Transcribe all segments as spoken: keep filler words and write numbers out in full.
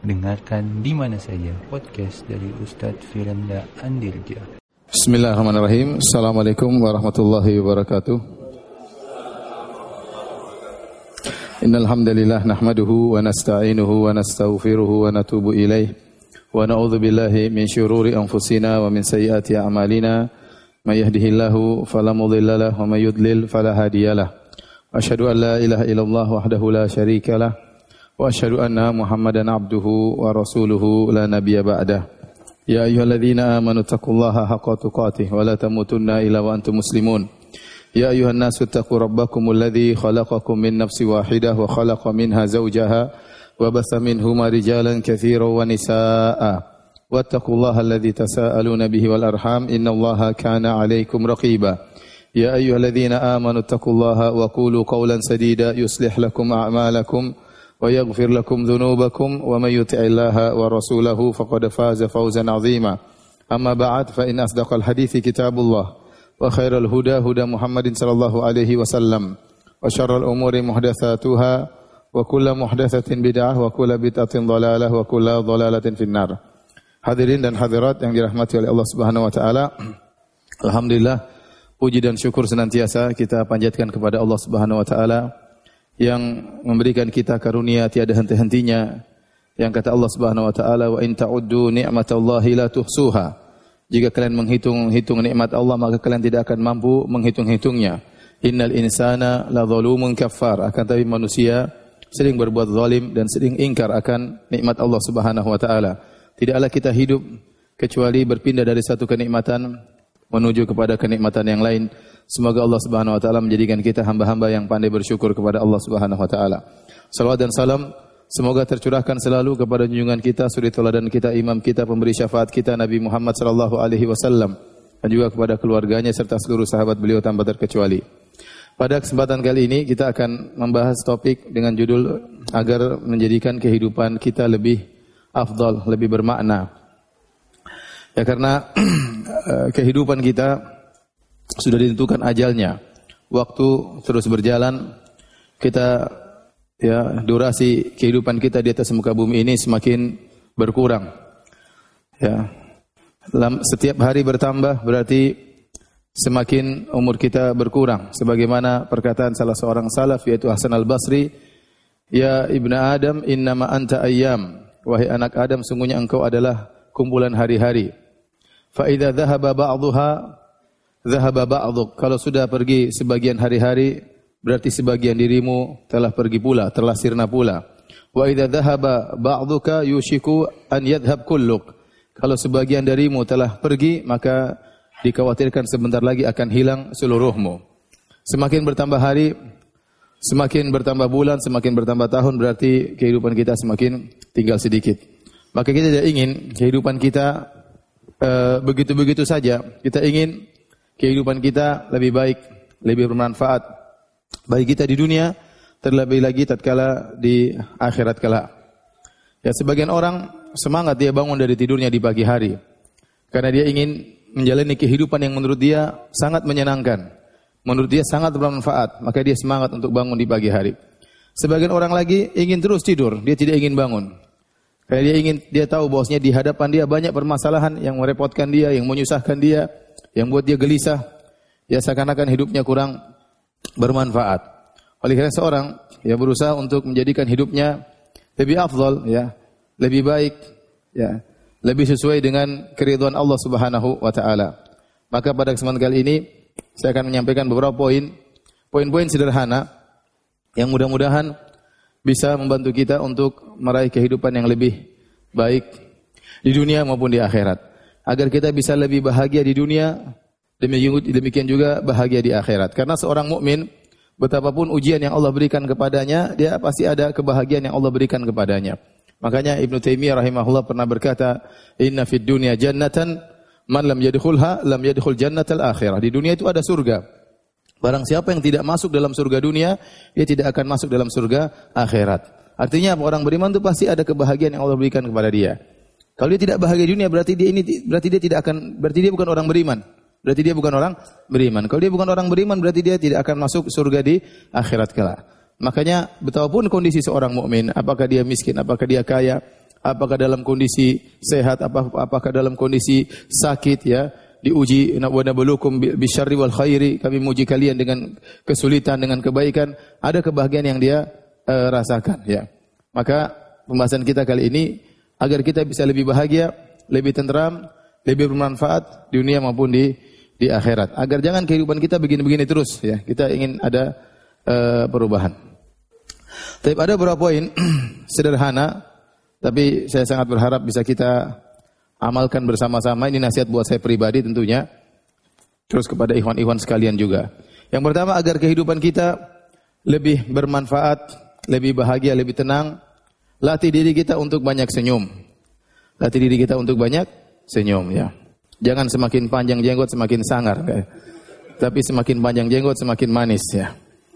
Dengarkan di mana saja podcast dari Ustadz Firanda Andirja. Bismillahirrahmanirrahim. Assalamualaikum warahmatullahi wabarakatuh. Innal hamdalillah nahmaduhu wa nasta'inuhu wa nastaghfiruhu wa natubu ilaih wa na'udzu billahi min syururi anfusina wa min sayyiati a'malina. May yahdihillahu fala mudilla lahu wa may yudlil fala hadiyalah. Asyhadu an la ilaha illallah wahdahu la syarika lah wa asyhadu anna Muhammadan abduhu wa rasuluhu la nabiyya ba'dah. Ya ayyuhalladzina amanu taqullaha haqqa tuqatih wa la tamutunna illa wa antum muslimun. Ya ayyuhan nasu taqu rabbakumul ladzi khalaqakum min nafsin wahidah wa khalaqa minha zawjaha wa batha minhuma rijalan katsiran wa nisaa'a. Wattaqullaha alladzi tasaaluna bihi wal arham innallaha kana 'alaikum raqiba. Ya ayyuhalladzina amanu taqullaha wa qulu qawlan sadida yuslih lakum a'malakum wa yaghfir lakum dhunubakum wa may yuti'illaha wa rasulahu faqad faza fawzan 'azima. Amma ba'd fa in asdaqal hadithi kitabullah wa khairal huda huda Muhammadin sallallahu alaihi wasallam wa syarral umuri muhdatsatuha wa kullu muhdatsatin bid'ah wa kullu bid'atin dhalalah wa kullu dhalalatin finnar. Hadirin dan hadirat yang dirahmati oleh Allah Subhanahu wa taala. Alhamdulillah, puji dan syukur senantiasa kita panjatkan kepada Allah Subhanahu wa taala yang memberikan kita karunia tiada henti-hentinya. Yang kata Allah Subhanahu wa taala, wa in ta'uddu ni'matallahi la tuhsuha. Jika kalian menghitung-hitung nikmat Allah, maka kalian tidak akan mampu menghitung-hitungnya. Innal insana la zalumun kaffar. Akan tapi manusia sering berbuat zalim dan sering ingkar akan nikmat Allah Subhanahu wa taala. Tidaklah kita hidup kecuali berpindah dari satu kenikmatan menuju kepada kenikmatan yang lain. Semoga Allah Subhanahu wa taala menjadikan kita hamba-hamba yang pandai bersyukur kepada Allah Subhanahu wa taala. Salawat dan salam semoga tercurahkan selalu kepada junjungan kita, suri tauladan kita, imam kita, pemberi syafaat kita, Nabi Muhammad sallallahu alaihi wasallam, dan juga kepada keluarganya serta seluruh sahabat beliau tanpa terkecuali. Pada kesempatan kali ini kita akan membahas topik dengan judul agar menjadikan kehidupan kita lebih afdal, lebih bermakna. Ya, karena kehidupan kita sudah ditentukan ajalnya. Waktu terus berjalan, kita ya durasi kehidupan kita di atas muka bumi ini semakin berkurang. Ya. Setiap hari bertambah berarti semakin umur kita berkurang. Sebagaimana perkataan salah seorang salaf yaitu Hasan Al-Basri, "Ya ibna Adam, innama anta ayyam." Wahai anak Adam, sungguhnya engkau adalah kumpulan hari-hari. Fa idza dhahaba ba'dhuha dhahaba ba'dhuk. Kalau sudah pergi sebagian hari-hari, berarti sebagian dirimu telah pergi pula, telah sirna pula. Wa idza dhahaba ba'dhuka yushiku an yadhhab kulluk. Kalau sebagian darimu telah pergi, maka dikhawatirkan sebentar lagi akan hilang seluruhmu. Semakin bertambah hari, semakin bertambah bulan, semakin bertambah tahun, berarti kehidupan kita semakin tinggal sedikit. Maka kita tidak ingin kehidupan kita uh, begitu-begitu saja. Kita ingin kehidupan kita lebih baik, lebih bermanfaat bagi kita di dunia, terlebih lagi tatkala di akhirat kelak. Ya, sebagian orang semangat dia bangun dari tidurnya di pagi hari karena dia ingin menjalani kehidupan yang menurut dia sangat menyenangkan, menurut dia sangat bermanfaat, maka dia semangat untuk bangun di pagi hari. Sebagian orang lagi ingin terus tidur, dia tidak ingin bangun. Karena dia ingin, dia tahu bahwasanya di hadapan dia banyak permasalahan yang merepotkan dia, yang menyusahkan dia, yang buat dia gelisah. Ya, seakan-akan hidupnya kurang bermanfaat. Oleh karena seorang ya berusaha untuk menjadikan hidupnya lebih afdal, ya, lebih baik, ya, lebih sesuai dengan keridhaan Allah Subhanahu wa taala. Maka pada kesempatan kali ini saya akan menyampaikan beberapa poin, poin-poin sederhana yang mudah-mudahan bisa membantu kita untuk meraih kehidupan yang lebih baik di dunia maupun di akhirat. Agar kita bisa lebih bahagia di dunia, demikian juga bahagia di akhirat. Karena seorang mukmin, betapapun ujian yang Allah berikan kepadanya, dia pasti ada kebahagiaan yang Allah berikan kepadanya. Makanya Ibnu Taimiyah rahimahullah pernah berkata, "Inna fid dunya jannatan man lam yadkhulha lam yadkhul jannatal akhirah." Di dunia itu ada surga. Barang siapa yang tidak masuk dalam surga dunia, dia tidak akan masuk dalam surga akhirat. Artinya orang beriman itu pasti ada kebahagiaan yang Allah berikan kepada dia. Kalau dia tidak bahagia di dunia, berarti dia ini berarti dia tidak akan berarti dia bukan orang beriman. Berarti dia bukan orang beriman. Kalau dia bukan orang beriman, berarti dia tidak akan masuk surga di akhirat kelak. Makanya betapapun kondisi seorang mukmin, apakah dia miskin, apakah dia kaya, apakah dalam kondisi sehat, apakah dalam kondisi sakit, ya. Diuji, wa nabluukum bisyarri wal khairi, kami menguji kalian dengan kesulitan, dengan kebaikan. Ada kebahagiaan yang dia uh, rasakan, ya. Maka pembahasan kita kali ini agar kita bisa lebih bahagia, lebih tenteram, lebih bermanfaat di dunia maupun di di akhirat. Agar jangan kehidupan kita begini-begini terus, ya. Kita ingin ada uh, perubahan. Tapi ada beberapa poin sederhana, tapi saya sangat berharap bisa kita amalkan bersama-sama. Ini nasihat buat saya pribadi tentunya, terus kepada ikhwan-ikhwan sekalian juga. Yang pertama, agar kehidupan kita lebih bermanfaat, lebih bahagia, lebih tenang, latih diri kita untuk banyak senyum. Latih diri kita untuk banyak senyum, ya. Jangan semakin panjang jenggot semakin sangar, ya. Tapi semakin panjang jenggot semakin manis, ya.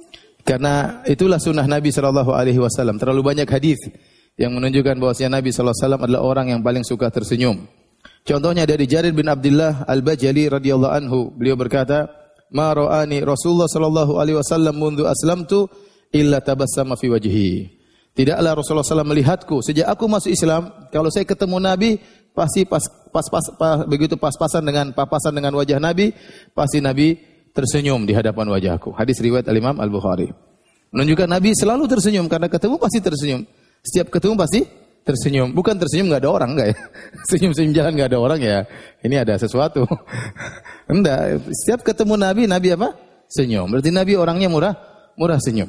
Karena itulah sunnah Nabi shallallahu alaihi wasallam. Terlalu banyak hadis yang menunjukkan bahwasanya Nabi shallallahu alaihi wasallam adalah orang yang paling suka tersenyum. Contohnya dari Jarir bin Abdullah Al-Bajali radhiyallahu anhu, beliau berkata, "Ma ra'ani Rasulullah sallallahu alaihi wasallam mundu aslamtu illa tabassama fi wajhi." Tidaklah Rasulullah sallallahu alaihi wasallam melihatku sejak aku masuk Islam, kalau saya ketemu Nabi pasti pas pas, pas, pas begitu pas-pasan dengan papasan dengan wajah Nabi, pasti Nabi tersenyum di hadapan wajahku. Hadis riwayat Al-Imam Al-Bukhari. Menunjukkan Nabi selalu tersenyum, karena ketemu pasti tersenyum. Setiap ketemu pasti tersenyum. Bukan tersenyum enggak ada orang, enggak ya? Senyum-senyum jalan enggak ada orang, ya. Ini ada sesuatu. Enggak, setiap ketemu Nabi, Nabi apa? Senyum. Berarti Nabi orangnya murah, murah senyum.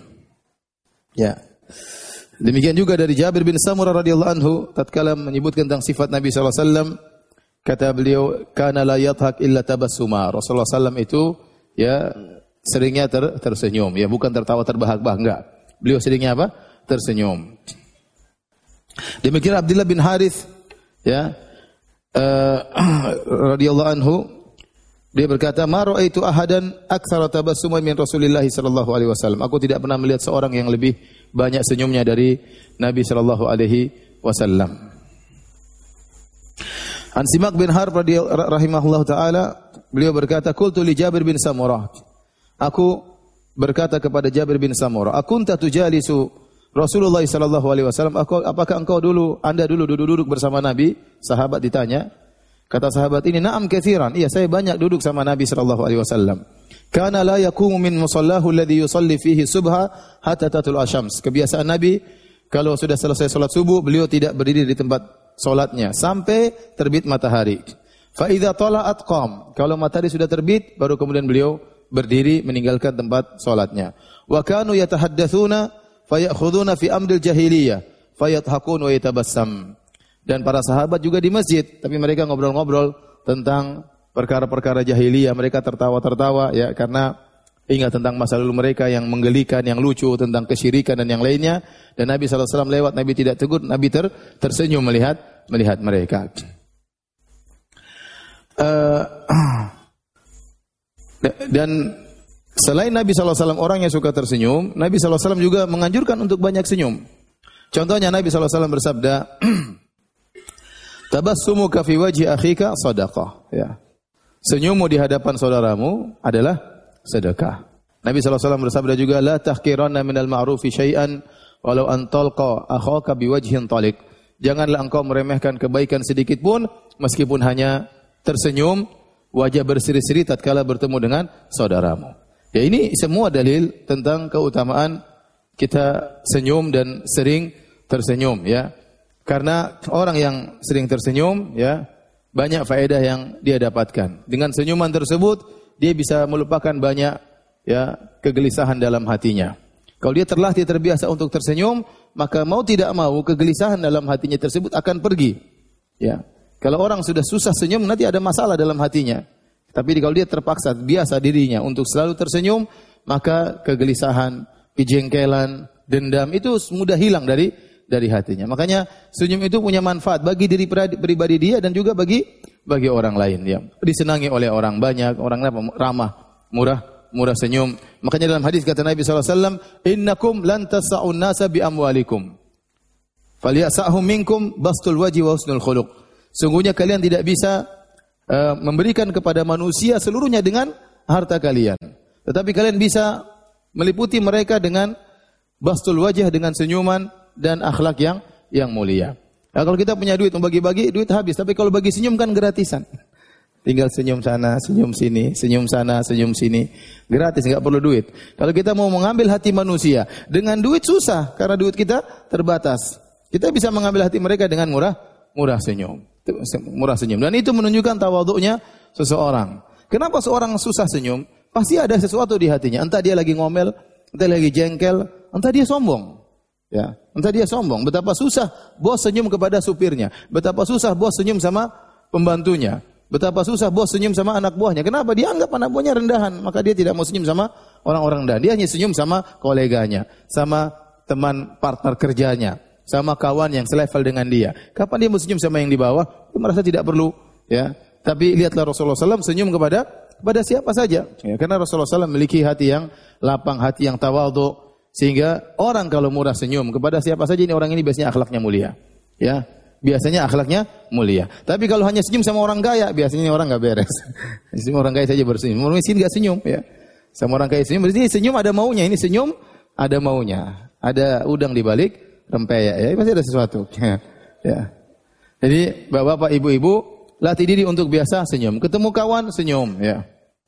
Ya. Demikian juga dari Jabir bin Samurah radhiyallahu anhu, tatkala menyebutkan tentang sifat Nabi sallallahu alaihi wasallam, kata beliau, "Kana la yadhak illa tabassuma." Rasulullah sallallahu alaihi wasallam itu ya seringnya ter, tersenyum, ya, bukan tertawa terbahak-bahak, enggak. Beliau seringnya apa? Tersenyum. Demikian Abdullah bin Harith, ya, uh, radhiyallahu anhu, dia berkata, "Ma ra'aitu ahadan aktsara tabassuman min Rasulillah sallallahu alaihi wasallam." Aku tidak pernah melihat seorang yang lebih banyak senyumnya dari Nabi sallallahu alaihi wasallam. An Simak bin Harb rahimahullahu taala, beliau berkata, "Qultu li Jabir bin Samurah." Aku berkata kepada Jabir bin Samurah, "Akunta tujalisu Rasulullah sallallahu alaihi wasallam?" Apakah engkau dulu, Anda dulu duduk-duduk bersama Nabi? Sahabat ditanya. Kata sahabat ini, "Na'am katsiran." Iya, saya banyak duduk sama Nabi sallallahu alaihi wasallam. "Kana la yaqumu min musallahu alladhi yusalli fihi subha hatta tatul asyams." Kebiasaan Nabi kalau sudah selesai salat subuh, beliau tidak berdiri di tempat salatnya sampai terbit matahari. Fa idza tala'at qam. Kalau matahari sudah terbit, baru kemudian beliau berdiri meninggalkan tempat salatnya. Wa kanu yatahaddatsuna fayakhuduna fi amril jahiliyah fayathakun wa yatabassam. Dan para sahabat juga di masjid, tapi mereka ngobrol-ngobrol tentang perkara-perkara jahiliyah, mereka tertawa-tertawa, ya, karena ingat tentang masa lalu mereka yang menggelikan, yang lucu, tentang kesyirikan dan yang lainnya. Dan Nabi sallallahu alaihi wasallam lewat, Nabi tidak tegur, Nabi ter, tersenyum melihat melihat mereka. Uh, dan selain Nabi sallallahu alaihi wasallam orang yang suka tersenyum, Nabi sallallahu alaihi wasallam juga menganjurkan untuk banyak senyum. Contohnya Nabi sallallahu alaihi wasallam bersabda, "Tabassumuka fi wajhi akhika shadaqah." Ya. Senyummu di hadapan saudaramu adalah sedekah. Nabi sallallahu alaihi wasallam bersabda juga, "La tahqiranna minal ma'rufi syai'an walau an talqa akhaka biwajhin taliq." Janganlah engkau meremehkan kebaikan sedikit pun meskipun hanya tersenyum, wajah berseri-seri tatkala bertemu dengan saudaramu. Ya, ini semua dalil tentang keutamaan kita senyum dan sering tersenyum, ya. Karena orang yang sering tersenyum, ya, banyak faedah yang dia dapatkan. Dengan senyuman tersebut, dia bisa melupakan banyak, ya, kegelisahan dalam hatinya. Kalau dia terlatih terbiasa untuk tersenyum, maka mau tidak mau kegelisahan dalam hatinya tersebut akan pergi. Ya. Kalau orang sudah susah senyum, nanti ada masalah dalam hatinya. Tapi kalau dia terpaksa biasa dirinya untuk selalu tersenyum, maka kegelisahan, kejengkelan, dendam itu mudah hilang dari dari hatinya. Makanya senyum itu punya manfaat bagi diri pribadi dia dan juga bagi bagi orang lain, ya. Disenangi oleh orang banyak, orang ramah, murah, murah senyum. Makanya dalam hadis kata Nabi sallallahu alaihi wasallam, "Innakum lan tas'un nasa bi amwalikum. Falyasahum minkum bastul wajhi wa husnul khuluq." Sungguhnya kalian tidak bisa uh, memberikan kepada manusia seluruhnya dengan harta kalian. Tetapi kalian bisa meliputi mereka dengan bastul wajah, dengan senyuman dan akhlak yang yang mulia. Nah, kalau kita punya duit, mau bagi-bagi, duit habis. Tapi kalau bagi senyum kan gratisan. Tinggal senyum sana, senyum sini, senyum sana, senyum sini. Gratis, enggak perlu duit. Kalau kita mau mengambil hati manusia, dengan duit susah, karena duit kita terbatas. Kita bisa mengambil hati mereka dengan murah, murah senyum. Murah senyum. Dan itu menunjukkan tawaduknya seseorang. Kenapa seorang susah senyum? Pasti ada sesuatu di hatinya. Entah dia lagi ngomel, entah lagi jengkel, entah dia sombong. Ya, entah dia sombong. Betapa susah bos senyum kepada supirnya. Betapa susah bos senyum sama pembantunya. Betapa susah bos senyum sama anak buahnya. Kenapa? Dia anggap anak buahnya rendahan. Maka dia tidak mau senyum sama orang-orang rendahan. Dia hanya senyum sama koleganya, sama teman partner kerjanya, sama kawan yang selevel dengan dia. Kapan dia mau senyum sama yang di bawah? Dia merasa tidak perlu. Ya. Tapi lihatlah Rasulullah shallallahu alaihi wasallam senyum kepada kepada siapa saja. Ya, karena Rasulullah shallallahu alaihi wasallam memiliki hati yang lapang, hati yang tawadhu. Sehingga orang kalau murah senyum kepada siapa saja, ini orang ini biasanya akhlaknya mulia. Ya. Biasanya akhlaknya mulia. Tapi kalau hanya senyum sama orang kaya, biasanya orang enggak beres. Semua orang kaya saja bersenyum. Orang miskin enggak senyum, ya. Sama orang kaya senyum, ini senyum ada maunya, ini senyum ada maunya. Ada udang di balik rempeyek, ya. Pasti ada sesuatu. Ya. Ya. Jadi, Bapak-bapak, Ibu-ibu, latih diri untuk biasa senyum. Ketemu kawan senyum, ya.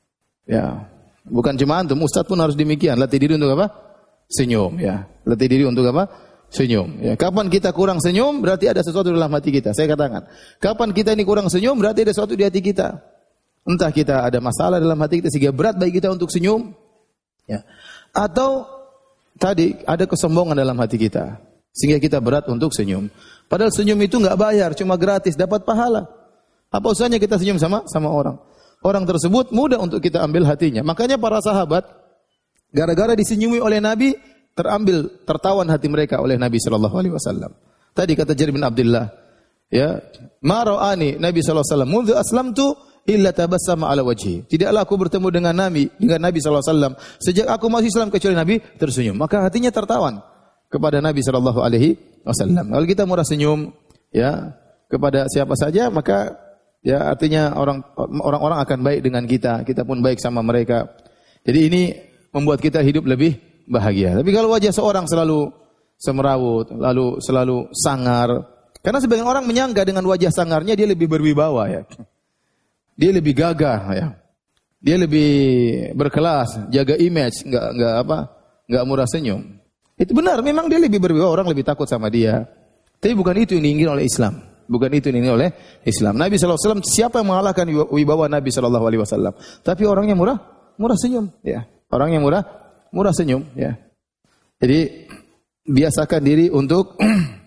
Ya. Bukan cuma antum, ustaz pun harus demikian. Latih diri untuk apa? Senyum, ya. Latih diri untuk apa? Senyum. Ya, kapan kita kurang senyum, berarti ada sesuatu dalam hati kita. Saya katakan, kapan kita ini kurang senyum, berarti ada sesuatu di hati kita. Entah kita ada masalah dalam hati kita sehingga berat bagi kita untuk senyum, ya. Atau tadi ada kesombongan dalam hati kita sehingga kita berat untuk senyum. Padahal senyum itu enggak bayar, cuma gratis, dapat pahala. Apa usahanya kita senyum sama sama orang? Orang tersebut mudah untuk kita ambil hatinya. Makanya para sahabat gara-gara disenyumi oleh Nabi, terambil tertawan hati mereka oleh Nabi sallallahu alaihi wasallam. Tadi kata Jarir bin Abdullah, ya, ma ra'ani Nabi sallallahu alaihi wasallam mundu aslamtu illa tabassama ala wajhi. Tidaklah aku bertemu dengan Nabi, dengan Nabi sallallahu alaihi wasallam sejak aku masih Islam kecuali Nabi tersenyum. Maka hatinya tertawan kepada Nabi sallallahu alaihi wasallam. Kalau kita murah senyum, ya, kepada siapa saja, maka ya artinya orang orang-orang akan baik dengan kita, kita pun baik sama mereka. Jadi ini membuat kita hidup lebih bahagia. Tapi kalau wajah seorang selalu semerawut, lalu selalu sangar, karena sebagian orang menyangka dengan wajah sangarnya dia lebih berwibawa, ya. Dia lebih gagah, ya. Dia lebih berkelas, jaga image, enggak enggak apa? Enggak murah senyum. Itu benar, memang dia lebih berwibawa, orang lebih takut sama dia. Tapi bukan itu yang diinginkan oleh Islam. Bukan itu yang diinginkan oleh Islam. Nabi sallallahu alaihi wasallam, siapa yang mengalahkan wibawa Nabi sallallahu alaihi wasallam? Tapi orangnya murah, murah senyum, ya. Orangnya murah murah senyum, ya. Jadi biasakan diri untuk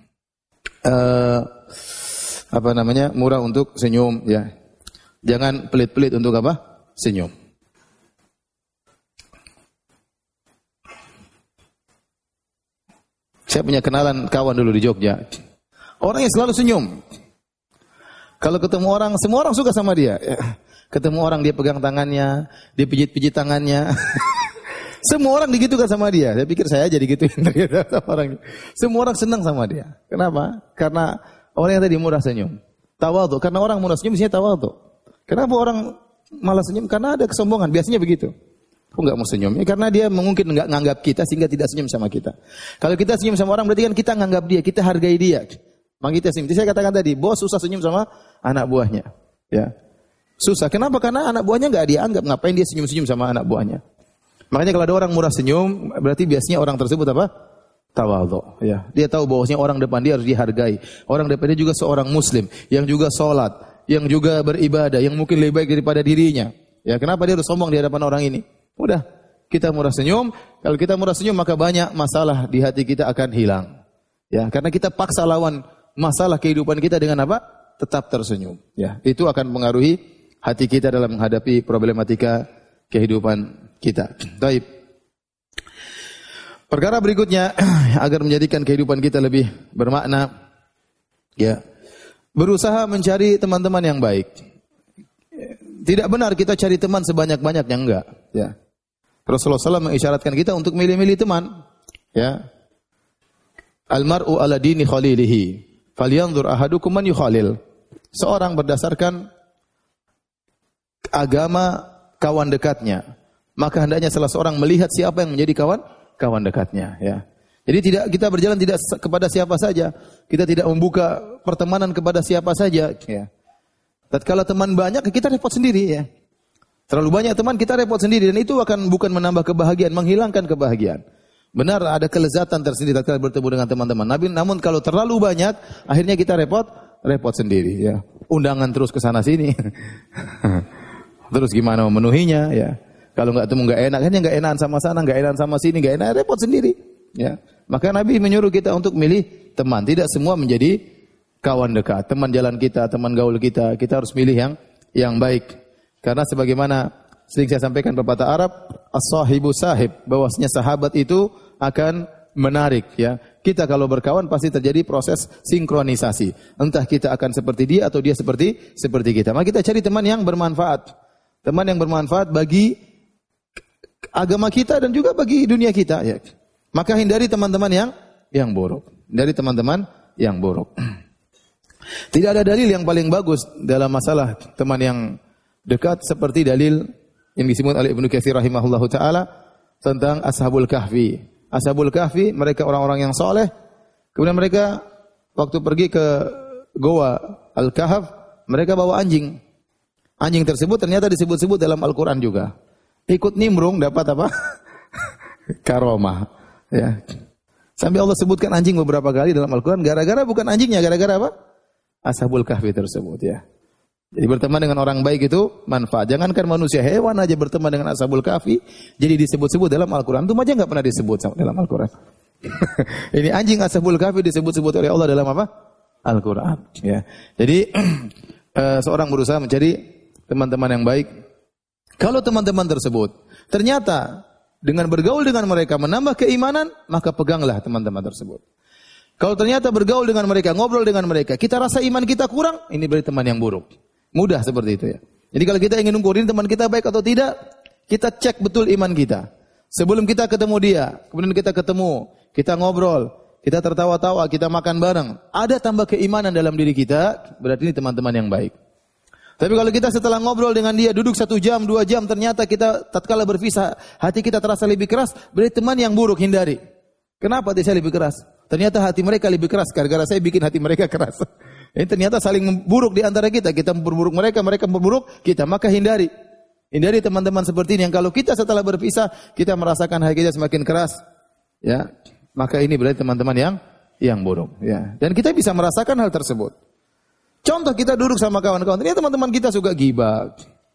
uh, apa namanya? Murah untuk senyum, ya. Jangan pelit-pelit untuk apa? Senyum. Saya punya kenalan kawan dulu di Jogja. Orang yang selalu senyum. Kalau ketemu orang, semua orang suka sama dia. Ketemu orang dia pegang tangannya, dia pijit-pijit tangannya. Semua orang digitukan sama dia. Saya pikir saya aja digituin sama orang. Semua orang senang sama dia. Kenapa? Karena orang yang tadi murah senyum. Tawadhu. Karena orang murah senyum biasanya tawadhu. Kenapa orang malah senyum? Karena ada kesombongan. Biasanya begitu. Kok enggak mau senyum? Ya, karena dia mungkin enggak nganggap kita sehingga tidak senyum sama kita. Kalau kita senyum sama orang berarti kan kita nganggap dia, kita hargai dia. Maka kita senyum. Jadi saya katakan tadi, bos susah senyum sama anak buahnya. Ya. Susah. Kenapa? Karena anak buahnya enggak dia anggap. Ngapain dia senyum-senyum sama anak buahnya? Makanya kalau ada orang murah senyum, berarti biasanya orang tersebut apa? Tawadhu. Ya. Dia tahu bahwasanya orang depan dia harus dihargai. Orang depan dia juga seorang muslim, yang juga sholat, yang juga beribadah, yang mungkin lebih baik daripada dirinya. Ya, kenapa dia harus sombong di hadapan orang ini? Udah, kita murah senyum. Kalau kita murah senyum, maka banyak masalah di hati kita akan hilang. Ya, karena kita paksa lawan masalah kehidupan kita dengan apa? Tetap tersenyum. Ya, itu akan mengaruhi hati kita dalam menghadapi problematika kehidupan kita. Baik. Perkara berikutnya agar menjadikan kehidupan kita lebih bermakna, ya, berusaha mencari teman-teman yang baik. Tidak benar kita cari teman sebanyak-banyaknya, enggak, ya. Rasulullah sallallahu alaihi wasallam mengisyaratkan kita untuk milih-milih teman, ya. Almar'u ala dini khalilihi, falyanzur ahadukum man yukhalil. Seorang berdasarkan agama kawan dekatnya, maka hendaknya salah seorang melihat siapa yang menjadi kawan kawan dekatnya, ya. Jadi tidak kita berjalan tidak kepada siapa saja. Kita tidak membuka pertemanan kepada siapa saja. Ya. Tatkala teman banyak, kita repot sendiri. Ya. Terlalu banyak teman, kita repot sendiri. Dan itu akan bukan menambah kebahagiaan, menghilangkan kebahagiaan. Benar ada kelezatan tersendiri tatkala bertemu dengan teman-teman. Nabi, namun kalau terlalu banyak, akhirnya kita repot, repot sendiri. Ya. Undangan terus ke sana sini. Terus gimana memenuhinya? Ya. Kalau nggak temu nggak enak, hanya nggak enakan sama sana, nggak enakan sama sini, nggak enak, repot sendiri. Ya. Maka Nabi menyuruh kita untuk milih teman. Tidak semua menjadi kawan dekat, teman jalan kita, teman gaul kita. Kita harus milih yang yang baik. Karena sebagaimana sering saya sampaikan pepatah Arab, as-sahibu sahib, bahwasanya sahabat itu akan menarik. Ya. Kita kalau berkawan pasti terjadi proses sinkronisasi. Entah kita akan seperti dia atau dia seperti seperti kita. Maka kita cari teman yang bermanfaat. Teman yang bermanfaat bagi agama kita dan juga bagi dunia kita. Ya. Maka hindari teman-teman yang yang buruk. Hindari teman-teman yang buruk. Tidak ada dalil yang paling bagus dalam masalah teman yang dekat seperti dalil yang disebut oleh Ibnu Katsir rahimahullahu taala tentang Ashabul Kahfi. Ashabul Kahfi mereka orang-orang yang soleh. Kemudian mereka waktu pergi ke Goa Al-Kahf, mereka bawa anjing. Anjing tersebut ternyata disebut-sebut dalam Al-Qur'an juga. Ikut nimbrung dapat apa? Karomah. Ya. Sampai Allah sebutkan anjing beberapa kali dalam Al-Quran. Gara-gara bukan anjingnya, gara-gara apa? Ashabul Kahfi tersebut. Ya. Jadi berteman dengan orang baik itu manfaat. Jangankan manusia, hewan aja berteman dengan Ashabul Kahfi. Jadi disebut-sebut dalam Al-Quran. Itu aja nggak pernah disebut dalam Al-Quran. Ini anjing Ashabul Kahfi disebut-sebut oleh Allah dalam apa? Al-Quran. Ya. Jadi seorang berusaha mencari teman-teman yang baik. Kalau teman-teman tersebut ternyata dengan bergaul dengan mereka menambah keimanan, maka peganglah teman-teman tersebut. Kalau ternyata bergaul dengan mereka, ngobrol dengan mereka, kita rasa iman kita kurang, ini berarti teman yang buruk. Mudah seperti itu ya. Jadi kalau kita ingin ngukurin teman kita baik atau tidak, kita cek betul iman kita. Sebelum kita ketemu dia, kemudian kita ketemu, kita ngobrol, kita tertawa-tawa, kita makan bareng, ada tambah keimanan dalam diri kita, berarti ini teman-teman yang baik. Tapi kalau kita setelah ngobrol dengan dia, duduk satu jam, dua jam, ternyata kita tatkala berpisah, hati kita terasa lebih keras, berarti teman yang buruk, hindari. Kenapa hati saya lebih keras? Ternyata hati mereka lebih keras, gara-gara saya bikin hati mereka keras. Ini ternyata saling buruk di antara kita, kita memperburuk mereka, mereka memperburuk kita, maka hindari. Hindari teman-teman seperti ini, yang kalau kita setelah berpisah, kita merasakan hati kita semakin keras, ya, maka ini berarti teman-teman yang yang buruk. Ya. Dan kita bisa merasakan hal tersebut. Contoh kita duduk sama kawan-kawan, ternyata teman-teman kita suka ghibah.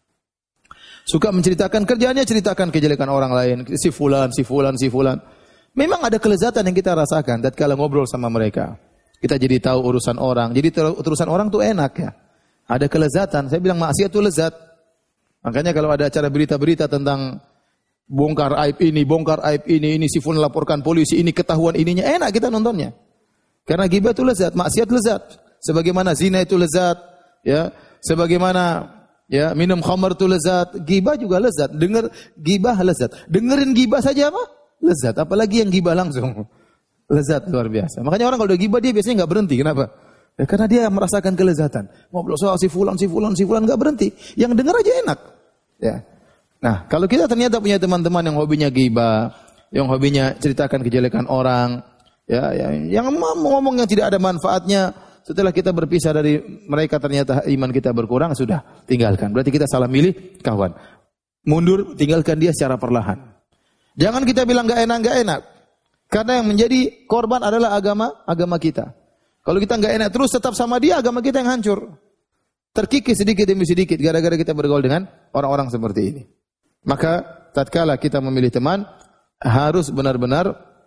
Suka menceritakan kerjaannya, ceritakan kejelekan orang lain, si fulan, si fulan, si fulan. Memang ada kelezatan yang kita rasakan tatkala ngobrol sama mereka. Kita jadi tahu urusan orang. Jadi urusan orang tuh enak ya. Ada kelezatan. Saya bilang maksiat itu lezat. Makanya kalau ada acara berita-berita tentang bongkar aib ini, bongkar aib ini, ini si fulan laporkan polisi, ini ketahuan ininya, enak kita nontonnya. Karena ghibah itu lezat, maksiat lezat. Sebagaimana zina itu lezat, ya. Sebagaimana ya minum khamar itu lezat, ghibah juga lezat. Dengar ghibah lezat. Dengerin ghibah saja apa? Lezat. Apalagi yang ghibah langsung. Lezat luar biasa. Makanya orang kalau udah ghibah dia biasanya enggak berhenti. Kenapa? Ya, karena dia merasakan kelezatan. Ngobrol soal si fulan, si fulan, si fulan enggak berhenti. Yang dengar aja enak. Ya. Nah, kalau kita ternyata punya teman-teman yang hobinya ghibah, yang hobinya ceritakan kejelekan orang, ya, ya yang ngomong yang tidak ada manfaatnya. Setelah kita berpisah dari mereka ternyata iman kita berkurang, sudah tinggalkan. Berarti kita salah milih kawan. Mundur, tinggalkan dia secara perlahan. Jangan kita bilang enggak enak, enggak enak. Karena yang menjadi korban adalah agama agama kita. Kalau kita enggak enak terus tetap sama dia, agama kita yang hancur. Terkikis sedikit demi sedikit gara-gara kita bergaul dengan orang-orang seperti ini. Maka tatkala kita memilih teman harus benar-benar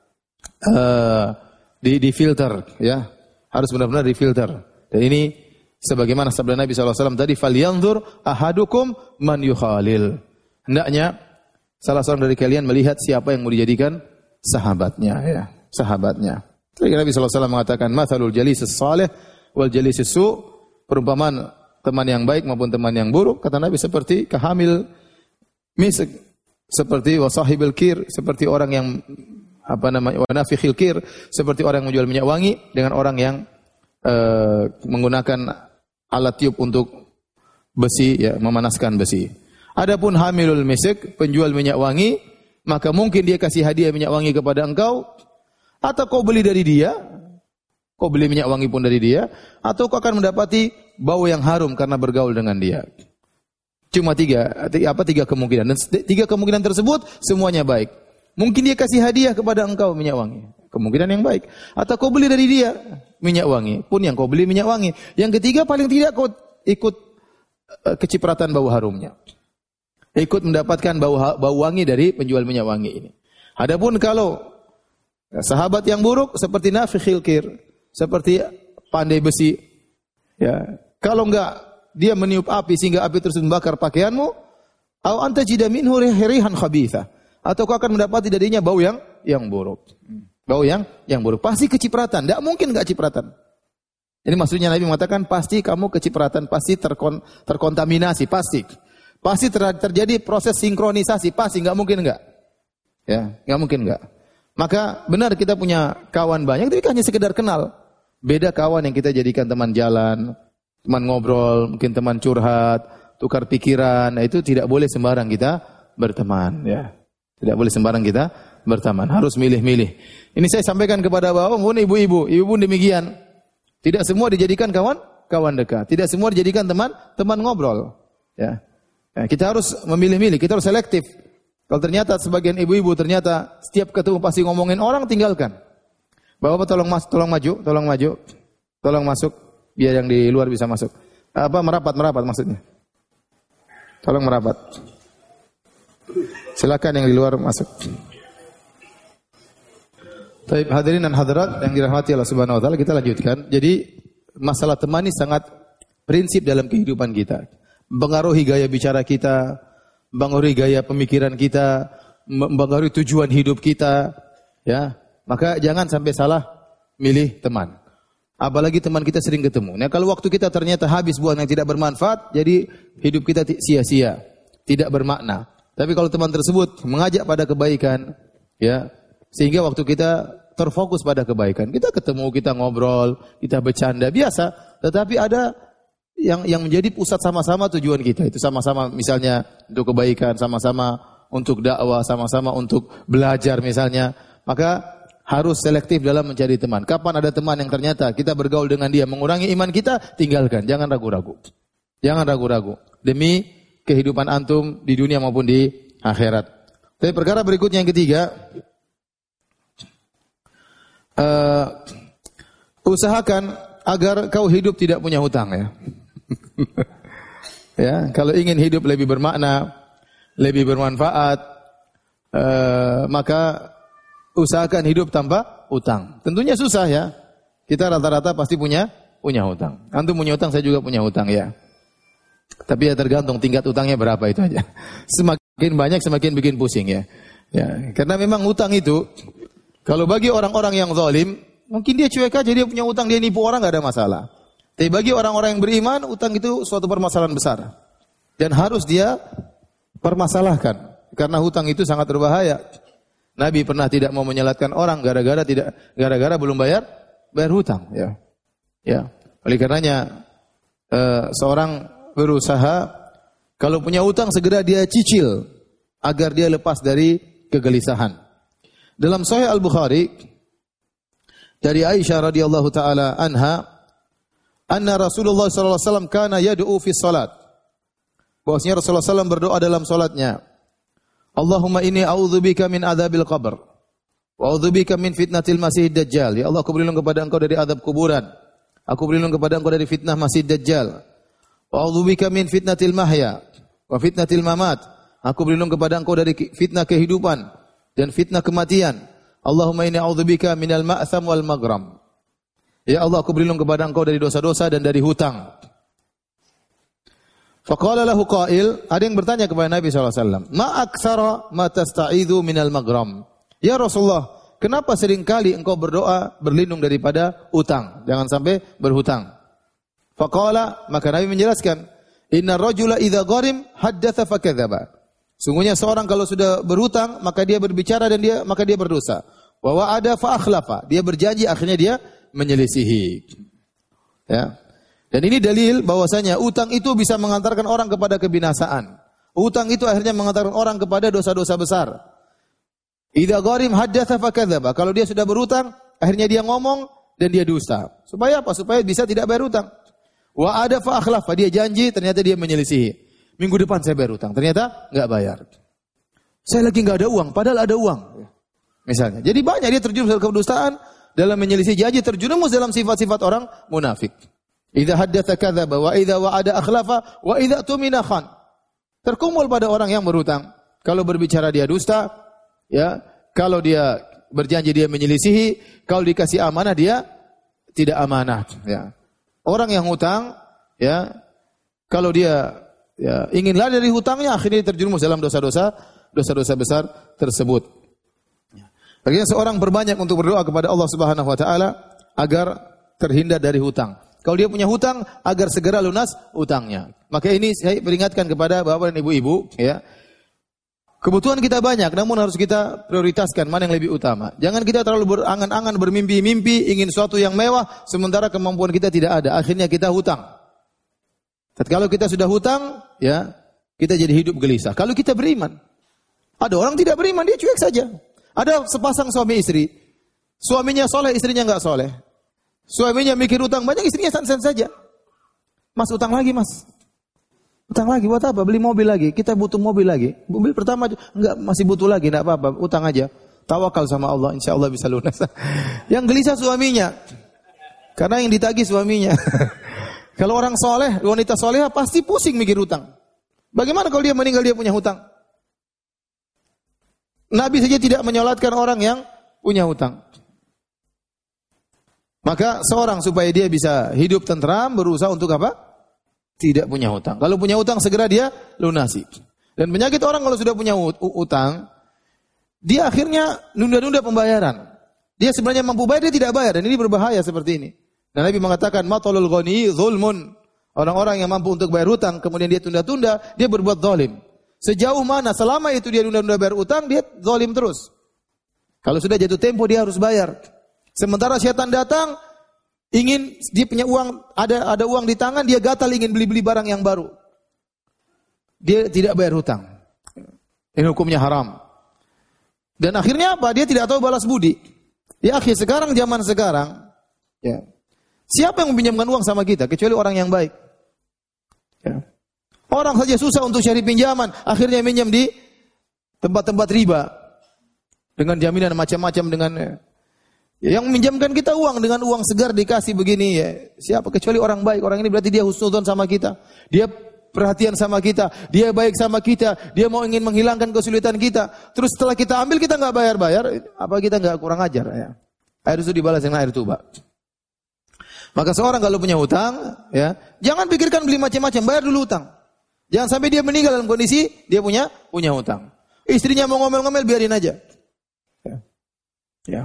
uh, di difilter ya. Harus benar-benar difilter. Dan ini sebagaimana sabda Nabi sallallahu alaihi wasallam tadi, falyanzur ahadukum man yukhalil. Hendaknya salah seorang dari kalian melihat siapa yang mau dijadikan sahabatnya ya, sahabatnya. Nabi sallallahu alaihi wasallam mengatakan, "Matsalul jalisis salih wal jalisis su", perumpamaan teman yang baik maupun teman yang buruk, kata Nabi seperti kahamil misk, seperti wasahibil kir, seperti orang yang apa namanya wa nafikhil kir, seperti orang yang menjual minyak wangi dengan orang yang uh, menggunakan alat tiup untuk besi ya, memanaskan besi. Adapun hamilul misik, penjual minyak wangi, maka mungkin dia kasih hadiah minyak wangi kepada engkau Atau kau beli dari dia, kau beli minyak wangi pun dari dia, atau kau akan mendapati bau yang harum karena bergaul dengan dia. Cuma tiga, apa tiga kemungkinan. Dan tiga kemungkinan tersebut semuanya baik. Mungkin dia kasih hadiah kepada engkau minyak wangi, kemungkinan yang baik. Atau kau beli dari dia minyak wangi, pun yang kau beli minyak wangi. Yang ketiga paling tidak kau ikut uh, kecipratan bau harumnya. Ikut mendapatkan bau bau wangi dari penjual minyak wangi ini. Adapun kalau sahabat yang buruk seperti nafikhil kir, seperti pandai besi, ya. Kalau enggak dia meniup api sehingga api tersebut membakar pakaianmu, au anta jida minhu rihan khabitha, atau kau akan mendapati darinya bau yang yang buruk. Bau yang yang buruk. Pasti kecipratan, enggak mungkin enggak cipratan. Ini maksudnya Nabi mengatakan pasti kamu kecipratan, pasti terkon, terkontaminasi, pasti. Pasti ter, terjadi proses sinkronisasi, pasti enggak mungkin enggak. Ya, enggak mungkin enggak. Maka benar kita punya kawan banyak, tapi hanya sekedar kenal. Beda kawan yang kita jadikan teman jalan, teman ngobrol, mungkin teman curhat, tukar pikiran. Nah, itu tidak boleh sembarang kita berteman. Ya, tidak boleh sembarang kita berteman. Harus milih-milih. Ini saya sampaikan kepada bapak pun ibu-ibu, ibu pun demikian. Tidak semua dijadikan kawan, kawan dekat. Tidak semua dijadikan teman, teman ngobrol. Ya. Nah, kita harus memilih-milih, kita harus selektif. Kalau ternyata sebagian ibu-ibu ternyata setiap ketemu pasti ngomongin orang, tinggalkan. Bapak tolong mas, tolong maju, tolong maju, tolong masuk, biar yang di luar bisa masuk. Apa merapat, merapat maksudnya? Tolong merapat. Silakan yang di luar masuk. Baik, hadirin dan hadirat yang dirahmati Allah Subhanahu wa taala, kita lanjutkan. Jadi masalah teman ini sangat prinsip dalam kehidupan kita. Mempengaruhi gaya bicara kita, mempengaruhi gaya pemikiran kita, mempengaruhi tujuan hidup kita, ya. Maka jangan sampai salah milih teman. Apalagi teman kita sering ketemu. Nah, kalau waktu kita ternyata habis buat yang tidak bermanfaat, jadi hidup kita sia-sia, tidak bermakna. Tapi kalau teman tersebut mengajak pada kebaikan, ya, sehingga waktu kita terfokus pada kebaikan, kita ketemu, kita ngobrol, kita bercanda biasa, tetapi ada yang yang menjadi pusat sama-sama tujuan kita. Itu sama-sama misalnya untuk kebaikan, sama-sama untuk dakwah, sama-sama untuk belajar misalnya. Maka harus selektif dalam mencari teman. Kapan ada teman yang ternyata kita bergaul dengan dia mengurangi iman kita, tinggalkan. Jangan ragu-ragu. Jangan ragu-ragu. Demi kehidupan antum di dunia maupun di akhirat. Tapi perkara berikutnya yang ketiga, uh, usahakan agar kau hidup tidak punya hutang, ya. Ya, kalau ingin hidup lebih bermakna, lebih bermanfaat, uh, maka usahakan hidup tanpa utang. Tentunya susah, ya. Kita rata-rata pasti punya punya hutang. Antum punya hutang, saya juga punya hutang, ya. Tapi ya tergantung tingkat utangnya berapa, itu aja. Semakin banyak semakin bikin pusing, ya. Ya, karena memang hutang itu kalau bagi orang-orang yang zalim, mungkin dia cuek aja, dia punya hutang, dia nipu orang enggak ada masalah. Tapi bagi orang-orang yang beriman, utang itu suatu permasalahan besar. Dan harus dia permasalahkan. Karena hutang itu sangat berbahaya. Nabi pernah tidak mau menyelatkan orang gara-gara tidak gara-gara belum bayar bayar hutang, ya. Ya. Oleh karenanya uh, seorang berusaha kalau punya hutang segera dia cicil agar dia lepas dari kegelisahan. Dalam Sahih Al-Bukhari dari Aisyah radhiyallahu taala anha, anna Rasulullah sallallahu alaihi wasallam kana yad'u fi salat. Bahwasanya Rasulullah sallallahu alaihi wasallam berdoa dalam salatnya. Allahumma inni a'udzubika min adzabil qabr wa a'udzubika min fitnatil masiihid dajjal. Ya Allah, aku berlindung kepada Engkau dari azab kuburan. Aku berlindung kepada Engkau dari fitnah Masiihid Dajjal. Wa a'udzubika min fitnatil mahya wa fitnatil mamat. Aku berlindung kepada Engkau dari fitnah kehidupan dan fitnah kematian. Allahumma inni a'udzubika minal ma'tham wal maghram. Ya Allah, aku berlindung kepada Engkau dari dosa-dosa dan dari hutang. Faqala lahu qail, ada yang bertanya kepada Nabi sallallahu alaihi wasallam, "Ma aktsara ma tasta'idzu minal maghram?" Ya Rasulullah, kenapa seringkali engkau berdoa berlindung daripada utang? Jangan sampai berhutang. Faqala, maka Nabi menjelaskan, "Inna rajula idza gharim haddatsa fakadzaba." Sungguhnya seorang kalau sudah berhutang, maka dia berbicara dan dia maka dia berdosa. Wa wa'ada fa akhlafa, dia berjanji akhirnya dia menyelisihi. Ya. Dan ini dalil bahwasanya utang itu bisa mengantarkan orang kepada kebinasaan. Utang itu akhirnya mengantarkan orang kepada dosa-dosa besar. Idza gharim haddatsa fakadzaba. Kalau dia sudah berhutang, akhirnya dia ngomong dan dia dusta. Supaya apa? Supaya bisa tidak bayar hutang. Wa ada fa akhlafa, dia janji, ternyata dia menyelisihi. Minggu depan saya bayar hutang, ternyata enggak bayar. Saya lagi enggak ada uang, padahal ada uang. Misalnya. Jadi banyak dia terjerumus dalam kedustaan, dalam menyelisih janji, terjerumus dalam sifat-sifat orang munafik. Idza haddatsa kadzaba wa idza wa'ada akhlafa wa idza tumina khan. Terkumpul pada orang yang berhutang. Kalau berbicara dia dusta, ya. Kalau dia berjanji dia menyelisihi, kalau dikasih amanah dia tidak amanah, ya. Orang yang hutang, ya, kalau dia ya, ingin lari dari hutangnya, akhirnya terjerumus dalam dosa-dosa, dosa-dosa besar tersebut. Akhirnya seorang berbanyak untuk berdoa kepada Allah Subhanahu Wa Taala agar terhindar dari hutang. Kalau dia punya hutang, agar segera lunas hutangnya. Maka ini saya peringatkan kepada bapak dan ibu-ibu, ya. Kebutuhan kita banyak, namun harus kita prioritaskan mana yang lebih utama. Jangan kita terlalu berangan-angan, bermimpi-mimpi, ingin sesuatu yang mewah, sementara kemampuan kita tidak ada. Akhirnya kita hutang. Tapi kalau kita sudah hutang, ya, kita jadi hidup gelisah. Kalau kita beriman, ada orang tidak beriman, dia cuek saja. Ada sepasang suami istri, suaminya soleh, istrinya enggak soleh. Suaminya mikir utang banyak, istrinya santai saja. Mas, utang lagi mas. Utang lagi, buat apa? Beli mobil lagi. Kita butuh mobil lagi. Mobil pertama, enggak, masih butuh lagi, enggak apa-apa. Utang aja. Tawakal sama Allah, insya Allah bisa lunas. Yang gelisah suaminya. Karena yang ditagih suaminya. Kalau orang soleh, wanita soleh, pasti pusing mikir utang. Bagaimana kalau dia meninggal, dia punya hutang? Nabi saja tidak menyolatkan orang yang punya hutang. Maka seorang supaya dia bisa hidup tentram, berusaha untuk apa? Tidak punya hutang. Kalau punya hutang segera dia lunasi. Dan penyakit orang kalau sudah punya hutang, dia akhirnya nunda-nunda pembayaran. Dia sebenarnya mampu bayar, dia tidak bayar. Dan ini berbahaya seperti ini. Dan Nabi mengatakan, matalul ghani zulmun. Orang-orang yang mampu untuk bayar hutang, kemudian dia tunda-tunda, dia berbuat zalim. Sejauh mana, selama itu dia nunda-nunda bayar hutang, dia zalim terus. Kalau sudah jatuh tempo, dia harus bayar. Sementara syaitan datang, ingin dia punya uang, ada ada uang di tangan, dia gatal ingin beli-beli barang yang baru. Dia tidak bayar hutang. Ini hukumnya haram. Dan akhirnya apa? Dia tidak tahu balas budi. Ya akhir sekarang, zaman sekarang, ya, siapa yang meminjamkan uang sama kita kecuali orang yang baik? Ya. Orang saja susah untuk cari pinjaman, akhirnya minjam di tempat-tempat riba dengan jaminan macam-macam dengan ya. Yang meminjamkan kita uang dengan uang segar dikasih begini ya. Siapa kecuali orang baik. Orang ini berarti dia husnudzon sama kita. Dia perhatian sama kita. Dia baik sama kita. Dia mau ingin menghilangkan kesulitan kita. Terus setelah kita ambil kita enggak bayar-bayar, apa kita enggak kurang ajar ya? Air itu dibalas dengan air tuba. Maka seorang kalau punya hutang, ya, jangan pikirkan beli macam-macam, bayar dulu hutang. Jangan sampai dia meninggal dalam kondisi dia punya punya hutang. Istrinya mau ngomel-ngomel biarin aja. Ya. Ya.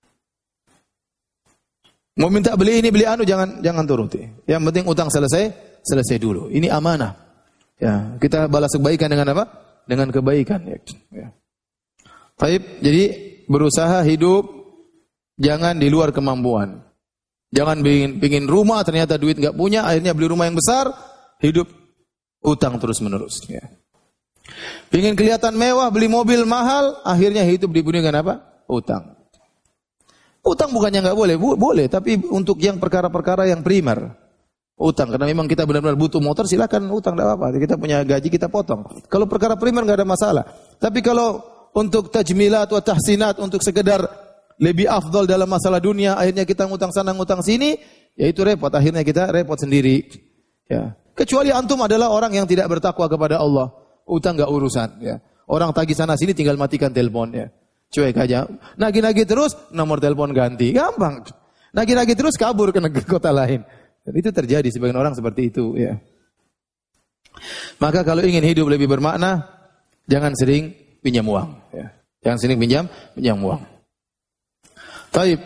Mau minta beli ini beli anu jangan jangan turuti. Yang penting utang selesai, selesai dulu. Ini amanah. Ya, kita balas kebaikan dengan apa? Dengan kebaikan ya. Ya. Baik, jadi berusaha hidup jangan di luar kemampuan. Jangan pingin, pingin rumah ternyata duit enggak punya, akhirnya beli rumah yang besar, hidup utang terus-menerus ya. Pingin kelihatan mewah, beli mobil mahal, akhirnya hidup dibunuh dengan apa? Utang. Utang bukannya enggak boleh, boleh, tapi untuk yang perkara-perkara yang primer. Utang, karena memang kita benar-benar butuh motor, silakan utang, enggak apa-apa. Kita punya gaji, kita potong. Kalau perkara primer enggak ada masalah. Tapi kalau untuk tajmilat atau tahsinat, untuk sekedar lebih afdol dalam masalah dunia, akhirnya kita ngutang sana, ngutang sini, ya itu repot. Akhirnya kita repot sendiri. Ya. Kecuali antum adalah orang yang tidak bertakwa kepada Allah. Utang enggak urusan. Ya. Orang tagih sana sini tinggal matikan telepon. Ya. Cuek aja. Nagih-nagih terus, nomor telepon ganti. Gampang. Nagih-nagih terus, kabur ke negeri kota lain. Dan itu terjadi, sebagian orang seperti itu. Ya. Maka kalau ingin hidup lebih bermakna, jangan sering pinjam uang. Ya. Jangan sering pinjam, pinjam uang. Taib.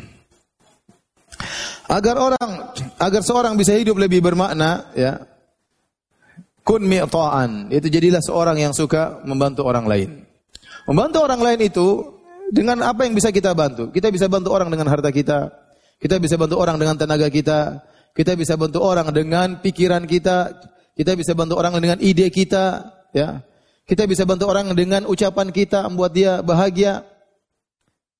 Agar orang, agar seorang bisa hidup lebih bermakna, ya, kun mi'ta'an. Itu jadilah seorang yang suka membantu orang lain. Membantu orang lain itu dengan apa yang bisa kita bantu. Kita bisa bantu orang dengan harta kita. Kita bisa bantu orang dengan tenaga kita. Kita bisa bantu orang dengan pikiran kita. Kita bisa bantu orang dengan ide kita. Ya. Kita bisa bantu orang dengan ucapan kita, membuat dia bahagia.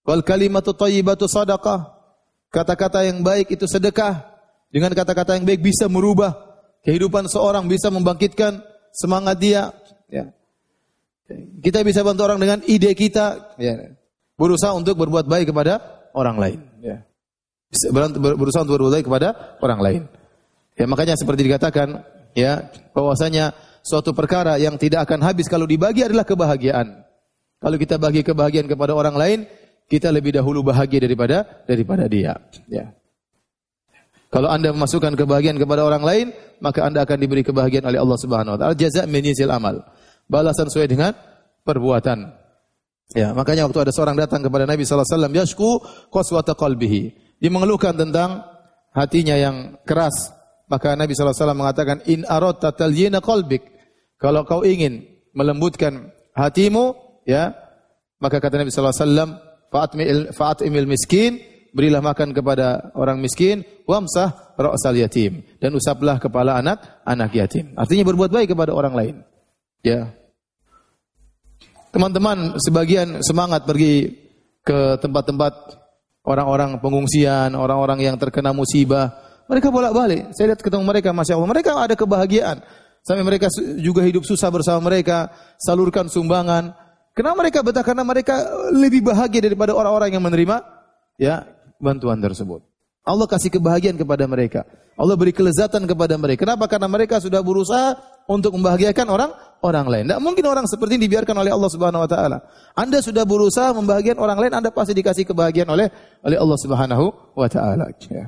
Wal kalimatu thayyibatu shadaqah. Kata-kata yang baik itu sedekah. Dengan kata-kata yang baik bisa merubah kehidupan seorang, bisa membangkitkan semangat dia. Ya. Kita bisa bantu orang dengan ide kita. Ya. Berusaha untuk berbuat baik kepada orang lain. Ya. Berusaha untuk berbuat baik kepada orang lain. Ya, makanya seperti dikatakan, ya, bahwasanya suatu perkara yang tidak akan habis kalau dibagi adalah kebahagiaan. Kalau kita bagi kebahagiaan kepada orang lain, kita lebih dahulu bahagia daripada daripada dia. Ya. Kalau Anda memasukkan kebahagiaan kepada orang lain, maka Anda akan diberi kebahagiaan oleh Allah Subhanahu wa taala. Jazaa' min jinsil amal. Balasan sesuai dengan perbuatan. Ya, makanya waktu ada seorang datang kepada Nabi sallallahu alaihi wasallam, yashku qaswata qalbihi. Dia mengeluhkan tentang hatinya yang keras. Maka Nabi sallallahu alaihi wasallam mengatakan, in aradta talyina qalbik. Kalau kau ingin melembutkan hatimu, ya, maka kata Nabi sallallahu alaihi wasallam, fa'atmil fa'atimil miskin, berilah makan kepada orang miskin, wamsah ra'sal yatim, dan usaplah kepala anak anak yatim. Artinya berbuat baik kepada orang lain. Ya. Teman-teman sebagian semangat pergi ke tempat-tempat orang-orang pengungsian, orang-orang yang terkena musibah. Mereka bolak-balik. Saya lihat ketemu mereka, Masya Allah. Mereka ada kebahagiaan. Sampai mereka juga hidup susah bersama mereka, salurkan sumbangan. Kenapa mereka betah? Karena mereka lebih bahagia daripada orang-orang yang menerima, ya, bantuan tersebut. Allah kasih kebahagiaan kepada mereka. Allah beri kelezatan kepada mereka. Kenapa? Karena mereka sudah berusaha untuk membahagiakan orang orang lain. Tidak mungkin orang seperti ini dibiarkan oleh Allah Subhanahu wa taala. Anda sudah berusaha membahagiakan orang lain, Anda pasti dikasih kebahagiaan oleh oleh Allah Subhanahu wa taala. Ya.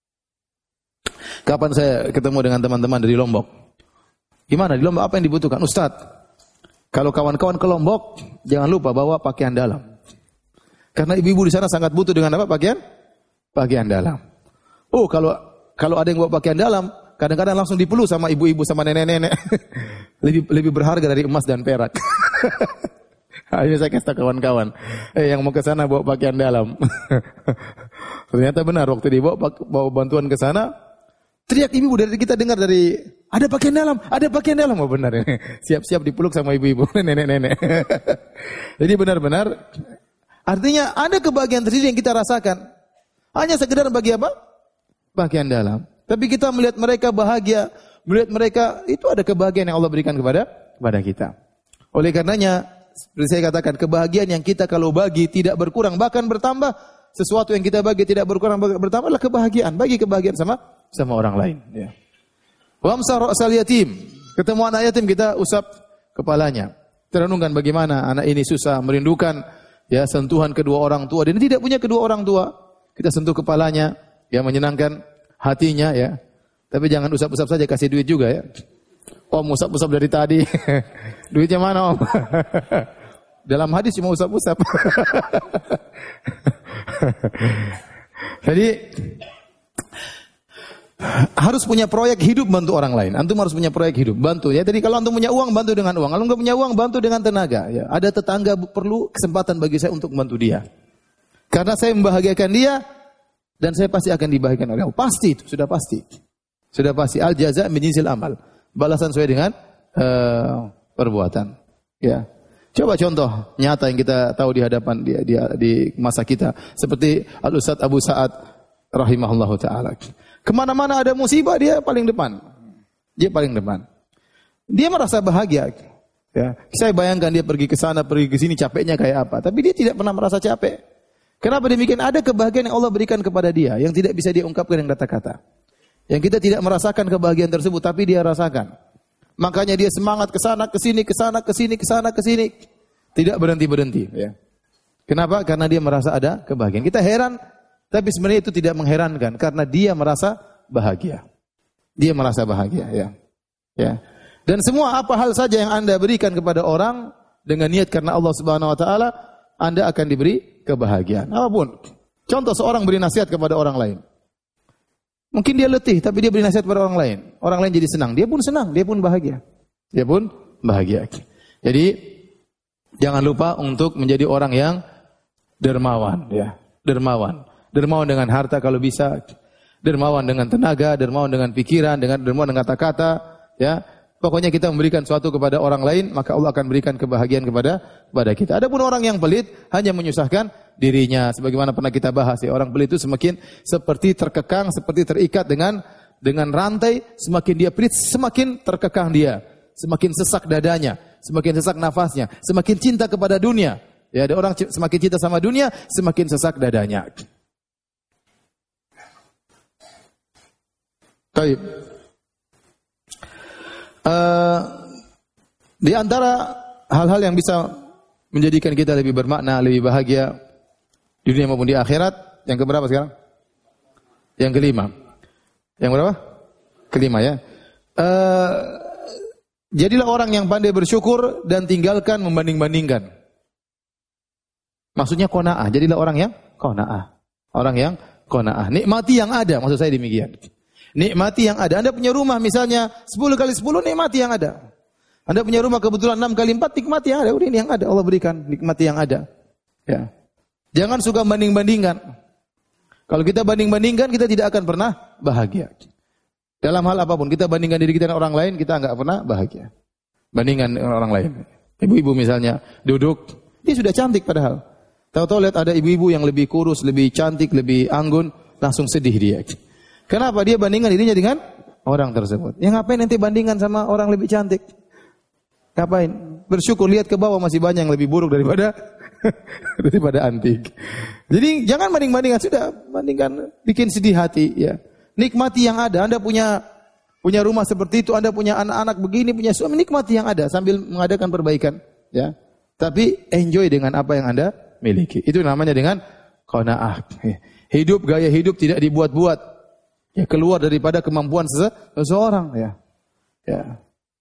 Kapan saya ketemu dengan teman-teman dari Lombok? Gimana di Lombok, apa yang dibutuhkan? Ustaz, kalau kawan-kawan ke Lombok, jangan lupa bawa pakaian dalam. Karena ibu-ibu di sana sangat butuh dengan apa? Pakaian? Pakaian dalam. Oh, kalau kalau ada yang bawa pakaian dalam, kadang-kadang langsung dipeluk sama ibu-ibu sama nenek-nenek. lebih lebih berharga dari emas dan perak. Akhirnya saya kasih kawan-kawan, eh yang mau ke sana bawa pakaian dalam. Ternyata benar, waktu dibawa bawa bantuan ke sana, teriak ibu dari kita dengar dari, ada pakaian dalam, ada pakaian dalam. Oh benar ini. Siap-siap dipeluk sama ibu-ibu, nenek-nenek. Jadi benar-benar artinya ada kebahagiaan tersendiri yang kita rasakan. Hanya sekedar bagi apa? Pakaian dalam. Tapi kita melihat mereka bahagia, melihat mereka, itu ada kebahagiaan yang Allah berikan kepada kepada kita. Oleh karenanya, seperti saya katakan, kebahagiaan yang kita kalau bagi tidak berkurang, bahkan bertambah. Sesuatu yang kita bagi tidak berkurang, bertambah adalah kebahagiaan. Bagi kebahagiaan sama sama orang lain. Ya. Wamsah ra'sal yatim. Ketemu anak yatim, kita usap kepalanya. Terenungkan bagaimana anak ini susah, merindukan ya sentuhan kedua orang tua. Dan tidak punya kedua orang tua. Kita sentuh kepalanya, ya menyenangkan hatinya ya. Tapi jangan usap-usap saja, kasih duit juga ya. Om usap-usap dari tadi. Duitnya mana om? Dalam hadis cuma usap-usap. Jadi harus punya proyek hidup bantu orang lain. Antum harus punya proyek hidup, bantu ya. Jadi kalau antum punya uang, bantu dengan uang. Kalau enggak punya uang, bantu dengan tenaga ya. Ada tetangga perlu kesempatan bagi saya untuk membantu dia. Karena saya membahagiakan dia dan saya pasti akan dibahagiakan oleh Allah. Pasti itu, sudah pasti. Sudah pasti al jazaa' min jinsil amal. Balasan sesuai dengan uh, perbuatan. Ya. Coba contoh nyata yang kita tahu di hadapan di, di, di masa kita, seperti Al-Ustaz Abu Sa'ad rahimahullahu taala. Kemana-mana ada musibah dia paling depan. Dia paling depan. Dia merasa bahagia. Ya. Saya bayangkan dia pergi ke sana, pergi ke sini, capeknya kayak apa. Tapi dia tidak pernah merasa capek. Kenapa demikian? Ada kebahagiaan yang Allah berikan kepada dia yang tidak bisa dia ungkapkan dengan kata-kata. Yang kita tidak merasakan kebahagiaan tersebut, tapi dia rasakan. Makanya dia semangat ke sana, ke sini, ke sana, ke sini, ke sana, ke sini. Tidak berhenti-berhenti, ya. Kenapa? Karena dia merasa ada kebahagiaan. Kita heran, tapi sebenarnya itu tidak mengherankan karena dia merasa bahagia. Dia merasa bahagia, ya. Ya. Dan semua apa hal saja yang Anda berikan kepada orang dengan niat karena Allah Subhanahu wa taala, Anda akan diberi kebahagiaan. Apapun. Contoh seorang beri nasihat kepada orang lain. Mungkin dia letih, tapi dia beri nasihat kepada orang lain. Orang lain jadi senang. Dia pun senang, dia pun bahagia. Dia pun bahagia. Jadi, jangan lupa untuk menjadi orang yang dermawan. Ya. Dermawan. Dermawan dengan harta kalau bisa. Dermawan dengan tenaga, dermawan dengan pikiran, dengan dermawan dengan kata-kata. Ya. Pokoknya kita memberikan sesuatu kepada orang lain, maka Allah akan berikan kebahagiaan kepada kepada kita. Adapun orang yang pelit hanya menyusahkan dirinya. Sebagaimana pernah kita bahas ya, orang pelit itu semakin seperti terkekang, seperti terikat dengan dengan rantai, semakin dia pelit, semakin terkekang dia, semakin sesak dadanya, semakin sesak nafasnya, semakin cinta kepada dunia. Ya, ada orang semakin cinta sama dunia, semakin sesak dadanya. Baik. Uh, di antara hal-hal yang bisa menjadikan kita lebih bermakna, lebih bahagia di dunia maupun di akhirat, yang keberapa sekarang? Yang kelima. Yang berapa? Kelima ya. Uh, jadilah orang yang pandai bersyukur dan tinggalkan membanding-bandingkan. Maksudnya qanaah. Jadilah orang yang qanaah. Orang yang qanaah. Nikmati yang ada, maksud saya demikian. Nikmati yang ada. Anda punya rumah misalnya sepuluh kali sepuluh, nikmati yang ada. Anda punya rumah kebetulan enam kali empat, nikmati yang ada. Udah ini yang ada, Allah berikan, nikmati yang ada. Ya. Jangan suka banding-bandingkan. Kalau kita banding-bandingkan, kita tidak akan pernah bahagia. Dalam hal apapun, kita bandingkan diri kita dengan orang lain, kita enggak pernah bahagia. Bandingkan dengan orang lain. Ibu-ibu misalnya, duduk, dia sudah cantik padahal. Tahu-tahu lihat ada ibu-ibu yang lebih kurus, lebih cantik, lebih anggun, langsung sedih dia. Kenapa? Dia bandingkan dirinya dengan orang tersebut. Ya ngapain nanti bandingkan sama orang lebih cantik? Ngapain? Bersyukur, lihat ke bawah masih banyak yang lebih buruk daripada daripada antik. Jadi jangan banding-bandingkan, sudah bandingkan, bikin sedih hati ya. Nikmati yang ada. Anda punya punya rumah seperti itu, Anda punya anak-anak begini, punya suami, nikmati yang ada sambil mengadakan perbaikan ya. Tapi enjoy dengan apa yang Anda miliki. Itu namanya dengan qanaah. Hidup, gaya hidup tidak dibuat-buat. Ya, keluar daripada kemampuan sese seseorang ya. Ya.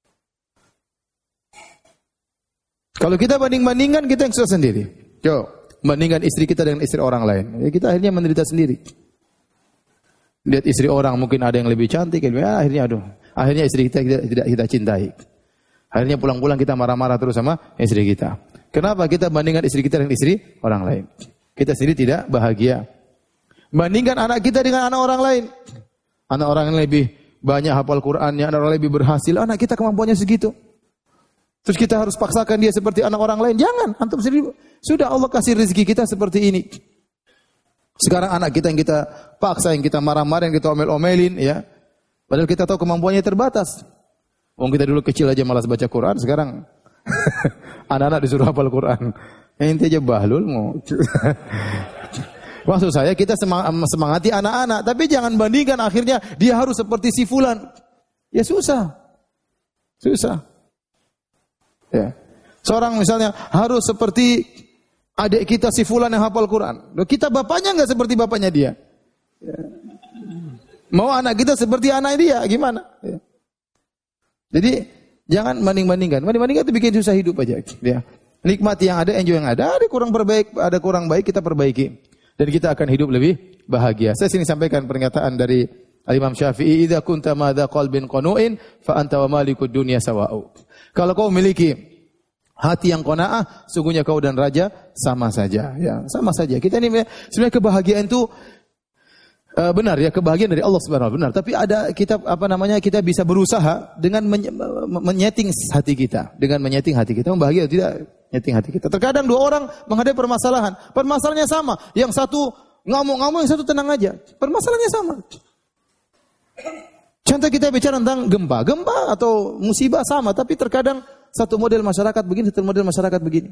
Kalau kita banding-bandingkan, kita yang susah sendiri. Yo, bandingkan istri kita dengan istri orang lain. Ya, kita akhirnya menderita sendiri. Lihat istri orang mungkin ada yang lebih cantik, ya, akhirnya aduh, akhirnya istri kita tidak kita, kita cintai. Akhirnya pulang-pulang kita marah-marah terus sama istri kita. Kenapa? Kita bandingkan istri kita dengan istri orang lain. Kita sendiri tidak bahagia. Bandingkan anak kita dengan anak orang lain. Anak orang yang lebih banyak hafal Qur'annya, anak orang lebih berhasil, anak kita kemampuannya segitu. Terus kita harus paksakan dia seperti anak orang lain. Jangan, antum sendiri sudah Allah kasih rezeki kita seperti ini. Sekarang anak kita yang kita paksa, yang kita marah-marah, yang kita omel-omelin ya. Padahal kita tahu kemampuannya terbatas. Wong kita dulu kecil aja malas baca Quran, sekarang anak-anak disuruh hafal Quran. Ente aja bahlul mau. Maksud saya kita semangati anak-anak, tapi jangan bandingkan akhirnya dia harus seperti si fulan. Ya susah. Susah. Ya. Seorang misalnya harus seperti adik kita si fulan yang hafal Quran. Loh, kita bapaknya enggak seperti bapaknya dia. Ya. Mau anak kita seperti anak dia, gimana? Ya. Jadi jangan banding-bandingkan. Banding-bandingkan itu bikin susah hidup aja. Ya. Nikmati yang ada, enjoy yang ada. Ada kurang perbaik, ada kurang baik, kita perbaiki. Dan kita akan hidup lebih bahagia. Saya sini sampaikan pernyataan dari Imam Syafi'i, "Idza kunta madza qalbin qanu'in fa anta wa malikud dunya sawa'u." Kalau kau memiliki hati yang qanaah, sungguhnya kau dan raja sama saja, ya, sama saja. Kita ini sebenarnya kebahagiaan itu uh, benar ya, kebahagiaan dari Allah Subhanahu wa taala benar, tapi ada kita apa namanya? Kita bisa berusaha dengan menyeting hati kita, dengan menyeting hati kita membahagia atau tidak. Nyeting hati kita. Terkadang dua orang menghadapi permasalahan. Permasalahannya sama. Yang satu ngamuk-ngamuk, yang satu tenang aja. Permasalahannya sama. Contoh kita bicara tentang gempa. Gempa atau musibah sama. Tapi terkadang satu model masyarakat begini, satu model masyarakat begini.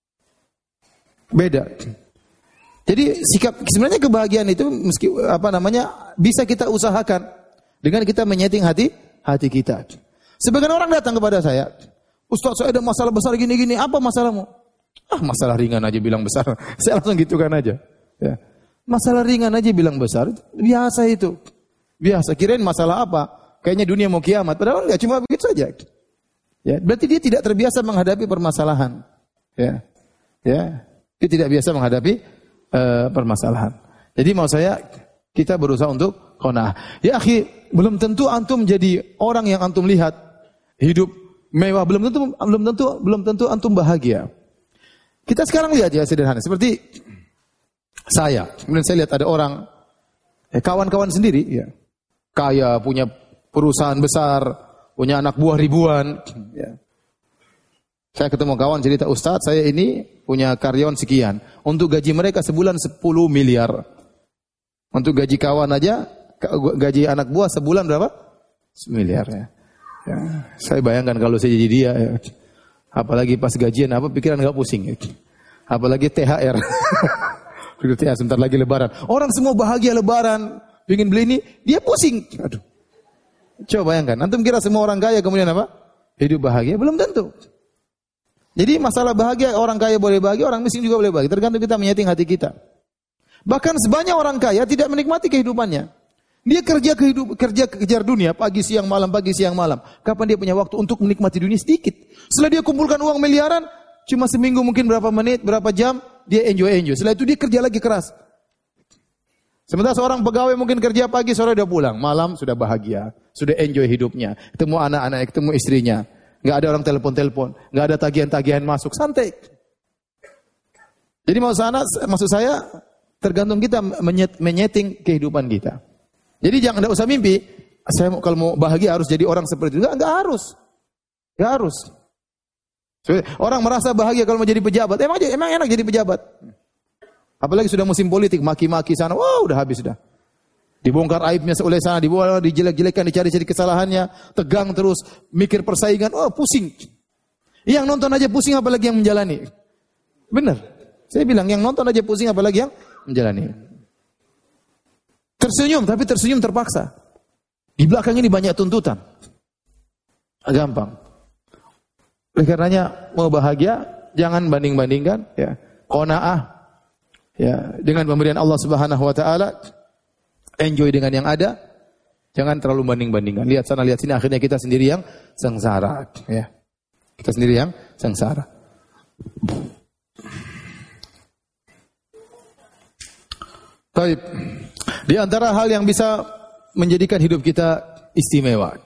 Beda. Jadi sikap sebenarnya kebahagiaan itu meski apa namanya bisa kita usahakan dengan kita menyeting hati hati kita. Sebagian orang datang kepada saya, "Ustaz, saya ada masalah besar gini-gini." "Apa masalahmu?" "Ah, masalah ringan aja bilang besar." Saya langsung gitukan aja. Ya. Masalah ringan aja bilang besar. Biasa itu. Biasa. Kirain masalah apa? Kayaknya dunia mau kiamat. Padahal enggak, cuma begitu saja. Ya, berarti dia tidak terbiasa menghadapi permasalahan. Ya. Ya. Dia tidak biasa menghadapi uh, permasalahan. Jadi mau saya kita berusaha untuk qanaah. Ya akhi, belum tentu antum jadi orang yang antum lihat hidup mewah, belum tentu belum tentu belum tentu antum bahagia. Kita sekarang lihat ya sederhana, seperti saya. Kemudian saya lihat ada orang eh, kawan-kawan sendiri ya. Kaya, punya perusahaan besar, punya anak buah ribuan ya. Saya ketemu kawan cerita, Ustaz, saya ini punya karyawan sekian. Untuk gaji mereka sebulan sepuluh miliar. Untuk gaji kawan aja, gaji anak buah sebulan berapa? Semiliar ya. Ya. Saya bayangkan kalau saya jadi dia, ya. Apalagi pas gajian, apa pikiran enggak pusing. Ya. Apalagi T H R. T H R sebentar lagi lebaran. Orang semua bahagia lebaran, ingin beli ini, dia pusing. Aduh. Coba bayangkan, antum kira semua orang kaya kemudian apa? Hidup bahagia? Belum tentu. Jadi masalah bahagia, orang kaya boleh bahagia, orang miskin juga boleh bahagia. Tergantung kita menyeting hati kita. Bahkan sebanyak orang kaya tidak menikmati kehidupannya. Dia kerja kehidup, kerja kejar dunia, pagi siang malam, pagi siang malam. Kapan dia punya waktu untuk menikmati dunia? Sedikit. Setelah dia kumpulkan uang miliaran, cuma seminggu mungkin berapa menit, berapa jam, dia enjoy-enjoy. Setelah itu dia kerja lagi keras. Sementara seorang pegawai mungkin kerja pagi, sore udah pulang. Malam sudah bahagia, sudah enjoy hidupnya. Ketemu anak-anak, ketemu istrinya. Enggak ada orang telepon-telepon, enggak ada tagihan-tagihan masuk, santai. Jadi maksud saya, maksud saya tergantung kita menyet, menyeting kehidupan kita. Jadi jangan enggak usah mimpi, saya kalau mau bahagia harus jadi orang seperti itu. Enggak, enggak harus. Enggak harus. Orang merasa bahagia kalau mau jadi pejabat. Emang emang enak jadi pejabat. Apalagi sudah musim politik, maki-maki sana, wah udah habis sudah. Dibongkar aibnya oleh sana, dibawa dijelek-jelekkan, dicari-cari kesalahannya, tegang terus, mikir persaingan, oh pusing. Yang nonton aja pusing apalagi yang menjalani. Benar. Saya bilang yang nonton aja pusing apalagi yang menjalani. Tersenyum, tapi tersenyum terpaksa. Di belakang ini banyak tuntutan. Gampang. Oleh karenanya mau bahagia, jangan banding-bandingkan. Ya. Qanaah, ya, dengan pemberian Allah Subhanahu Wa Taala. Enjoy dengan yang ada, jangan terlalu banding-bandingkan. Lihat sana, lihat sini, akhirnya kita sendiri yang sengsara. Ya. Kita sendiri yang sengsara. Baik. Di antara hal yang bisa menjadikan hidup kita istimewa,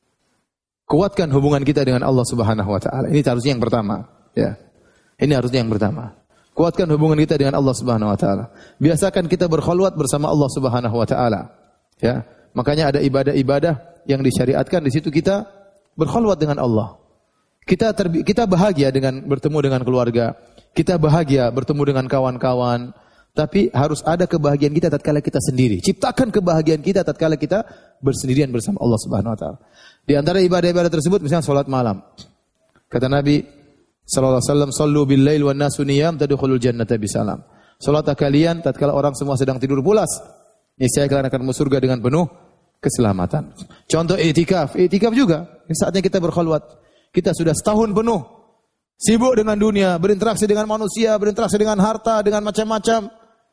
kuatkan hubungan kita dengan Allah Subhanahu Wa Taala. Ini harusnya yang pertama. Ya. Ini harusnya yang pertama. Kuatkan hubungan kita dengan Allah Subhanahu Wa Taala. Biasakan kita berkhulwat bersama Allah Subhanahu Wa Taala. Ya, makanya ada ibadah-ibadah yang disyariatkan di situ kita berkhulwat dengan Allah. Kita terbi- kita bahagia dengan bertemu dengan keluarga. Kita bahagia bertemu dengan kawan-kawan. Tapi harus ada kebahagiaan kita tatkala kita sendiri. Ciptakan kebahagiaan kita tatkala kita bersendirian bersama Allah Subhanahu Wa Taala. Di antara ibadah-ibadah tersebut misalnya salat malam. Kata Nabi sallallahu alaihi wasallam, "Shallu bil lail wan nasu niyam tadkhulul jannata bisalam." Salat kalian tatkala orang semua sedang tidur pulas, niscaya kalian akan masuk surga dengan penuh keselamatan. Contoh i'tikaf, i'tikaf juga. Ini saatnya kita berkhulwat. Kita sudah setahun penuh sibuk dengan dunia, berinteraksi dengan manusia, berinteraksi dengan harta, dengan macam-macam.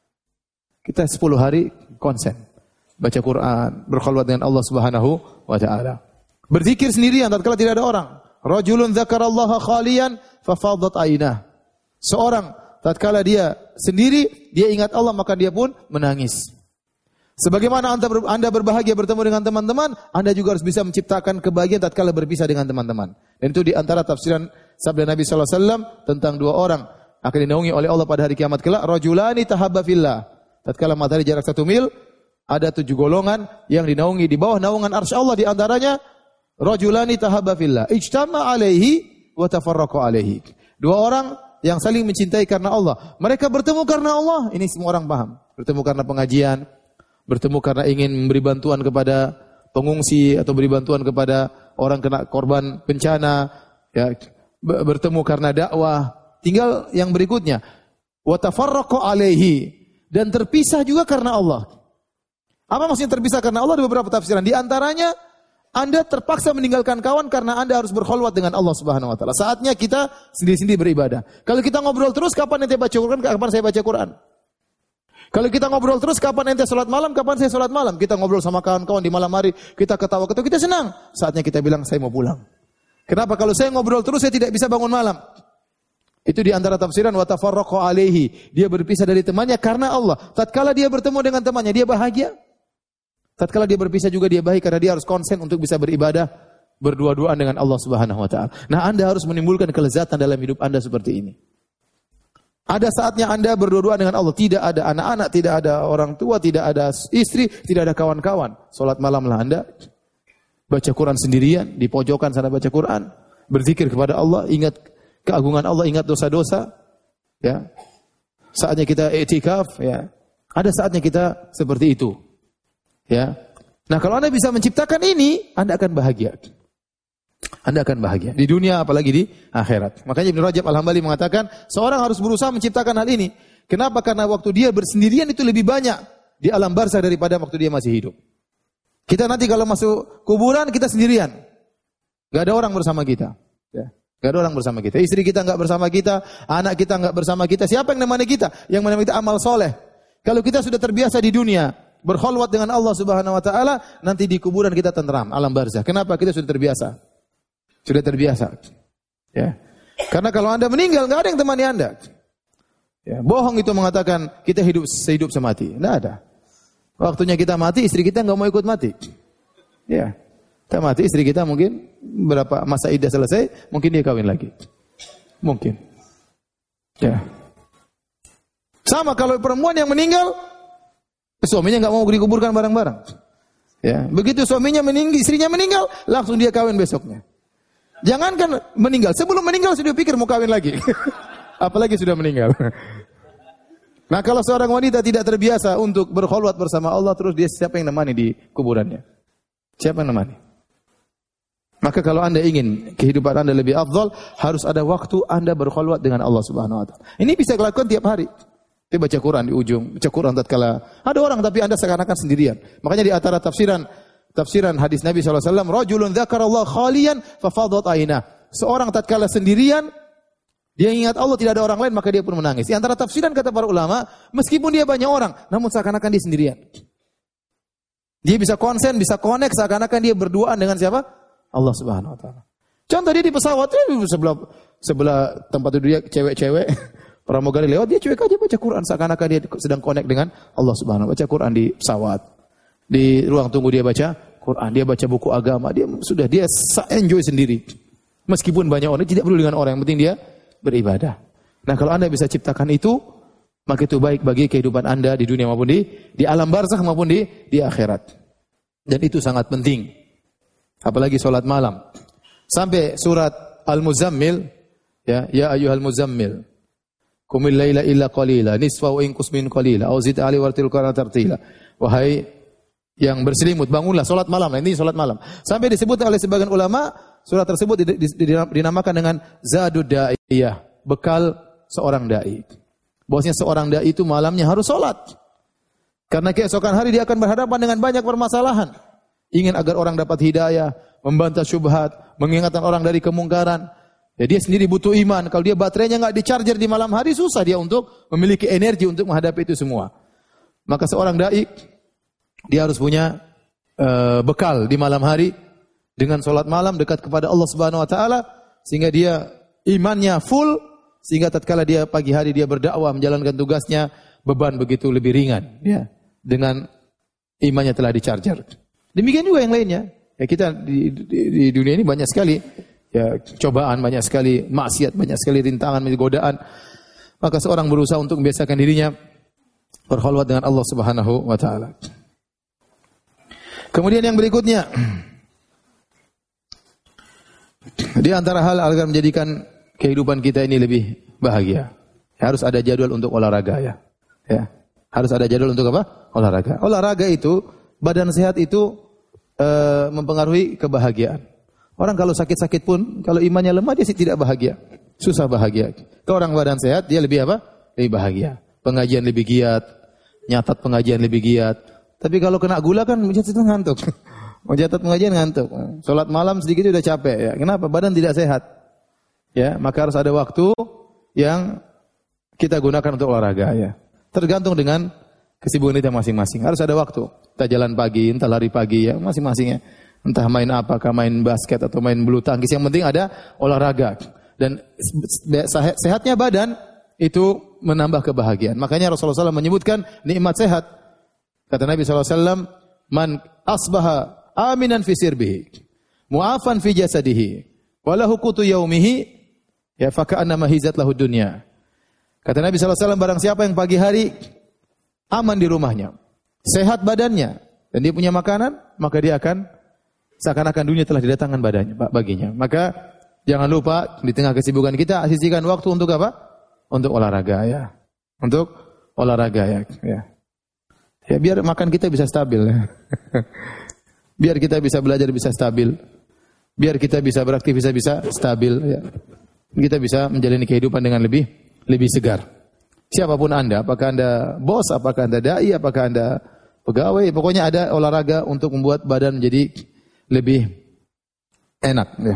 Kita sepuluh hari konsen, baca Quran, berkhulwat dengan Allah Subhanahu wa taala. Berzikir sendirian tatkala tidak ada orang. Rajulun dzakarallaha khalian fafadat ainah. Seorang tatkala dia sendiri, dia ingat Allah maka dia pun menangis. Sebagaimana anda, ber, anda berbahagia bertemu dengan teman-teman, anda juga harus bisa menciptakan kebahagiaan tatkala berpisah dengan teman-teman. Dan itu di antara tafsiran sabda Nabi sallallahu alaihi wasallam tentang dua orang akan dinaungi oleh Allah pada hari kiamat kelak. Rajulani tahabba fillah. Tatkala matahari jarak satu mil, ada tujuh golongan yang dinaungi di bawah naungan arsy Allah, di antaranya rajulani tahabba fillah, ijtama alaihi wa tafarraqa alaihi. Dua orang yang saling mencintai karena Allah. Mereka bertemu karena Allah. Ini semua orang paham. Bertemu karena pengajian, bertemu karena ingin memberi bantuan kepada pengungsi atau beri bantuan kepada orang kena korban bencana, ya, bertemu karena dakwah. Tinggal yang berikutnya, wa tafarraqa alaihi, dan terpisah juga karena Allah. Apa maksudnya terpisah karena Allah? Ada beberapa tafsiran. Di antaranya Anda terpaksa meninggalkan kawan karena Anda harus berkhulwat dengan Allah Subhanahu wa taala. Saatnya kita sendiri-sendiri beribadah. Kalau kita ngobrol terus, kapan ente baca Quran? Kapan saya baca Quran? Kalau kita ngobrol terus, kapan ente salat malam? Kapan saya salat malam? Kita ngobrol sama kawan-kawan di malam hari, kita ketawa-ketawa, kita senang. Saatnya kita bilang saya mau pulang. Kenapa? Kalau saya ngobrol terus, saya tidak bisa bangun malam. Itu di antara tafsiran wa tafarraqa alaihi. Dia berpisah dari temannya karena Allah. Tatkala dia bertemu dengan temannya, dia bahagia. Tatkala dia berpisah juga dia baik karena dia harus konsen untuk bisa beribadah berdua-duaan dengan Allah Subhanahu wa taala. Nah, Anda harus menimbulkan kelezatan dalam hidup Anda seperti ini. Ada saatnya Anda berdua-duaan dengan Allah, tidak ada anak-anak, tidak ada orang tua, tidak ada istri, tidak ada kawan-kawan. Salat malamlah Anda. Baca Quran sendirian, di pojokan sana baca Quran, berzikir kepada Allah, ingat keagungan Allah, ingat dosa-dosa, ya. Saatnya kita i'tikaf, ya. Ada saatnya kita seperti itu. Ya. Nah, kalau Anda bisa menciptakan ini, Anda akan bahagia. Anda akan bahagia di dunia apalagi di akhirat. Makanya Ibnu Rajab Al-Hambali mengatakan, seorang harus berusaha menciptakan hal ini. Kenapa? Karena waktu dia bersendirian itu lebih banyak di alam barzah daripada waktu dia masih hidup. Kita nanti kalau masuk kuburan kita sendirian. Gak ada orang bersama kita. Ya. Gak ada orang bersama kita. Istri kita gak bersama kita, anak kita gak bersama kita. Siapa yang menemani kita? Yang menemani kita amal soleh. Kalau kita sudah terbiasa di dunia, berkholwat dengan Allah Subhanahu Wa Taala, nanti di kuburan kita tenteram, alam barzah. Kenapa? Kita sudah terbiasa. Sudah terbiasa. Ya. Karena kalau Anda meninggal, gak ada yang temani Anda. Ya. Bohong itu mengatakan kita hidup sehidup semati. Tidak ada. Waktunya kita mati, istri kita nggak mau ikut mati. Ya, kita mati, istri kita mungkin berapa masa iddah selesai, mungkin dia kawin lagi. Mungkin. Ya. Sama kalau perempuan yang meninggal, suaminya nggak mau dikuburkan bareng-bareng. Ya, begitu suaminya meninggal, istrinya meninggal, langsung dia kawin besoknya. Jangankan meninggal, sebelum meninggal sudah pikir mau kawin lagi. Apalagi sudah meninggal. Nah, kalau seorang wanita tidak terbiasa untuk berkholwat bersama Allah, terus dia siapa yang nemani di kuburannya? Siapa yang nemani? Maka kalau Anda ingin kehidupan Anda lebih afdal, harus ada waktu Anda berkholwat dengan Allah Subhanahu Wa Taala. Ini bisa dilakukan tiap hari. Dia baca Quran di ujung, baca Quran tatkala ada orang tapi Anda seakan-akan sendirian. Makanya di antara tafsiran tafsiran hadis Nabi sallallahu alaihi wasallam, rajulun dzakarallaha khaliyan fafadat ainah. Seorang tatkala sendirian, dia ingat Allah, tidak ada orang lain, maka dia pun menangis. Di antara tafsiran kata para ulama, meskipun dia banyak orang, namun seakan-akan dia sendirian. Dia bisa konsen, bisa connect, seakan-akan dia berduaan dengan siapa? Allah Subhanahu Wa Taala. Contoh dia di pesawat, sebelah sebelah tempat duduk dia cewek-cewek, pramugari lewat, dia cuek aja baca Quran, seakan-akan dia sedang connect dengan Allah Subhanahu Wa Taala. Baca Quran di pesawat, di ruang tunggu dia baca Quran, dia baca buku agama, dia sudah dia enjoy sendiri. Meskipun banyak orang, tidak peduli dengan orang, yang penting dia beribadah. Nah, kalau Anda bisa ciptakan itu, maka itu baik bagi kehidupan Anda di dunia maupun di di alam barzakh maupun di di akhirat. Dan itu sangat penting. Apalagi salat malam. Sampai surat Al-Muzammil, ya, ya ayyuhal muzammil, qumil laila illa qalila, nisfahu inqus min qalila, aw zid ali wartil qur'ana tartila. Wahai yang berselimut, bangunlah salat malam. Ini salat malam. Sampai disebut oleh sebagian ulama, surat tersebut dinamakan dengan Zadud Da'iyah, bekal seorang dai. Bahwasanya seorang dai itu malamnya harus salat. Karena keesokan hari dia akan berhadapan dengan banyak permasalahan. Ingin agar orang dapat hidayah, membantah syubhat, mengingatkan orang dari kemungkaran. Ya, dia sendiri butuh iman. Kalau dia baterainya enggak di-charger di malam hari, susah dia untuk memiliki energi untuk menghadapi itu semua. Maka seorang dai dia harus punya uh, bekal di malam hari dengan salat malam dekat kepada Allah Subhanahu Wa Taala, sehingga dia imannya full, sehingga tatkala dia pagi hari dia berdakwah menjalankan tugasnya, beban begitu lebih ringan, ya, dengan imannya telah di-charger. Demikian juga yang lainnya. Ya, kita di, di, di dunia ini banyak sekali ya cobaan, banyak sekali maksiat, banyak sekali rintangan, godaan. Maka seorang berusaha untuk membiasakan dirinya berkholwat dengan Allah Subhanahu Wa Taala. Kemudian yang berikutnya, di antara hal agar menjadikan kehidupan kita ini lebih bahagia, harus ada jadwal untuk olahraga, ya. Ya, harus ada jadwal untuk apa? Olahraga. Olahraga itu, badan sehat itu e, mempengaruhi kebahagiaan. Orang kalau sakit-sakit pun, kalau imannya lemah dia tidak bahagia, susah bahagia. Kalau orang badan sehat dia lebih apa? Lebih bahagia. Pengajian lebih giat, nyatat pengajian lebih giat. Tapi kalau kena gula kan mencatat itu ngantuk. Mencatat pengajian ngantuk. Salat malam sedikit sudah capek, ya. Kenapa? Badan tidak sehat. Ya, maka harus ada waktu yang kita gunakan untuk olahraga, ya. Tergantung dengan kesibukan kita masing-masing. Harus ada waktu. Kita jalan pagi, entah lari pagi, ya, masing-masingnya. Entah main apakah main basket atau main bulu tangkis, yang penting ada olahraga. Dan sehatnya badan itu menambah kebahagiaan. Makanya Rasulullah shallallahu alaihi wasallam menyebutkan nikmat sehat. Kata Nabi shallallahu alaihi wasallam, man asbaha aminan fi sirbihi, mu'afan fi jasadihi, walahu qutu yaumihi, ya faka'annama hizat lahu dunya. Kata Nabi shallallahu alaihi wasallam, barang siapa yang pagi hari aman di rumahnya, sehat badannya, dan dia punya makanan, maka dia akan seakan-akan dunia telah didatangkan badannya baginya. Maka Jangan lupa di tengah kesibukan kita sisihkan waktu untuk apa? Untuk olahraga ya. Untuk olahraga ya. Ya, ya biar makan kita bisa stabil ya. Biar kita bisa belajar bisa stabil. Biar kita bisa beraktivitas bisa stabil ya. Kita bisa menjalani kehidupan dengan lebih lebih segar. Siapapun Anda, apakah Anda bos, apakah Anda dai, apakah Anda pegawai, pokoknya ada olahraga untuk membuat badan menjadi lebih enak ya.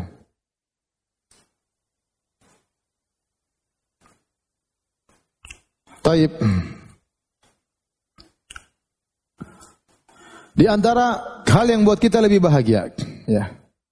Taib. Di antara hal yang buat kita lebih bahagia, ya,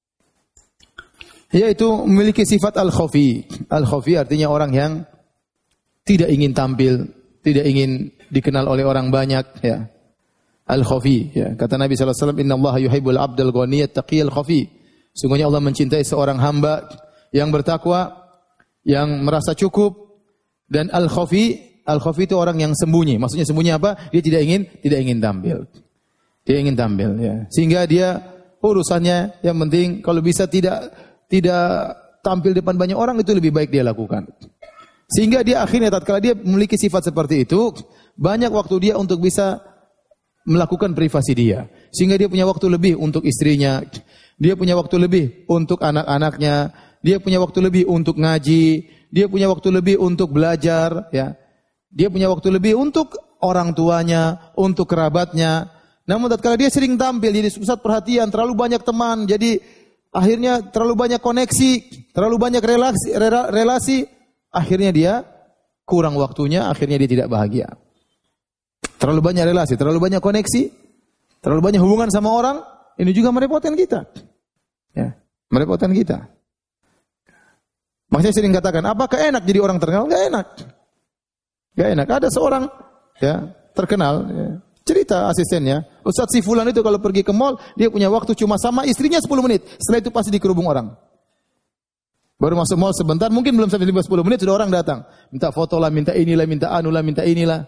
yaitu memiliki sifat al-khafi. Al-khafi artinya orang yang tidak ingin tampil, tidak ingin dikenal oleh orang banyak, ya. Al-khafi, ya. Kata Nabi sallallahu alaihi wasallam, "Innallaha yuhibbul 'abdal ghaniyat taqiyal khafi." Sungguhnya Allah mencintai seorang hamba yang bertakwa, yang merasa cukup, dan al-khafi. Al-khafi itu orang yang sembunyi. Maksudnya sembunyi apa? Dia tidak ingin tidak ingin tampil. Dia ingin tampil ya. Sehingga dia urusannya yang penting kalau bisa tidak tidak tampil depan banyak orang itu lebih baik dia lakukan. Sehingga dia akhirnya tatkala dia memiliki sifat seperti itu, banyak waktu dia untuk bisa melakukan privasi dia. Sehingga dia punya waktu lebih untuk istrinya, dia punya waktu lebih untuk anak-anaknya, dia punya waktu lebih untuk ngaji, dia punya waktu lebih untuk belajar ya. Dia punya waktu lebih untuk orang tuanya, untuk kerabatnya. Namun tatkala dia sering tampil jadi pusat perhatian, terlalu banyak teman, jadi akhirnya terlalu banyak koneksi, terlalu banyak relasi, relasi, akhirnya dia kurang waktunya, akhirnya dia tidak bahagia. Terlalu banyak relasi, terlalu banyak koneksi, terlalu banyak hubungan sama orang, ini juga merepotkan kita. Ya, merepotkan kita. Makanya sering katakan, apakah enak jadi orang terkenal? Enggak enak. Gak enak. Ada seorang ya terkenal ya, cerita asistennya, Ustaz si fulan itu kalau pergi ke mall dia punya waktu cuma sama istrinya sepuluh menit. Setelah itu pasti dikerubung orang. Baru masuk mall sebentar, mungkin belum sampai sepuluh menit sudah orang datang, minta foto lah, minta inilah, minta anu lah, minta inilah.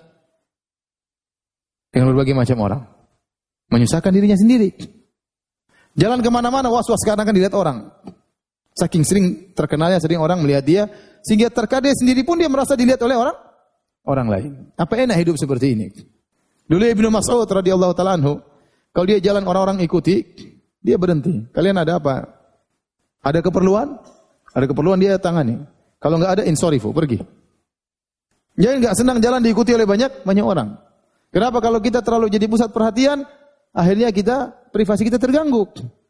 Dengan berbagai macam orang, menyusahkan dirinya sendiri. Jalan kemana-mana was-was karena akan dilihat orang. Saking sering terkenalnya, sering orang melihat dia, sehingga terkadang sendiri pun dia merasa dilihat oleh orang. Orang lain. Apa enak hidup seperti ini? Dulu Ibnu Mas'ud radhiyallahu taala anhu, kalau dia jalan orang-orang ikuti, dia berhenti. Kalian ada apa? Ada keperluan? Ada keperluan dia tangani. Kalau enggak ada insorifu, pergi. Jadi enggak senang jalan diikuti oleh banyak banyak orang. Kenapa? Kalau kita terlalu jadi pusat perhatian, akhirnya kita privasi kita terganggu.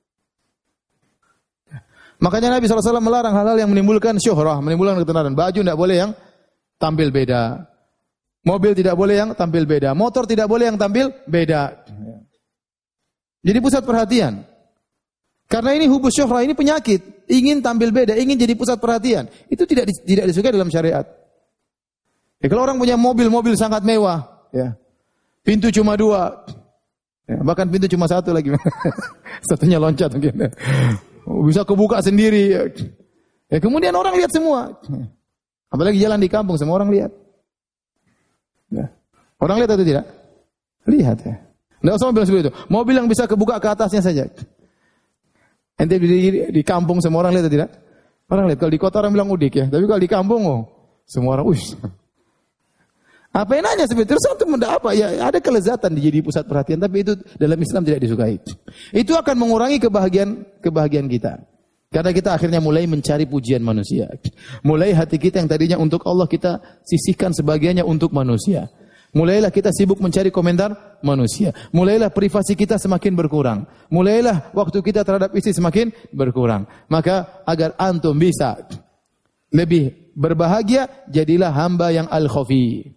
Makanya Nabi sallallahu alaihi wasallam melarang hal-hal yang menimbulkan syuhrah, menimbulkan ketenaran. Baju enggak boleh yang tampil beda. Mobil tidak boleh yang tampil beda. Motor tidak boleh yang tampil beda. Jadi pusat perhatian. Karena ini hubus syuhrah, ini penyakit. Ingin tampil beda, ingin jadi pusat perhatian. Itu tidak tidak disukai dalam syariat. Ya, kalau orang punya mobil-mobil sangat mewah, ya, pintu cuma dua, ya, bahkan pintu cuma satu lagi. Satunya loncat mungkin. Bisa kebuka sendiri. Ya, kemudian orang lihat semua. Apalagi jalan di kampung, semua orang lihat. Ya. Orang lihat atau tidak? Lihat ya. Tidak usah mobil seperti itu. Mobil yang bisa kebuka ke atasnya saja. Ente di, di, di kampung semua orang lihat atau tidak? Orang lihat. Kalau di kota orang bilang udik ya. Tapi kalau di kampung, oh, semua orang, uish. Apa enaknya seperti itu? Satu benda apa? Ya ada kelezatan jadi pusat perhatian. Tapi itu dalam Islam tidak disukai. Itu akan mengurangi kebahagiaan kebahagiaan kita. Karena kita akhirnya mulai mencari pujian manusia. Mulai hati kita yang tadinya untuk Allah kita sisihkan sebagiannya untuk manusia. Mulailah kita sibuk mencari komentar manusia. Mulailah privasi kita semakin berkurang. Mulailah waktu kita terhadap istri semakin berkurang. Maka agar antum bisa lebih berbahagia, jadilah hamba yang al-khafi.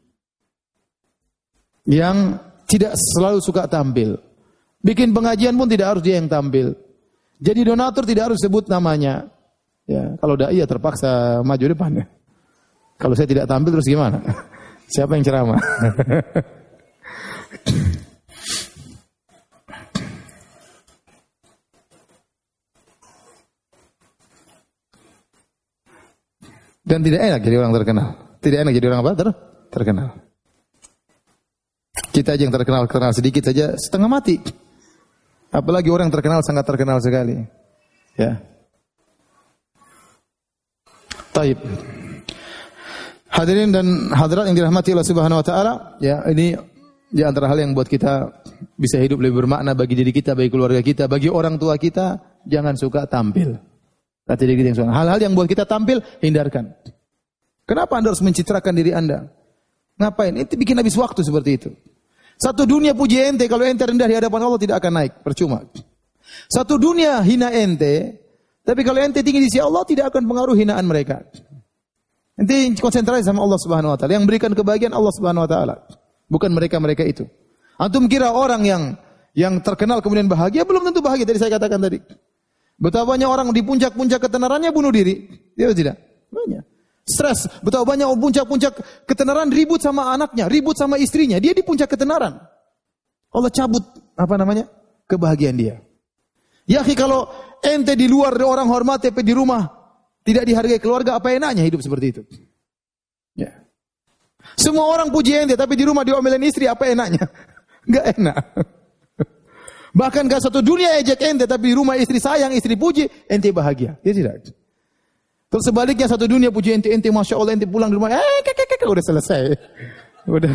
Yang tidak selalu suka tampil. Bikin pengajian pun tidak harus dia yang tampil. Jadi donatur tidak harus sebut namanya. Ya, kalau dai ya terpaksa maju depan. Ya. Kalau saya tidak tampil terus gimana? Siapa yang ceramah? Dan tidak enak jadi orang terkenal. Tidak enak jadi orang apa? Ter terkenal. Kita aja yang terkenal terkenal sedikit saja setengah mati. Apalagi orang terkenal sangat terkenal sekali. Ya. Taib. Hadirin dan hadirat yang dirahmati Allah Subhanahu wa taala, ya, ini di antara hal yang buat kita bisa hidup lebih bermakna bagi diri kita, bagi keluarga kita, bagi orang tua kita, jangan suka tampil. Kata diri kita yang suka. Hal-hal yang buat kita tampil, hindarkan. Kenapa Anda harus mencitrakan diri Anda? Ngapain? Itu bikin habis waktu seperti itu. Satu dunia puji ente, kalau ente rendah di hadapan Allah tidak akan naik, percuma. Satu dunia hina ente, tapi kalau ente tinggi di sisi Allah tidak akan pengaruh hinaan mereka. Ente konsentrasi sama Allah Subhanahu wa taala. Yang berikan kebahagiaan Allah Subhanahu wa taala, bukan mereka-mereka itu. Antum kira orang yang yang terkenal kemudian bahagia, belum tentu bahagia. Tadi saya katakan tadi. Betapa banyak orang di puncak-puncak ketenarannya bunuh diri. Dia tidak? Banyak. Stres. Betapa banyak puncak-puncak ketenaran ribut sama anaknya, ribut sama istrinya. Dia di puncak ketenaran. Allah cabut apa namanya? Kebahagiaan dia. Ya akhi, kalau ente di luar orang hormat, tapi di rumah tidak dihargai keluarga, apa enaknya hidup seperti itu? Ya. Semua orang puji ente, tapi di rumah diomelin istri, apa enaknya? Enggak enak. Bahkan gak satu dunia ejek ente, tapi di rumah istri sayang, istri puji, ente bahagia. Dia tidak. Terus sebaliknya satu dunia puji ente, ente masya Allah, ente pulang di rumah, eh kek kek udah selesai, udah.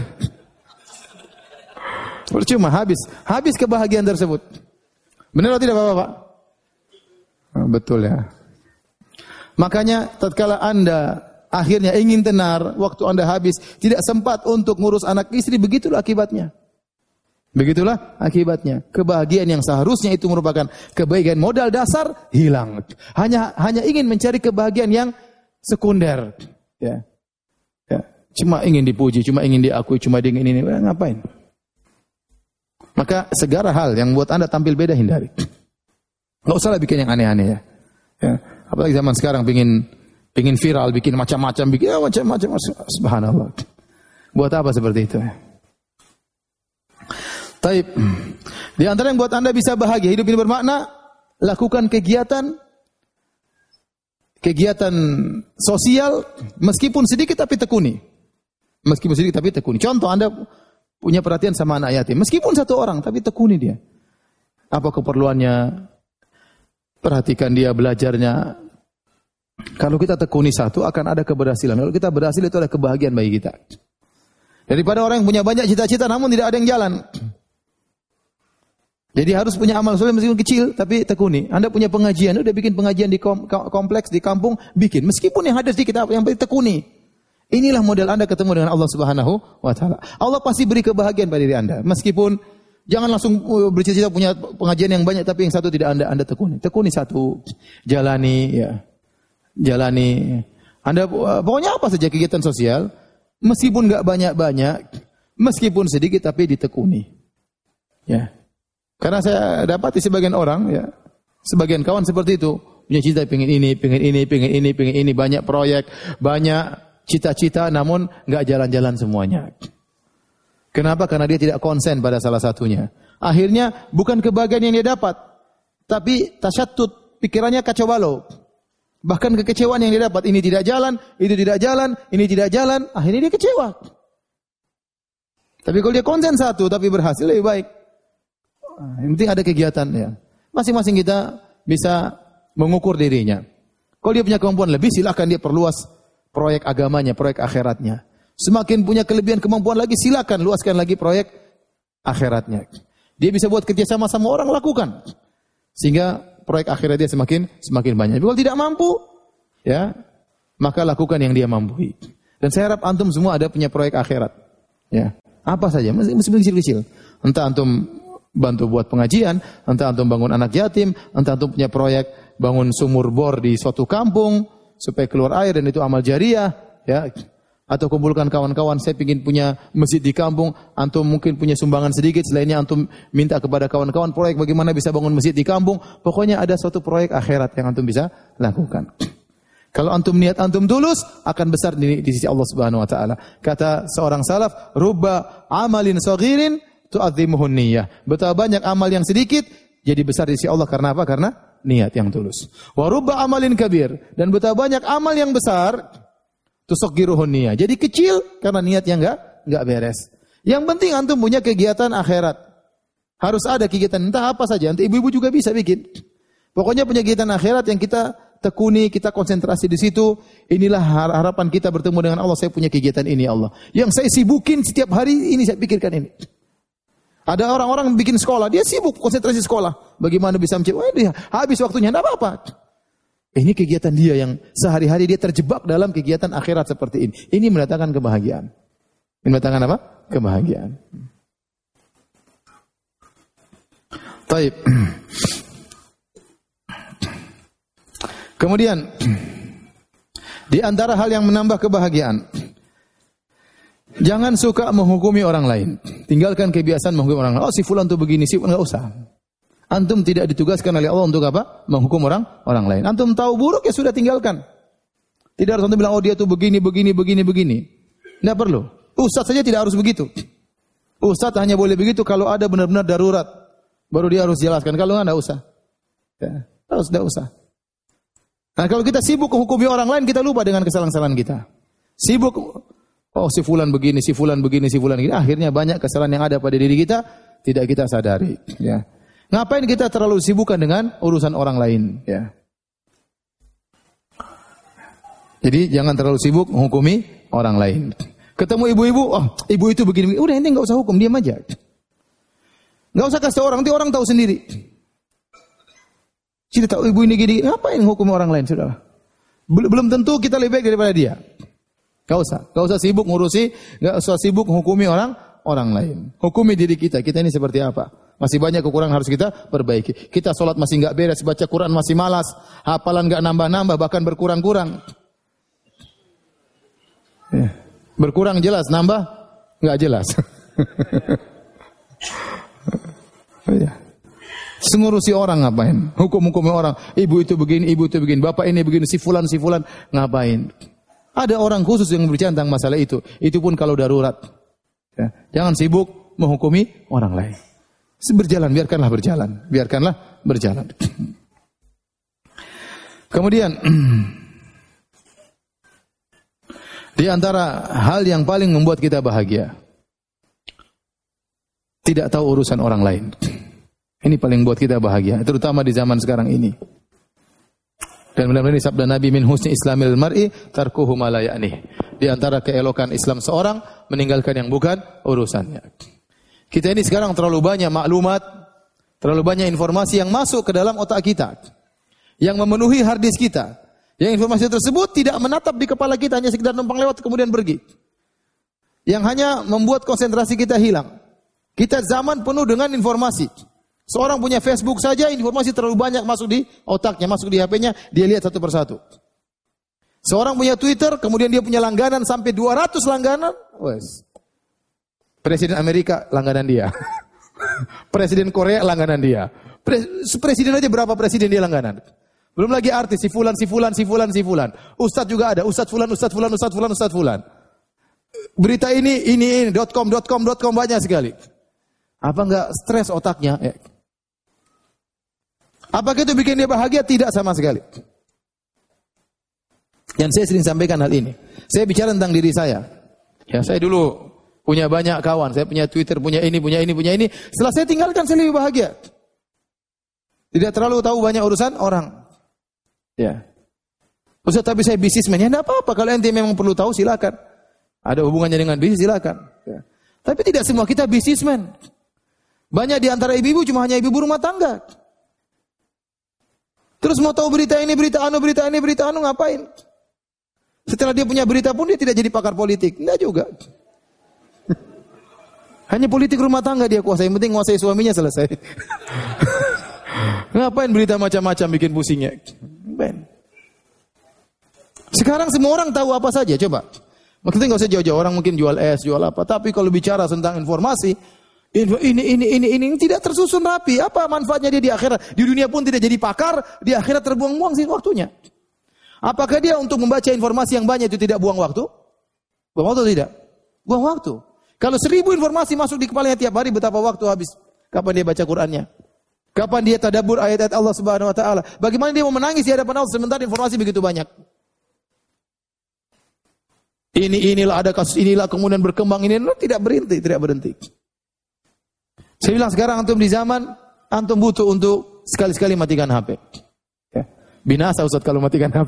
Percuma, habis, habis kebahagiaan tersebut. Benar atau tidak Bapak? Oh, betul ya. Makanya tatkala Anda akhirnya ingin tenar, waktu Anda habis, tidak sempat untuk ngurus anak istri, begitulah akibatnya. Begitulah akibatnya. Kebahagiaan yang seharusnya itu merupakan kebaikan modal dasar hilang. Hanya hanya ingin mencari kebahagiaan yang sekunder. Ya. Ya. Cuma ingin dipuji, cuma ingin diakui, cuma ingin ini, eh, ngapain? Maka segala hal yang buat Anda tampil beda hindari. Enggak usahlah bikin yang aneh-aneh ya. Ya. Apalagi zaman sekarang pengin pengin viral, bikin macam-macam, bikin ya, macam-macam. Subhanallah. Buat apa seperti itu ya? Taib. Di antara yang buat Anda bisa bahagia, hidup ini bermakna, lakukan kegiatan kegiatan sosial meskipun sedikit tapi tekuni. Meskipun sedikit tapi tekuni. Contoh, Anda punya perhatian sama anak yatim, meskipun satu orang tapi tekuni dia. Apa keperluannya? Perhatikan dia belajarnya. Kalau kita tekuni satu akan ada keberhasilan. Kalau kita berhasil itu ada kebahagiaan bagi kita. Daripada orang yang punya banyak cita-cita namun tidak ada yang jalan. Jadi harus punya amal soleh meskipun kecil tapi tekuni. Anda punya pengajian, udah bikin pengajian di kompleks, di kampung, bikin. Meskipun yang hadir sedikit, yang penting tekuni. Inilah model Anda ketemu dengan Allah Subhanahu wa taala. Allah pasti beri kebahagiaan pada diri Anda. Meskipun jangan langsung bercita-cita punya pengajian yang banyak tapi yang satu tidak Anda Anda tekuni. Tekuni satu, jalani ya. Jalani. Anda pokoknya apa saja kegiatan sosial, meskipun enggak banyak-banyak, meskipun sedikit tapi ditekuni. Ya. Karena saya dapati sebagian orang, ya, sebagian kawan seperti itu, punya cita pengen ini, pengen ini, pengen ini, pengen ini, banyak proyek, banyak cita-cita, namun enggak jalan-jalan semuanya. Kenapa? Karena dia tidak konsen pada salah satunya. Akhirnya bukan kebahagiaan yang dia dapat, tapi tasyattut, pikirannya kacau balau. Bahkan kekecewaan yang dia dapat, ini tidak jalan, itu tidak jalan, ini tidak jalan, akhirnya dia kecewa. Tapi kalau dia konsen satu tapi berhasil lebih baik. Yang penting ada kegiatan ya. Masing-masing kita bisa mengukur dirinya. Kalau dia punya kemampuan lebih, silakan dia perluas proyek agamanya, proyek akhiratnya. Semakin punya kelebihan kemampuan lagi, silakan luaskan lagi proyek akhiratnya. Dia bisa buat kerjasama sama orang, lakukan. Sehingga proyek akhirat dia semakin semakin banyak. Tapi kalau tidak mampu, ya, maka lakukan yang dia mampu. Dan saya harap antum semua ada punya proyek akhirat. Ya, apa saja, meskipun kecil-kecil. Entah antum bantu buat pengajian, entah antum bangun anak yatim, entah antum punya proyek bangun sumur bor di suatu kampung supaya keluar air dan itu amal jariah, ya. Atau kumpulkan kawan-kawan, saya ingin punya masjid di kampung, antum mungkin punya sumbangan sedikit, selainnya antum minta kepada kawan-kawan proyek bagaimana bisa bangun masjid di kampung. Pokoknya ada suatu proyek akhirat yang antum bisa lakukan. Kalau antum niat antum tulus, akan besar di, di sisi Allah Subhanahu wa taala. Kata seorang salaf, rubba amalin saghirin tu'adzimuhun niyyah. Betapa banyak amal yang sedikit jadi besar di sisi Allah karena apa? Karena niat yang tulus. Wa rubba amalin kabir, dan betapa banyak amal yang besar tusaghiruhun niyyah. Jadi kecil karena niat yang enggak enggak beres. Yang penting antum punya kegiatan akhirat. Harus ada kegiatan entah apa saja. Nanti ibu-ibu juga bisa bikin. Pokoknya punya kegiatan akhirat yang kita tekuni, kita konsentrasi di situ. Inilah harapan kita bertemu dengan Allah. Saya punya kegiatan ini Allah. Yang saya sibukin setiap hari ini saya pikirkan ini. Ada orang-orang bikin sekolah, dia sibuk konsentrasi sekolah. Bagaimana bisa menciptakan? Dia habis waktunya, tidak apa-apa. Ini kegiatan dia yang sehari-hari dia terjebak dalam kegiatan akhirat seperti ini. Ini mendatangkan kebahagiaan. Ini mendatangkan apa? Kebahagiaan. Taib. Kemudian di antara hal yang menambah kebahagiaan, jangan suka menghukumi orang lain. Tinggalkan kebiasaan menghukumi orang lain. Oh, si fulan tuh begini, si fulan enggak usah. Antum tidak ditugaskan oleh Allah untuk apa? Menghukum orang orang lain. Antum tahu buruk ya sudah tinggalkan. Tidak harus antum bilang oh dia tuh begini begini begini begini. Tidak perlu. Ustaz saja tidak harus begitu. Ustaz hanya boleh begitu kalau ada benar-benar darurat. Baru dia harus jelaskan. Kalau enggak, enggak usah. Ya, harus enggak usah. Nah, kalau kita sibuk menghukumi orang lain, kita lupa dengan kesalahan-kesalahan kita. Sibuk, oh si fulan begini, si fulan begini, si fulan begini. Akhirnya banyak kesalahan yang ada pada diri kita, tidak kita sadari. Ya. Ngapain kita terlalu sibukkan dengan urusan orang lain? Ya. Jadi jangan terlalu sibuk menghukumi orang lain. Ketemu ibu-ibu, oh ibu itu begini, begini. Udah ini nggak usah hukum, diam aja. Nggak usah kasih orang, nanti orang tahu sendiri. Kita tahu ibu ini gini, ngapain hukum orang lain, saudara? Belum tentu kita lebih baik daripada dia. Gak usah, gak usah sibuk ngurusi, gak usah sibuk menghukumi orang orang lain. Hukumi diri kita, kita ini seperti apa? Masih banyak kekurangan harus kita perbaiki. Kita sholat masih nggak beres, baca Quran masih malas, hafalan nggak nambah-nambah, bahkan berkurang-kurang. Ya. Berkurang jelas, nambah nggak jelas. Ya. Sengurusi orang ngapain? Hukum-hukum orang. Ibu itu begini, ibu itu begini. Bapak ini begini, si fulan, si fulan. Ngapain? Ada orang khusus yang berbicara tentang masalah itu. Itu pun kalau darurat. Ya. Jangan sibuk menghukumi orang lain. Berjalan, biarkanlah berjalan. Biarkanlah berjalan. Kemudian, di antara hal yang paling membuat kita bahagia, tidak tahu urusan orang lain. Ini paling buat kita bahagia, terutama di zaman sekarang ini. Dan benar-benar ini sabda Nabi, min husni islamil mar'i tarkuhu ma la ya'nih. Di antara keelokan Islam seorang meninggalkan yang bukan urusannya. Kita ini sekarang terlalu banyak maklumat, terlalu banyak informasi yang masuk ke dalam otak kita, yang memenuhi hard disk kita. Yang informasi tersebut tidak menatap di kepala kita, hanya sekedar numpang lewat kemudian pergi. Yang hanya membuat konsentrasi kita hilang. Kita zaman penuh dengan informasi. Seorang punya Facebook saja, informasi terlalu banyak masuk di otaknya, masuk di H P-nya, dia lihat satu persatu. Seorang punya Twitter, kemudian dia punya langganan sampai dua ratus langganan. Wes. Presiden Amerika langganan dia. Presiden Korea langganan dia. Presiden aja berapa presiden dia langganan. Belum lagi artis, si fulan, si fulan, si fulan, si fulan. Ustadz juga ada, ustadz fulan, ustadz fulan, ustadz fulan, ustadz fulan. Berita ini, ini, ini, .com, .com, .com, banyak sekali. Apa enggak stres otaknya? Ya. Apakah itu bikin dia bahagia? Tidak sama sekali. Dan saya sering sampaikan hal ini. Saya bicara tentang diri saya. Ya, saya dulu punya banyak kawan. Saya punya Twitter, punya ini, punya ini, punya ini. Setelah saya tinggalkan, saya lebih bahagia. Tidak terlalu tahu banyak urusan orang. Ya. Ustaz, tapi saya bisnismen. Ya, tidak apa-apa. Kalau ente memang perlu tahu, silakan. Ada hubungannya dengan bisnis, silakan. Ya. Tapi tidak semua kita bisnismen. Banyak di antara ibu-ibu cuma hanya ibu-ibu rumah tangga. Terus mau tahu berita ini, berita anu, berita ini, berita anu, ngapain? Setelah dia punya berita pun dia tidak jadi pakar politik. Enggak juga. Hanya politik rumah tangga dia kuasai. Yang penting kuasai suaminya selesai. Ngapain berita macam-macam bikin pusingnya? Ben. Sekarang semua orang tahu apa saja. Coba. Maksudnya nggak usah jauh-jauh. Orang mungkin jual es, jual apa. Tapi kalau bicara tentang informasi, info ini, ini, ini, ini, ini tidak tersusun rapi. Apa manfaatnya dia di akhirat? Di dunia pun tidak jadi pakar. Di akhirat terbuang-buang sih waktunya. Apakah dia untuk membaca informasi yang banyak itu tidak buang waktu? Buang waktu tidak? Buang waktu. Kalau seribu informasi masuk di kepalanya tiap hari, betapa waktu habis? Kapan dia baca Qur'annya? Kapan dia tadabbur ayat-ayat Allah Subhanahu Wa Taala? Bagaimana dia mau menangis di hadapan Allah sementara informasi begitu banyak? Ini inilah ada kasus inilah kemudian berkembang ini tidak berhenti, tidak berhenti. Saya bilang sekarang antum di zaman antum butuh untuk sekali-sekali matikan H P. Ya. Binasa Ustaz kalau matikan H P.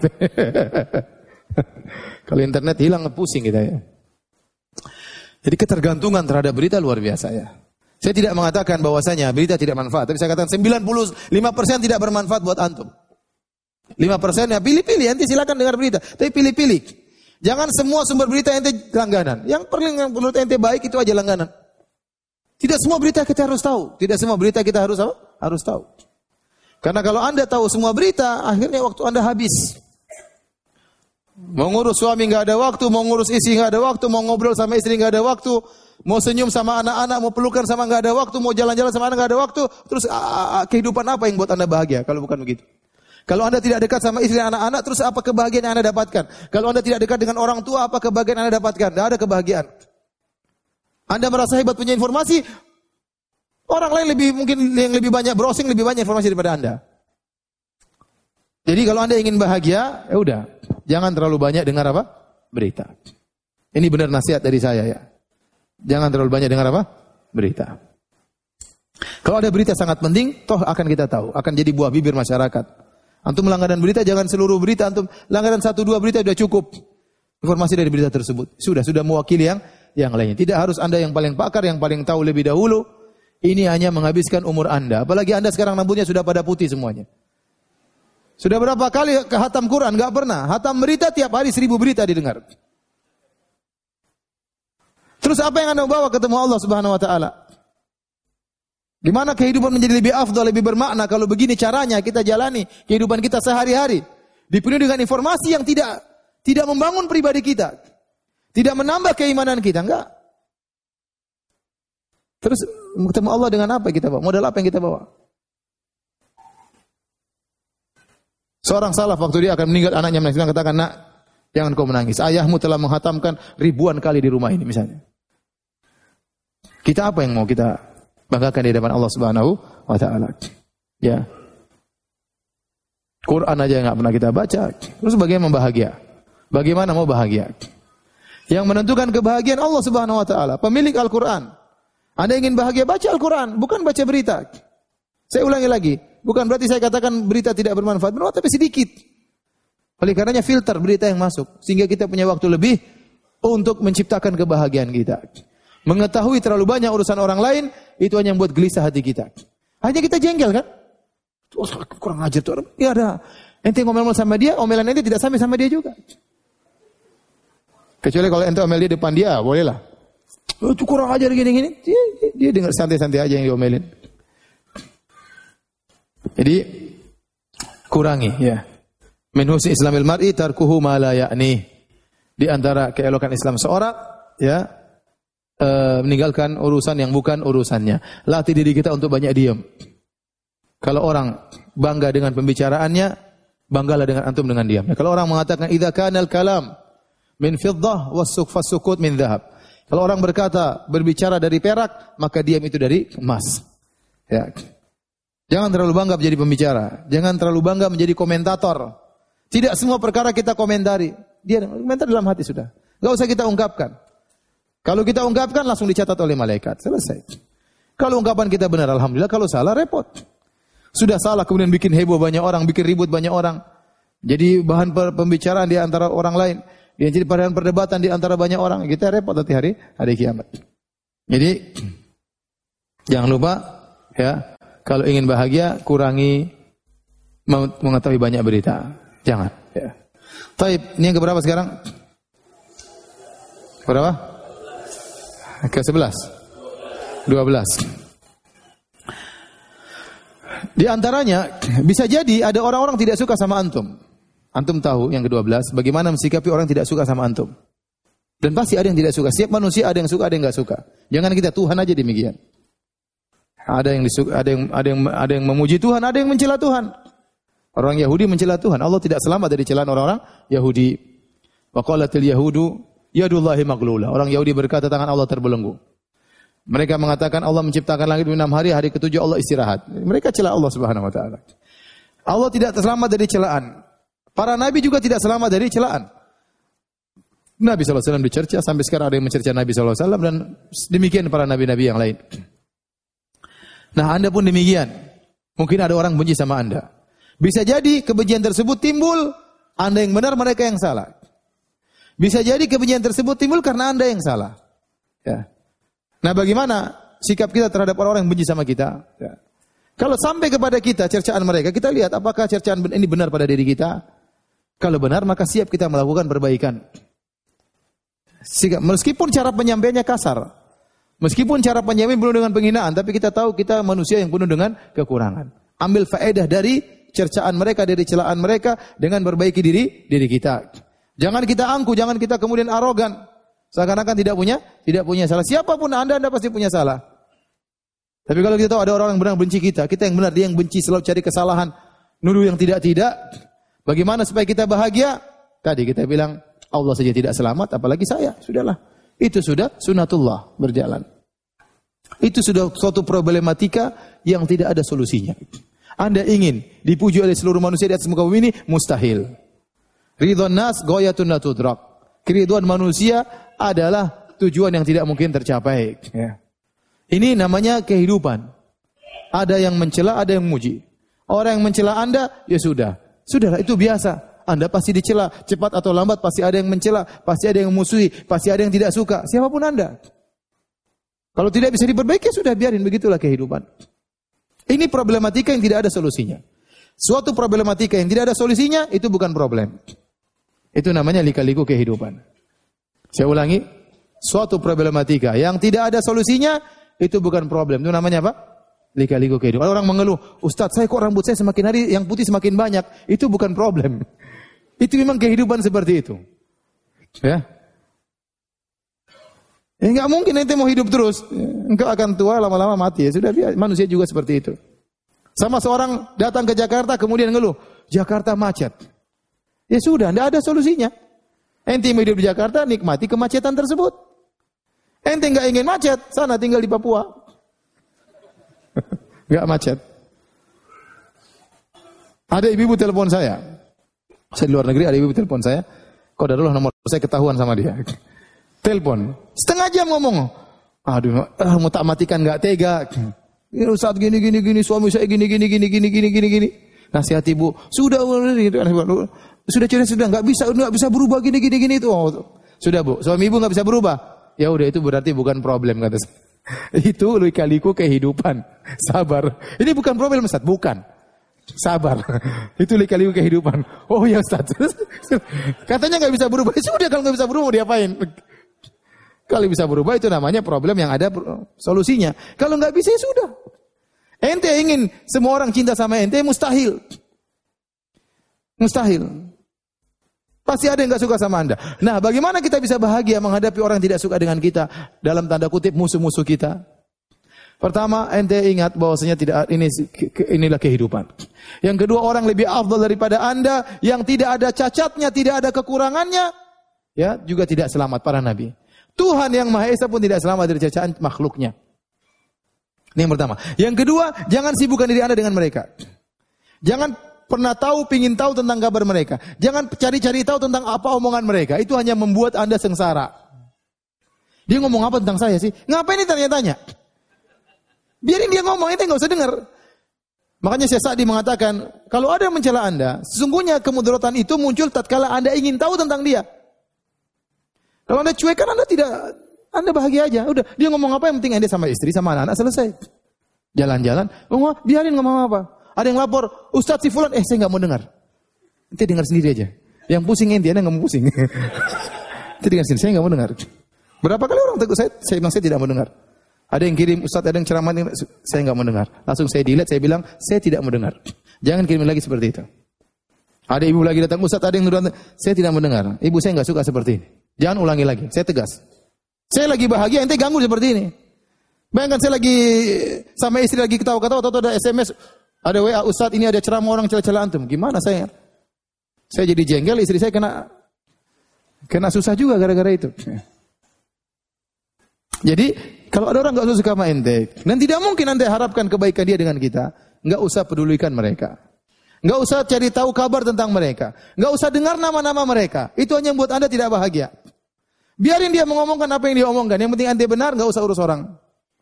Kalau internet hilang pusing kita ya. Jadi ketergantungan terhadap berita luar biasa ya. Saya tidak mengatakan bahwasanya berita tidak manfaat, tapi saya katakan sembilan puluh lima persen tidak bermanfaat buat antum. lima persen ya pilih-pilih, ente silakan dengar berita, tapi pilih-pilih. Jangan semua sumber berita ente langganan. Yang paling menurut ente baik itu aja langganan. Tidak semua berita kita harus tahu. Tidak semua berita kita harus apa? Harus tahu. Karena kalau Anda tahu semua berita, akhirnya waktu Anda habis. Mau ngurus suami nggak ada waktu, mau ngurus istri nggak ada waktu, mau ngobrol sama istri nggak ada waktu, mau senyum sama anak-anak, mau pelukan sama nggak ada waktu, mau jalan-jalan sama anak nggak ada waktu. Terus a, a, kehidupan apa yang buat Anda bahagia kalau bukan begitu? Kalau Anda tidak dekat sama istri dan anak-anak, terus apa kebahagiaan yang Anda dapatkan? Kalau Anda tidak dekat dengan orang tua, apa kebahagiaan yang Anda dapatkan? Tidak ada kebahagiaan. Anda merasa hebat punya informasi, orang lain lebih mungkin yang lebih banyak browsing, lebih banyak informasi daripada Anda. Jadi kalau Anda ingin bahagia, ya udah, jangan terlalu banyak dengar apa? Berita. Ini benar nasihat dari saya ya. Jangan terlalu banyak dengar apa? Berita. Kalau ada berita sangat penting, toh akan kita tahu, akan jadi buah bibir masyarakat. Antum langganan berita, jangan seluruh berita, antum langganan satu dua berita sudah cukup. Informasi dari berita tersebut sudah sudah mewakili yang yang lainnya. Tidak harus Anda yang paling pakar, yang paling tahu lebih dahulu. Ini hanya menghabiskan umur Anda. Apalagi Anda sekarang rambutnya sudah pada putih semuanya. Sudah berapa kali khatam Quran? Enggak pernah. Khatam berita tiap hari seribu berita didengar. Terus apa yang Anda bawa ketemu Allah Subhanahu wa taala? Gimana kehidupan menjadi lebih afdal, lebih bermakna kalau begini caranya kita jalani kehidupan kita sehari-hari? Dipenuhi dengan informasi yang tidak tidak membangun pribadi kita. Tidak menambah keimanan kita, enggak. Terus ketemu Allah dengan apa kita bawa? Modal apa yang kita bawa? Seorang salaf waktu dia akan meninggal anaknya menangis, katakan, "Nak, jangan kau menangis. Ayahmu telah menghatamkan ribuan kali di rumah ini," misalnya. Kita apa yang mau kita banggakan di hadapan Allah Subhanahu wa taala? Ya. Quran aja enggak pernah kita baca. Terus bagaimana bahagia? Bagaimana mau bahagia? Yang menentukan kebahagiaan Allah Subhanahu wa taala, pemilik Al-Qur'an. Anda ingin bahagia, baca Al-Qur'an, bukan baca berita. Saya ulangi lagi, bukan berarti saya katakan berita tidak bermanfaat, bermanfaat tapi sedikit. Oleh karenanya filter berita yang masuk, sehingga kita punya waktu lebih untuk menciptakan kebahagiaan kita. Mengetahui terlalu banyak urusan orang lain, itu hanya membuat gelisah hati kita. Hanya kita jengkel kan? Oh, kurang ajar tuh orang. Ya ada. Ente ngomel-ngomel sama dia, omelan ente tidak sampai sama dia juga. Kecuali kalau ente omel dia depan dia, bolehlah. Oh, itu kurang ajar gini-gini. Dia, dia, dia dengar santai-santai aja yang diomelin. Jadi kurangi ya. Min husni islamil mar'i tarkuhu ma la ya'ni. Di antara keelokan Islam seorang ya e, meninggalkan urusan yang bukan urusannya. Latih diri kita untuk banyak diam. Kalau orang bangga dengan pembicaraannya, banggalah dengan antum dengan diam. Kalau orang mengatakan idza kana al-kalam min fiddah was-sukfa sukut min dhahab. Kalau orang berkata berbicara dari perak, maka diam itu dari emas. Ya. Jangan terlalu bangga menjadi pembicara. Jangan terlalu bangga menjadi komentator. Tidak semua perkara kita komentari. Dia komentar dalam hati sudah. Enggak usah kita ungkapkan. Kalau kita ungkapkan langsung dicatat oleh malaikat. Selesai. Kalau ungkapan kita benar, alhamdulillah. Kalau salah, repot. Sudah salah kemudian bikin heboh banyak orang, bikin ribut banyak orang. Jadi bahan pembicaraan di antara orang lain. Dia jadi bahan perdebatan di antara banyak orang. Kita repot nanti hari hari kiamat. Jadi jangan lupa ya. Kalau ingin bahagia, kurangi mengetahui banyak berita. Jangan. Ya. Taib, ini yang keberapa sekarang? Berapa? Ke sebelas. Dua belas. Di antaranya, bisa jadi ada orang-orang tidak suka sama antum. Antum tahu yang kedua belas, bagaimana mensikapi orang tidak suka sama antum. Dan pasti ada yang tidak suka. Setiap manusia ada yang suka, ada yang enggak suka. Jangan kita Tuhan aja demikian. Ada yang disuka, ada yang ada yang ada yang memuji Tuhan, ada yang mencela Tuhan. Orang Yahudi mencela Tuhan. Allah tidak selamat dari celaan orang-orang Yahudi. Wa qalatil yahudu yadullahi maghlula. Orang Yahudi berkata tangan Allah terbelenggu. Mereka mengatakan Allah menciptakan langit di enam hari, hari ketujuh Allah istirahat. Mereka cela Allah Subhanahu wa taala. Allah tidak selamat dari celaan. Para nabi juga tidak selamat dari celaan. Nabi sallallahu alaihi wasallam dicerca, sampai sekarang ada yang mencerca Nabi sallallahu alaihi wasallam, dan demikian para nabi-nabi yang lain. Nah, Anda pun demikian. Mungkin ada orang benci sama Anda. Bisa jadi kebencian tersebut timbul Anda yang benar, mereka yang salah. Bisa jadi kebencian tersebut timbul karena Anda yang salah. Ya. Nah, bagaimana sikap kita terhadap orang-orang yang benci sama kita? Ya. Kalau sampai kepada kita cercaan mereka, kita lihat apakah cercaan ini benar pada diri kita. Kalau benar, maka siap kita melakukan perbaikan. Sikap, meskipun cara penyampaiannya kasar, meskipun cara penyampaian penuh dengan penghinaan, tapi kita tahu kita manusia yang penuh dengan kekurangan. Ambil faedah dari cercaan mereka, dari celaan mereka dengan perbaiki diri diri kita. Jangan kita angku, jangan kita kemudian arogan. Seakan-akan tidak punya tidak punya salah. Siapapun Anda, Anda pasti punya salah. Tapi kalau kita tahu ada orang yang benar benci kita, kita yang benar, dia yang benci, selalu cari kesalahan, nuduh yang tidak-tidak. Bagaimana supaya kita bahagia? Tadi kita bilang, Allah saja tidak selamat, apalagi saya. Sudahlah. Itu sudah sunatullah berjalan. Itu sudah suatu problematika yang tidak ada solusinya. Anda ingin dipuji oleh seluruh manusia di atas muka bumi ini? Mustahil. Ridwan nas ghayatun la tudrak. Keriduan manusia adalah tujuan yang tidak mungkin tercapai. Ya. Ini namanya kehidupan. Ada yang mencela, ada yang memuji. Orang yang mencela Anda, ya sudah. Sudahlah, itu biasa. Anda pasti dicela, cepat atau lambat pasti ada yang mencela, pasti ada yang memusuhi, pasti ada yang tidak suka. Siapapun Anda. Kalau tidak bisa diperbaiki, sudah biarin, begitulah kehidupan. Ini problematika yang tidak ada solusinya. Suatu problematika yang tidak ada solusinya, itu bukan problem. Itu namanya lika-liku kehidupan. Saya ulangi, suatu problematika yang tidak ada solusinya, itu bukan problem. Itu namanya apa? Lika-liku kehidupan. Orang mengeluh, Ustaz, saya kok rambut saya semakin hari yang putih semakin banyak. Itu bukan problem. Itu memang kehidupan seperti itu. Ya. Ya enggak mungkin ente mau hidup terus. Engkau akan tua, lama-lama mati. Ya sudah, manusia juga seperti itu. Sama seorang datang ke Jakarta kemudian ngeluh, Jakarta macet. Ya sudah, tidak ada solusinya. Ente mau hidup di Jakarta, nikmati kemacetan tersebut. Ente enggak ingin macet, sana tinggal di Papua. Enggak macet. Ada ibu-ibu telepon saya. Saya di luar negeri, ada ibu-ibu telepon saya. Kok darulah nomor saya ketahuan sama dia. Telepon. Setengah jam ngomong. Aduh, ah, mau tak matikan enggak tega. Ustaz gini gini gini, suami saya gini gini gini gini gini gini gini. Nasihat ibu, sudah sudah cerita sudah enggak bisa enggak bisa berubah gini gini gini itu. Oh, sudah Bu, suami ibu enggak bisa berubah. Ya udah, itu berarti bukan problem kata saya. Itu lika-liku kehidupan. Sabar. Ini bukan problem Ustaz, bukan. Sabar. Itu lika-liku kehidupan. Oh ya Ustaz. Katanya enggak bisa berubah. Sudah, kalau enggak bisa berubah mau diapain? Kalau bisa berubah itu namanya problem yang ada solusinya. Kalau enggak bisa ya sudah. Ente ingin semua orang cinta sama ente, mustahil. Mustahil. Pasti ada yang enggak suka sama Anda. Nah, bagaimana kita bisa bahagia menghadapi orang yang tidak suka dengan kita, dalam tanda kutip musuh-musuh kita? Pertama, ente ingat bahwasanya tidak ini inilah kehidupan. Yang kedua, orang lebih afdal daripada Anda yang tidak ada cacatnya, tidak ada kekurangannya, ya, juga tidak selamat, para nabi. Tuhan yang Maha Esa pun tidak selamat dari cacaan makhluknya. Ini yang pertama. Yang kedua, jangan sibukkan diri Anda dengan mereka. Jangan pernah tahu, pingin tahu tentang kabar mereka. Jangan cari-cari tahu tentang apa omongan mereka. Itu hanya membuat Anda sengsara. Dia ngomong apa tentang saya sih? Ngapain ini tanya-tanya? Biarin dia ngomong, itu nggak usah dengar. Makanya Syekh Sa'di mengatakan, kalau ada yang mencela Anda, sesungguhnya kemudaratan itu muncul tatkala Anda ingin tahu tentang dia. Kalau Anda cuekkan, Anda tidak, Anda bahagia aja. Udah, dia ngomong apa yang penting Anda sama istri, sama anak-anak, selesai. Jalan-jalan, ngomong, biarin ngomong apa. Ada yang lapor, Ustaz si Fulan, eh saya nggak mau dengar. Nanti dengar sendiri aja. Yang pusing ente, Anda nggak mau pusing. Nanti dengar sendiri, saya nggak mau dengar. Berapa kali orang tegur saya, saya bilang saya tidak mau dengar. Ada yang kirim, Ustaz ada yang ceramah, saya nggak mau dengar. Langsung saya delete, saya bilang, saya tidak mau dengar. Jangan kirim lagi seperti itu. Ada ibu lagi datang, Ustaz ada yang nuduh, saya tidak mau dengar. Ibu saya nggak suka seperti ini. Jangan ulangi lagi, saya tegas. Saya lagi bahagia, ente ganggu seperti ini. Bayangkan saya lagi sama istri lagi ketawa-ketawa, atau ada S M S, ada W A, Ustaz ini ada ceramah orang cela-cela antum. Gimana saya? Saya jadi jengkel, istri saya kena kena susah juga gara-gara itu. Jadi kalau ada orang nggak suka sama ente, dan tidak mungkin anda harapkan kebaikan dia dengan kita, nggak usah pedulikan mereka. Nggak usah cari tahu kabar tentang mereka. Nggak usah dengar nama-nama mereka. Itu hanya membuat anda tidak bahagia. Biarin dia mengomongkan apa yang dia omongkan. Yang penting anda benar, nggak usah urus orang.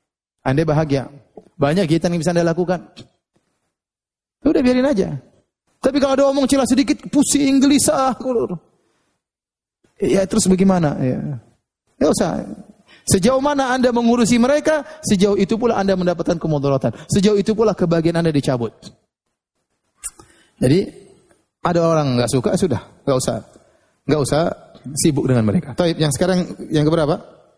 Anda bahagia. Banyak kegiatan yang bisa anda lakukan. Udah biarin aja. Tapi kalau ada omong celah sedikit, pusing, gelisah. Ya terus bagaimana? Ya, ya usah. Sejauh mana Anda mengurusi mereka, sejauh itu pula Anda mendapatkan kemudaratan. Sejauh itu pula kebahagiaan Anda dicabut. Jadi ada orang nggak suka, sudah, nggak usah, nggak usah sibuk dengan mereka. Taib, yang sekarang yang keberapa?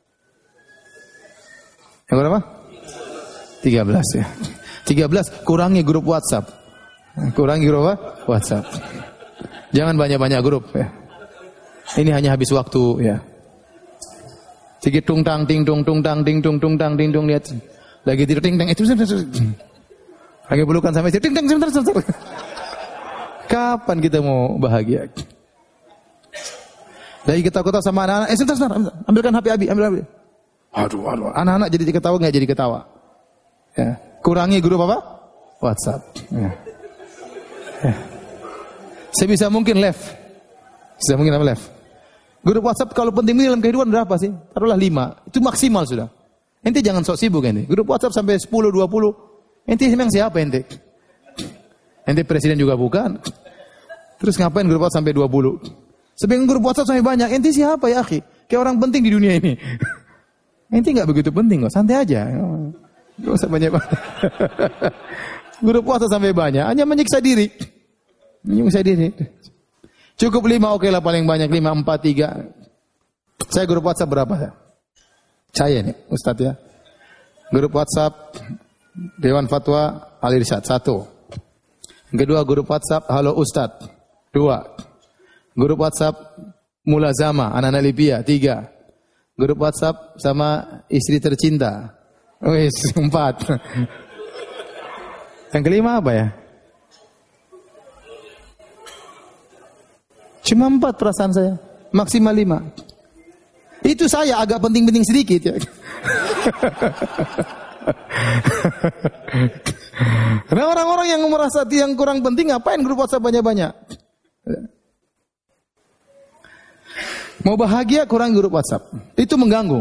Yang berapa? tiga belas ya. tiga belas kurangi grup WhatsApp. Kurangi grup apa? WhatsApp. Jangan banyak-banyak grup ya. Ini hanya habis waktu ya. Sedikit tung tang ting tung tung tang ting tung tung tang ting tung, lihat. Lagi tidur ting tang itu lagi pelukan sampai ting tang sebentar sebentar. Kapan kita mau bahagia? Lagi ketawa-ketawa sama anak-anak, eh sebentar sebentar, ambilkan H P Abi, ambil H P. Aduh, aduh, anak-anak jadi ketawa nggak jadi ketawa. Ya. Kurangi grup apa? WhatsApp. Ya. Ya. Sebisa mungkin left. Sebisa mungkin apa left? Grup WhatsApp kalau penting dalam kehidupan berapa sih? Taruhlah lima. Itu maksimal sudah. Ente jangan sok sibuk ente. Grup WhatsApp sampai sepuluh, dua puluh. Ente memang siapa ente? Ente presiden juga bukan. Terus ngapain grup WhatsApp sampai dua puluh? Sebagian grup WhatsApp sampai banyak. Ente siapa ya, akhi? Kayak orang penting di dunia ini. Ente enggak begitu penting kok, santai aja. Enggak usah banyak-banyak. Grup WhatsApp sampai banyak, hanya menyiksa diri. Menyiksa diri. Cukup lima, oke lah paling banyak. Lima, empat, tiga. Saya grup WhatsApp berapa? Saya nih, Ustadz ya. Grup WhatsApp Dewan Fatwa Al Irsyad, satu. Yang kedua grup WhatsApp Halo Ustadz, dua. Grup WhatsApp Mulazama, anak-anak Libya, tiga. Grup WhatsApp sama istri tercinta, wis, empat. Yang kelima apa ya? Cuma empat perasaan saya, maksimal lima. Itu saya agak penting-penting sedikit ya. Karena orang-orang yang merasa yang kurang penting ngapain grup WhatsApp banyak-banyak? Mau bahagia kurang grup WhatsApp. Itu mengganggu.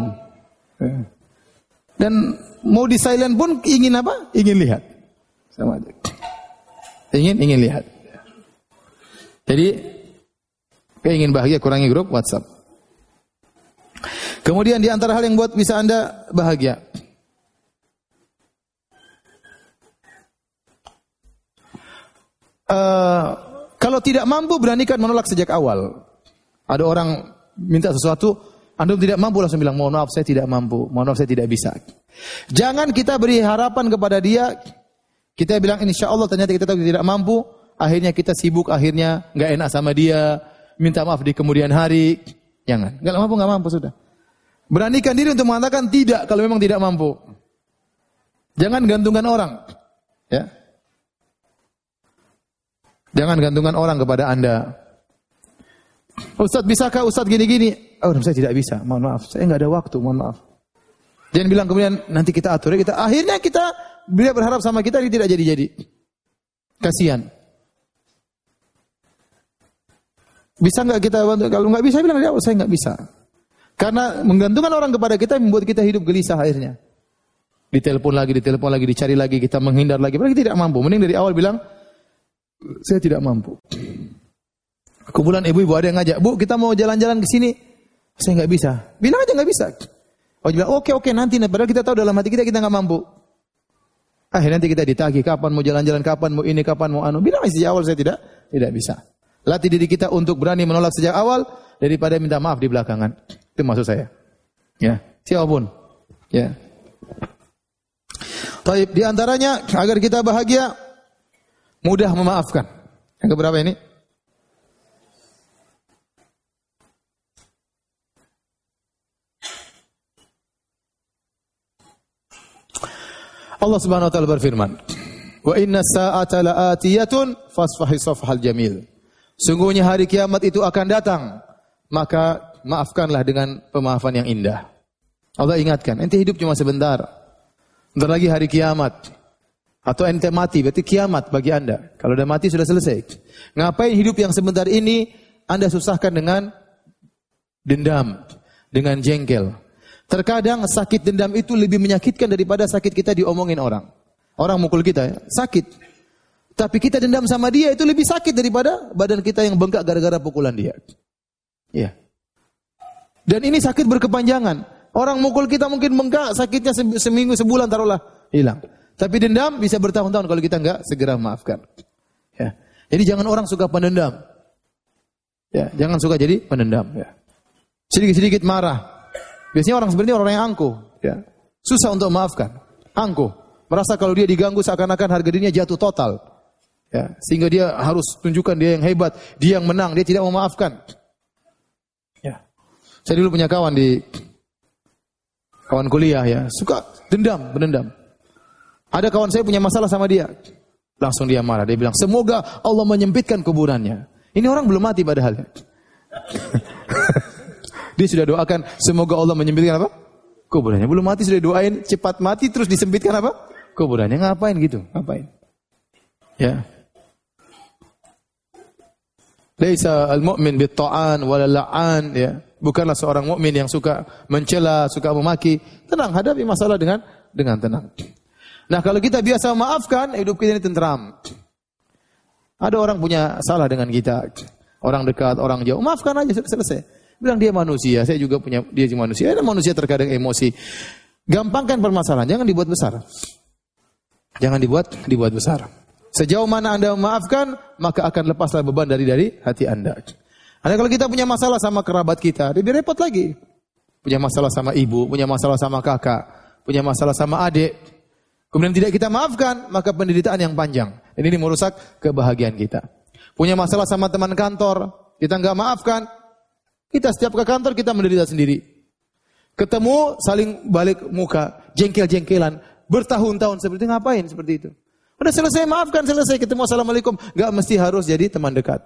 Dan mau di silent pun ingin apa? Ingin lihat. Sama aja. Ingin ingin lihat. Jadi ingin bahagia kurangi grup WhatsApp. Kemudian di antara hal yang buat bisa Anda bahagia. Uh, kalau tidak mampu beranikan menolak sejak awal. Ada orang minta sesuatu, Anda tidak mampu langsung bilang, mohon maaf saya tidak mampu, mohon maaf saya tidak bisa. Jangan kita beri harapan kepada dia, kita bilang insya Allah ternyata kita tahu tidak mampu, akhirnya kita sibuk, akhirnya nggak enak sama dia, minta maaf di kemudian hari. Jangan, nggak mampu nggak mampu sudah. Beranikan diri untuk mengatakan tidak kalau memang tidak mampu. Jangan gantungkan orang, ya. Jangan gantungkan orang kepada Anda. Ustaz, bisakah Ustaz gini-gini? Oh, saya tidak bisa, mohon maaf. Saya enggak ada waktu, mohon maaf. Jangan bilang kemudian nanti kita atur, kita akhirnya kita dia berharap sama kita dia tidak jadi-jadi. Kasihan. Bisa enggak kita bantu? Kalau enggak bisa bilang, "Ya, saya enggak bisa." Karena menggantungkan orang kepada kita membuat kita hidup gelisah akhirnya. Ditelepon lagi, ditelepon lagi, dicari lagi, kita menghindar lagi. Padahal kita tidak mampu. Mending dari awal bilang, saya tidak mampu. Kumpulan ibu-ibu ada yang ngajak, Bu, kita mau jalan-jalan ke sini. Saya nggak bisa. Bilang aja nggak bisa. Oh, bilang oke oke nanti. Padahal kita tahu dalam hati kita kita nggak mampu. Akhirnya nanti kita ditagih, kapan mau jalan-jalan, kapan mau ini, kapan mau anu. Bilang aja sejak awal saya tidak tidak bisa. Latih diri kita untuk berani menolak sejak awal daripada minta maaf di belakangan. Itu maksud saya. Ya, siapapun. Ya. Baik, di antaranya agar kita bahagia mudah memaafkan. Yang keberapa ini? Allah Subhanahu wa taala berfirman, "Wa inna sa'ata la'atiyatun fasfahi safhal jamil." Sungguhnya hari kiamat itu akan datang, maka maafkanlah dengan pemaafan yang indah. Allah ingatkan, ente hidup cuma sebentar. Bentar lagi hari kiamat. Atau ente mati, berarti kiamat bagi Anda. Kalau udah mati sudah selesai. Ngapain hidup yang sebentar ini Anda susahkan dengan dendam, dengan jengkel. Terkadang sakit dendam itu lebih menyakitkan daripada sakit kita diomongin orang. Orang mukul kita, sakit. Tapi kita dendam sama dia itu lebih sakit daripada badan kita yang bengkak gara-gara pukulan dia. Iya. Dan ini sakit berkepanjangan. Orang mukul kita mungkin bengkak, sakitnya seminggu, sebulan taruhlah hilang. Tapi dendam bisa bertahun-tahun kalau kita enggak segera maafkan. Ya. Jadi jangan orang suka pendendam. Ya, jangan suka jadi pendendam. Ya. Sedikit-sedikit marah. Biasanya orang sebenarnya orang yang angkuh. Ya. Susah untuk memaafkan. Angkuh. Merasa kalau dia diganggu seakan-akan harga dirinya jatuh total. Ya, sehingga dia harus tunjukkan dia yang hebat, dia yang menang, dia tidak mau memaafkan. Ya. Saya dulu punya kawan di kawan kuliah ya, suka dendam, menendam. Ada kawan saya punya masalah sama dia. Langsung dia marah, dia bilang, "Semoga Allah menyempitkan kuburannya." Ini orang belum mati padahal. Dia sudah doakan, semoga Allah menyempitkan apa? Kuburannya. Belum mati sudah doain cepat mati terus disempitkan apa? Kuburannya. Ngapain gitu? Ngapain? Ya. Laisa al-mu'min bit-ta'an wala la'an, ya. Bukanlah seorang mukmin yang suka mencela, suka memaki. Tenang, hadapi masalah dengan dengan tenang. Nah, kalau kita biasa memaafkan, hidup kita ini tenteram. Ada orang punya salah dengan kita, orang dekat, orang jauh, maafkan aja, sudah selesai. Bilang dia manusia, saya juga punya, dia juga manusia. Ada manusia terkadang emosi. Gampangkan permasalahan, jangan dibuat besar. Jangan dibuat dibuat besar. Sejauh mana Anda memaafkan, maka akan lepaslah beban dari dari hati Anda. Anda kalau kita punya masalah sama kerabat kita, lebih repot lagi. Punya masalah sama ibu, punya masalah sama kakak, punya masalah sama adik. Kemudian tidak kita maafkan, maka penderitaan yang panjang. Dan ini merusak kebahagiaan kita. Punya masalah sama teman kantor, kita enggak maafkan, kita setiap ke kantor kita menderita sendiri. Ketemu saling balik muka, jengkel-jengkelan, bertahun-tahun seperti itu, ngapain seperti itu? Udah selesai, maafkan, selesai, ketemu assalamualaikum. Enggak mesti harus jadi teman dekat.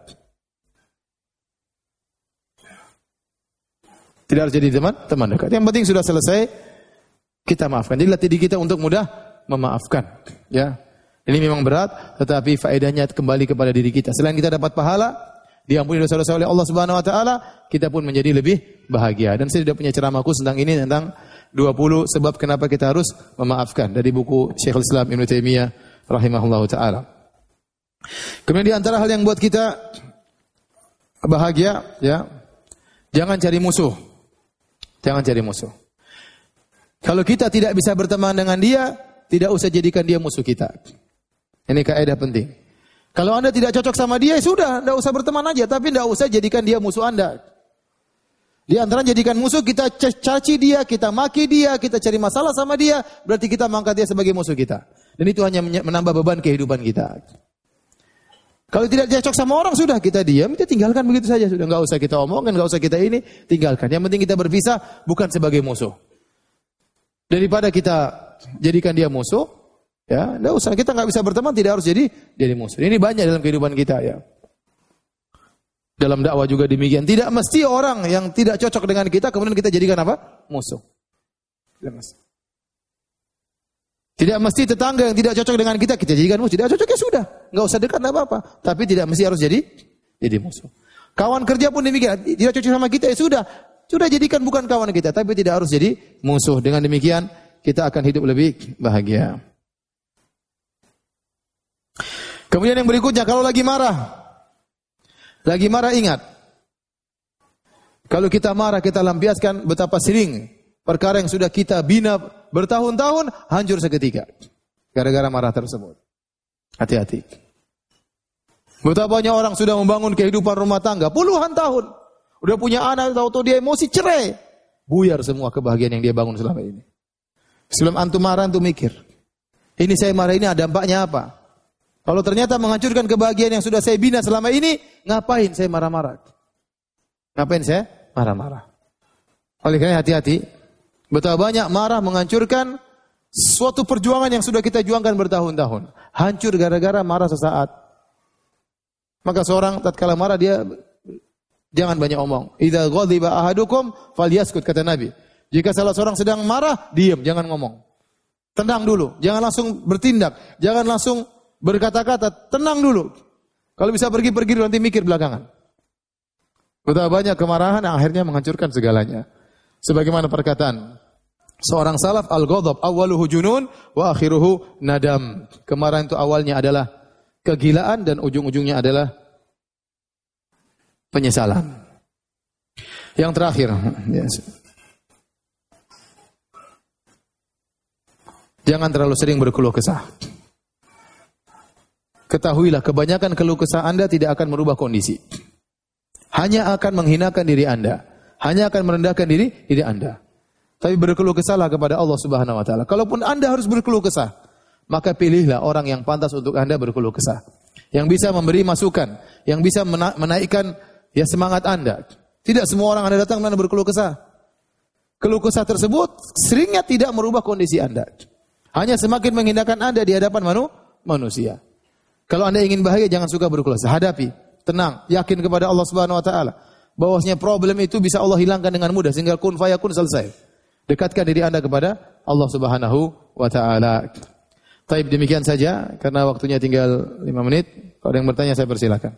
Tidak harus jadi teman teman dekat. Yang penting sudah selesai, kita maafkan. Jadi latih diri kita untuk mudah memaafkan. Ya, ini memang berat, tetapi faedahnya kembali kepada diri kita. Selain kita dapat pahala, diampuni dosa-dosa oleh Allah Subhanahu Wa Taala, kita pun menjadi lebih bahagia. Dan saya sudah punya ceramah khusus tentang ini, tentang dua puluh sebab kenapa kita harus memaafkan dari buku Syekhul Islam Ibnu Taimiyah rahimahullahu taala. Kemudian di antara hal yang buat kita bahagia, ya, jangan cari musuh. Jangan cari musuh. Kalau kita tidak bisa berteman dengan dia, tidak usah jadikan dia musuh kita. Ini kaidah penting. Kalau Anda tidak cocok sama dia, sudah, tidak usah berteman aja, tapi tidak usah jadikan dia musuh Anda. Di antara jadikan musuh, kita caci dia, kita maki dia, kita cari masalah sama dia, berarti kita mengangkat dia sebagai musuh kita. Dan itu hanya menambah beban kehidupan kita. Kalau tidak cocok sama orang, sudah kita diam, kita tinggalkan begitu saja. Sudah, enggak usah kita omongkan, enggak usah kita ini, tinggalkan. Yang penting kita berpisah, bukan sebagai musuh. Daripada kita jadikan dia musuh, ya, enggak usah. Kita enggak bisa berteman, tidak harus jadi jadi musuh. Ini banyak dalam kehidupan kita, ya. Dalam dakwah juga demikian. Tidak mesti orang yang tidak cocok dengan kita, kemudian kita jadikan apa? Musuh. Tidak mesti. Tidak mesti tetangga yang tidak cocok dengan kita, kita jadikan musuh. Tidak cocok, ya sudah. Enggak usah dekat, enggak apa-apa. Tapi tidak mesti harus jadi jadi musuh. Kawan kerja pun demikian. Tidak cocok sama kita, ya sudah. Sudah jadikan bukan kawan kita, tapi tidak harus jadi musuh. Dengan demikian, kita akan hidup lebih bahagia. Kemudian yang berikutnya, kalau lagi marah. Lagi marah, ingat. Kalau kita marah, kita lampiaskan betapa sering perkara yang sudah kita bina bertahun-tahun, hancur seketika. Gara-gara marah tersebut. Hati-hati. Betapa banyak orang sudah membangun kehidupan rumah tangga puluhan tahun. Udah punya anak, tahu-tahu dia emosi, cerai. Buyar semua kebahagiaan yang dia bangun selama ini. Sebelum antum marah, antum mikir. Ini saya marah ini ada dampaknya apa? Kalau ternyata menghancurkan kebahagiaan yang sudah saya bina selama ini, ngapain saya marah-marah? Ngapain saya marah-marah? Oleh karena hati-hati. Betapa banyak marah menghancurkan suatu perjuangan yang sudah kita juangkan bertahun-tahun. Hancur gara-gara marah sesaat. Maka seorang tatkala marah dia jangan banyak omong. Idza ghadiba ahadukum falyaskut, kata Nabi. Jika salah seorang sedang marah, diam, jangan ngomong. Tenang dulu, jangan langsung bertindak, jangan langsung berkata-kata, tenang dulu. Kalau bisa pergi-pergi dulu, nanti mikir belakangan. Betapa banyak kemarahan yang akhirnya menghancurkan segalanya. Sebagaimana perkataan seorang salaf, al-ghadab awwaluhu junun wa akhiruhu nadam. Kemarahan itu awalnya adalah kegilaan dan ujung-ujungnya adalah penyesalan. Yang terakhir, yes. Jangan terlalu sering berkeluh kesah. Ketahuilah kebanyakan keluh kesah Anda tidak akan merubah kondisi. Hanya akan menghinakan diri Anda. Hanya akan merendahkan diri diri Anda. Tapi berkeluh kesahlah kepada Allah Subhanahu wa taala. Kalaupun Anda harus berkeluh kesah, maka pilihlah orang yang pantas untuk Anda berkeluh kesah. Yang bisa memberi masukan, yang bisa mena- menaikkan ya semangat Anda. Tidak semua orang Anda datang dan berkeluh kesah. Keluh kesah tersebut seringnya tidak merubah kondisi Anda. Hanya semakin menghinakan Anda di hadapan manu- manusia. Kalau Anda ingin bahagia, jangan suka berkeluh kesah. Hadapi, tenang, yakin kepada Allah Subhanahu wa taala bahwasanya problem itu bisa Allah hilangkan dengan mudah sehingga kun fayakun selesai. Dekatkan diri Anda kepada Allah Subhanahu wa taala. Taib, demikian saja karena waktunya tinggal lima menit. Kalau ada yang bertanya saya persilakan.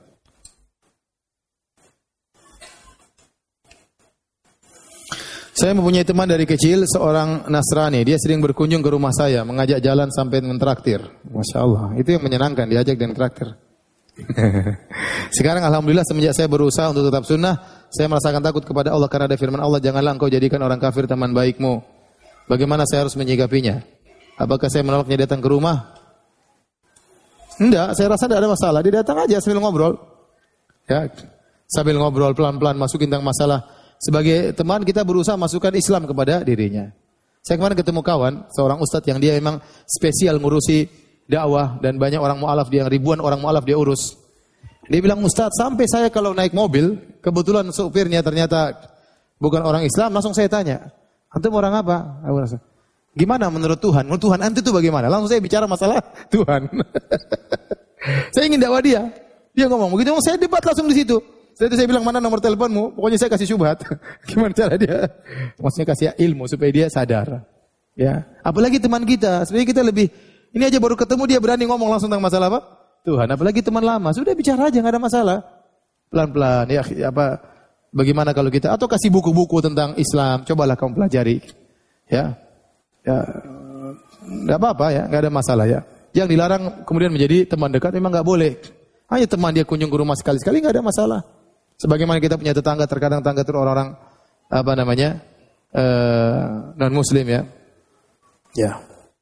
Saya mempunyai teman dari kecil, seorang Nasrani. Dia sering berkunjung ke rumah saya, mengajak jalan sampai mentraktir. Masya Allah, itu yang menyenangkan, diajak dan traktir. Sekarang Alhamdulillah semenjak saya berusaha untuk tetap sunnah, saya merasakan takut kepada Allah karena ada firman Allah, janganlah engkau jadikan orang kafir teman baikmu. Bagaimana saya harus menyikapinya? Apakah saya menolaknya datang ke rumah? Enggak, saya rasa tidak ada masalah. Dia datang aja sambil ngobrol. Ya, sambil ngobrol pelan-pelan masukin tentang masalah. Sebagai teman kita berusaha masukkan Islam kepada dirinya. Saya kemarin ketemu kawan, seorang ustadz yang dia memang spesial ngurusi dakwah dan banyak orang mu'alaf, dia ribuan orang mu'alaf dia urus. Dia bilang, Ustadz, sampai saya kalau naik mobil, kebetulan supirnya ternyata bukan orang Islam, langsung saya tanya, antum orang apa? Gimana menurut Tuhan? Menurut Tuhan antum itu bagaimana? Langsung saya bicara masalah Tuhan. Saya ingin dakwah dia. Dia ngomong begitu, saya debat langsung di situ. Setelah itu saya bilang, mana nomor teleponmu? Pokoknya saya kasih syubhat. Gimana cara dia? Maksudnya kasih ilmu supaya dia sadar. Ya, apalagi teman kita. Sebenarnya kita lebih, ini aja baru ketemu dia berani ngomong langsung tentang masalah apa? Tuhan. Apalagi teman lama. Sudah bicara aja, nggak ada masalah. Pelan-pelan. Ya, apa? Bagaimana kalau kita? Atau kasih buku-buku tentang Islam. Cobalah kamu pelajari. Ya, ya, nggak apa-apa ya, nggak ada masalah ya. Yang dilarang kemudian menjadi teman dekat memang nggak boleh. Hanya teman dia kunjung ke rumah sekali-sekali nggak ada masalah. Sebagaimana kita punya tetangga, terkadang tetangga itu orang-orang apa namanya uh, non Muslim ya. Ya.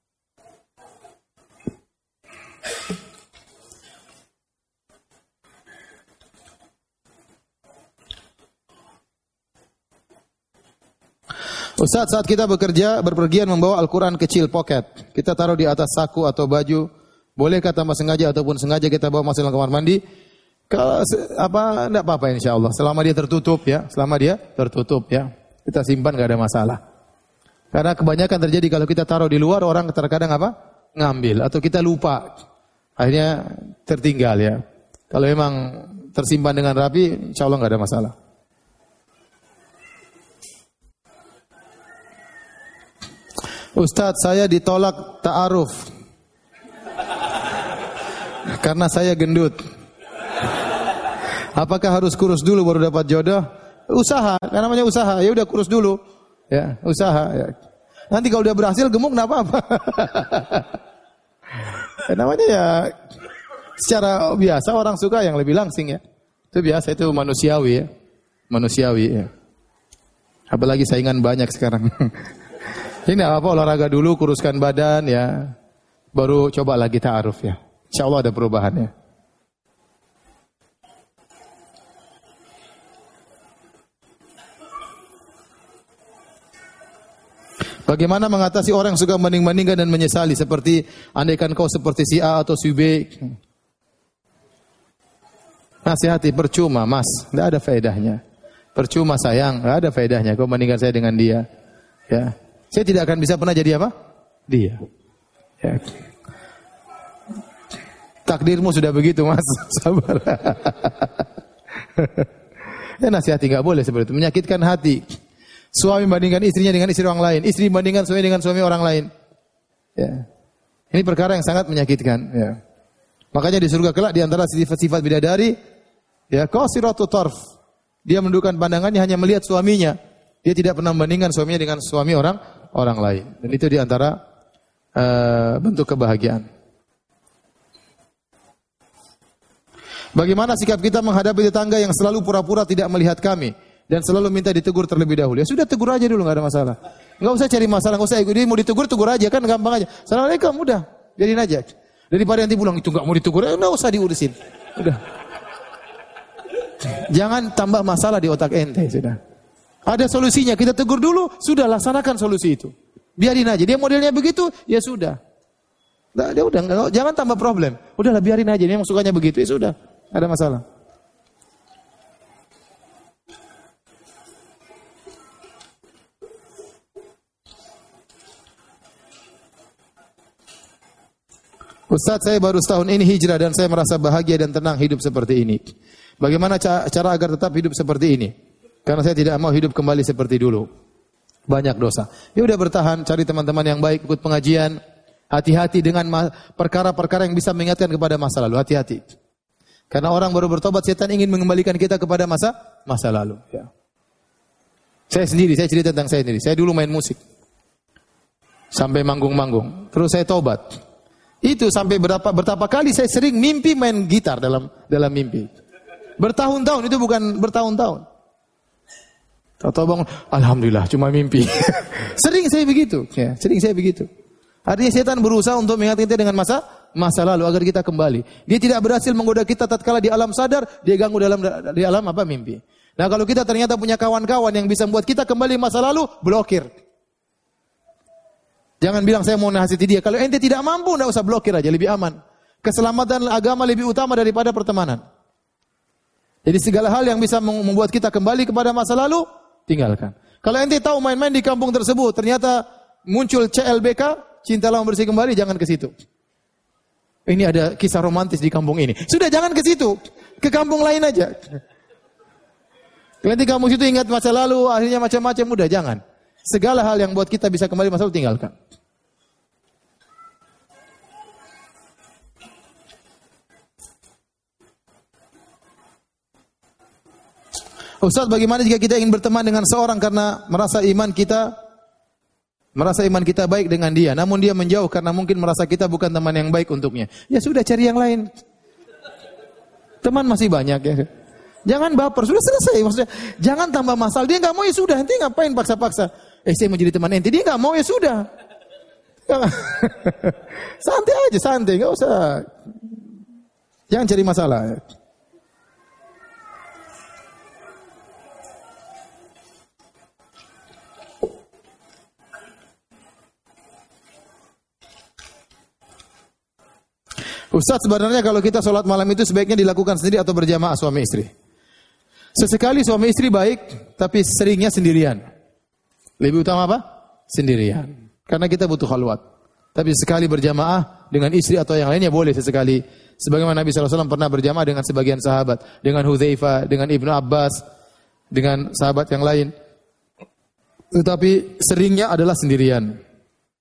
Ustaz, saat kita bekerja, berpergian membawa Al-Quran kecil pocket, kita taruh di atas saku atau baju, bolehkah tanpa sengaja ataupun sengaja kita bawa masuk dalam kamar mandi? Kalau apa, tidak apa-apa insya Allah. Selama dia tertutup ya, selama dia tertutup ya, kita simpan nggak ada masalah. Karena kebanyakan terjadi kalau kita taruh di luar, orang terkadang apa? Ngambil atau kita lupa, akhirnya tertinggal ya. Kalau memang tersimpan dengan rapi, insya Allah nggak ada masalah. Ustadz, saya ditolak ta'aruf karena saya gendut. Apakah harus kurus dulu baru dapat jodoh? Usaha, kan namanya usaha. Ya udah kurus dulu. Ya, usaha ya. Nanti kalau udah berhasil gemuk enggak apa-apa. Ya, namanya ya secara biasa orang suka yang lebih langsing ya. Itu biasa, itu manusiawi ya. Manusiawi ya. Apalagi saingan banyak sekarang. Ini apa, olahraga dulu, kuruskan badan ya. Baru coba lagi ta'aruf ya. Insyaallah ada perubahannya. Bagaimana mengatasi orang yang suka banding-bandingkan dan menyesali, seperti andaikan kau seperti si A atau si B. Nasihati, percuma mas, tidak ada faedahnya. Percuma sayang, tidak ada faedahnya kau bandingkan saya dengan dia. Ya, saya tidak akan bisa pernah jadi apa? Dia. Ya. Takdirmu sudah begitu mas, sabar. Ya nasihati, nggak boleh seperti itu, menyakitkan hati. Suami bandingkan istrinya dengan istri orang lain, istri bandingkan suami dengan suami orang lain. Ya. Ini perkara yang sangat menyakitkan. Ya. Makanya di surga kelak di antara sifat-sifat bidadari, ya qasiratu tarf. Dia menundukkan pandangannya hanya melihat suaminya. Dia tidak pernah membandingkan suaminya dengan suami orang orang lain. Dan itu di antara uh, bentuk kebahagiaan. Bagaimana sikap kita menghadapi tetangga yang selalu pura-pura tidak melihat kami dan selalu minta ditegur terlebih dahulu? Ya sudah, tegur aja dulu, enggak ada masalah. Enggak usah cari masalah, enggak usah ikut dia mau ditegur, tegur aja kan gampang aja. Assalamualaikum, udah, biarin aja. Daripada nanti pulang itu enggak mau ditegur, enggak usah diurusin. Udah. Jangan tambah masalah di otak ente, sudah. Ada solusinya, kita tegur dulu, sudah laksanakan solusi itu. Biarin aja, dia modelnya begitu, ya sudah. Nah, dia udah, enggak, jangan tambah problem. Udahlah, biarin aja, dia yang sukanya begitu, ya sudah. Ada masalah. Ustaz, saya baru setahun ini hijrah dan saya merasa bahagia dan tenang hidup seperti ini. Bagaimana cara agar tetap hidup seperti ini? Karena saya tidak mau hidup kembali seperti dulu. Banyak dosa. Ya udah, bertahan, cari teman-teman yang baik, ikut pengajian. Hati-hati dengan perkara-perkara yang bisa mengingatkan kepada masa lalu. Hati-hati. Karena orang baru bertobat, setan ingin mengembalikan kita kepada masa masa lalu. Ya. Saya sendiri, saya cerita tentang saya sendiri. Saya dulu main musik. Sampai manggung-manggung. Terus saya tobat. Itu sampai berapa berapa kali saya sering mimpi main gitar dalam dalam mimpi. Bertahun-tahun, itu bukan bertahun-tahun. Tahu-tahu bangun, alhamdulillah cuma mimpi. Sering saya begitu, ya, sering saya begitu. Artinya setan berusaha untuk mengingatkan kita dengan masa masa lalu agar kita kembali. Dia tidak berhasil menggoda kita tatkala di alam sadar, dia ganggu dalam di alam apa mimpi. Nah, kalau kita ternyata punya kawan-kawan yang bisa membuat kita kembali masa lalu, blokir. Jangan bilang saya mau nasihati dia. Kalau ente tidak mampu, enggak usah blokir aja, lebih aman. Keselamatan agama lebih utama daripada pertemanan. Jadi segala hal yang bisa membuat kita kembali kepada masa lalu, tinggalkan. Kalau ente tahu main-main di kampung tersebut, ternyata muncul C L B K, cinta lama bersih kembali, jangan ke situ. Ini ada kisah romantis di kampung ini. Sudah, jangan ke situ. Ke kampung lain aja. Nanti kamu situ ingat masa lalu, akhirnya macam-macam, udah jangan. Segala hal yang buat kita bisa kembali masa lalu, tinggalkan. Ustaz, bagaimana jika kita ingin berteman dengan seorang karena merasa iman kita merasa iman kita baik dengan dia, namun dia menjauh karena mungkin merasa kita bukan teman yang baik untuknya. Ya sudah, cari yang lain. Teman masih banyak ya. Jangan baper, sudah selesai. Maksudnya, jangan tambah masalah. Dia enggak mau, ya sudah. Nanti ngapain paksa-paksa? Eh, saya mau jadi teman ente. Dia enggak mau, ya sudah. Santai aja, santai, enggak usah. Jangan cari masalah. Ustaz, sebenarnya kalau kita sholat malam itu sebaiknya dilakukan sendiri atau berjamaah suami istri? Sesekali suami istri baik, tapi seringnya sendirian. Lebih utama apa? Sendirian. Karena kita butuh khalwat. Tapi sekali berjamaah dengan istri atau yang lainnya boleh sesekali. Sebagaimana Nabi shallallahu alaihi wasallam pernah berjamaah dengan sebagian sahabat. Dengan Hudzaifah, dengan Ibnu Abbas, dengan sahabat yang lain. Tetapi seringnya adalah sendirian.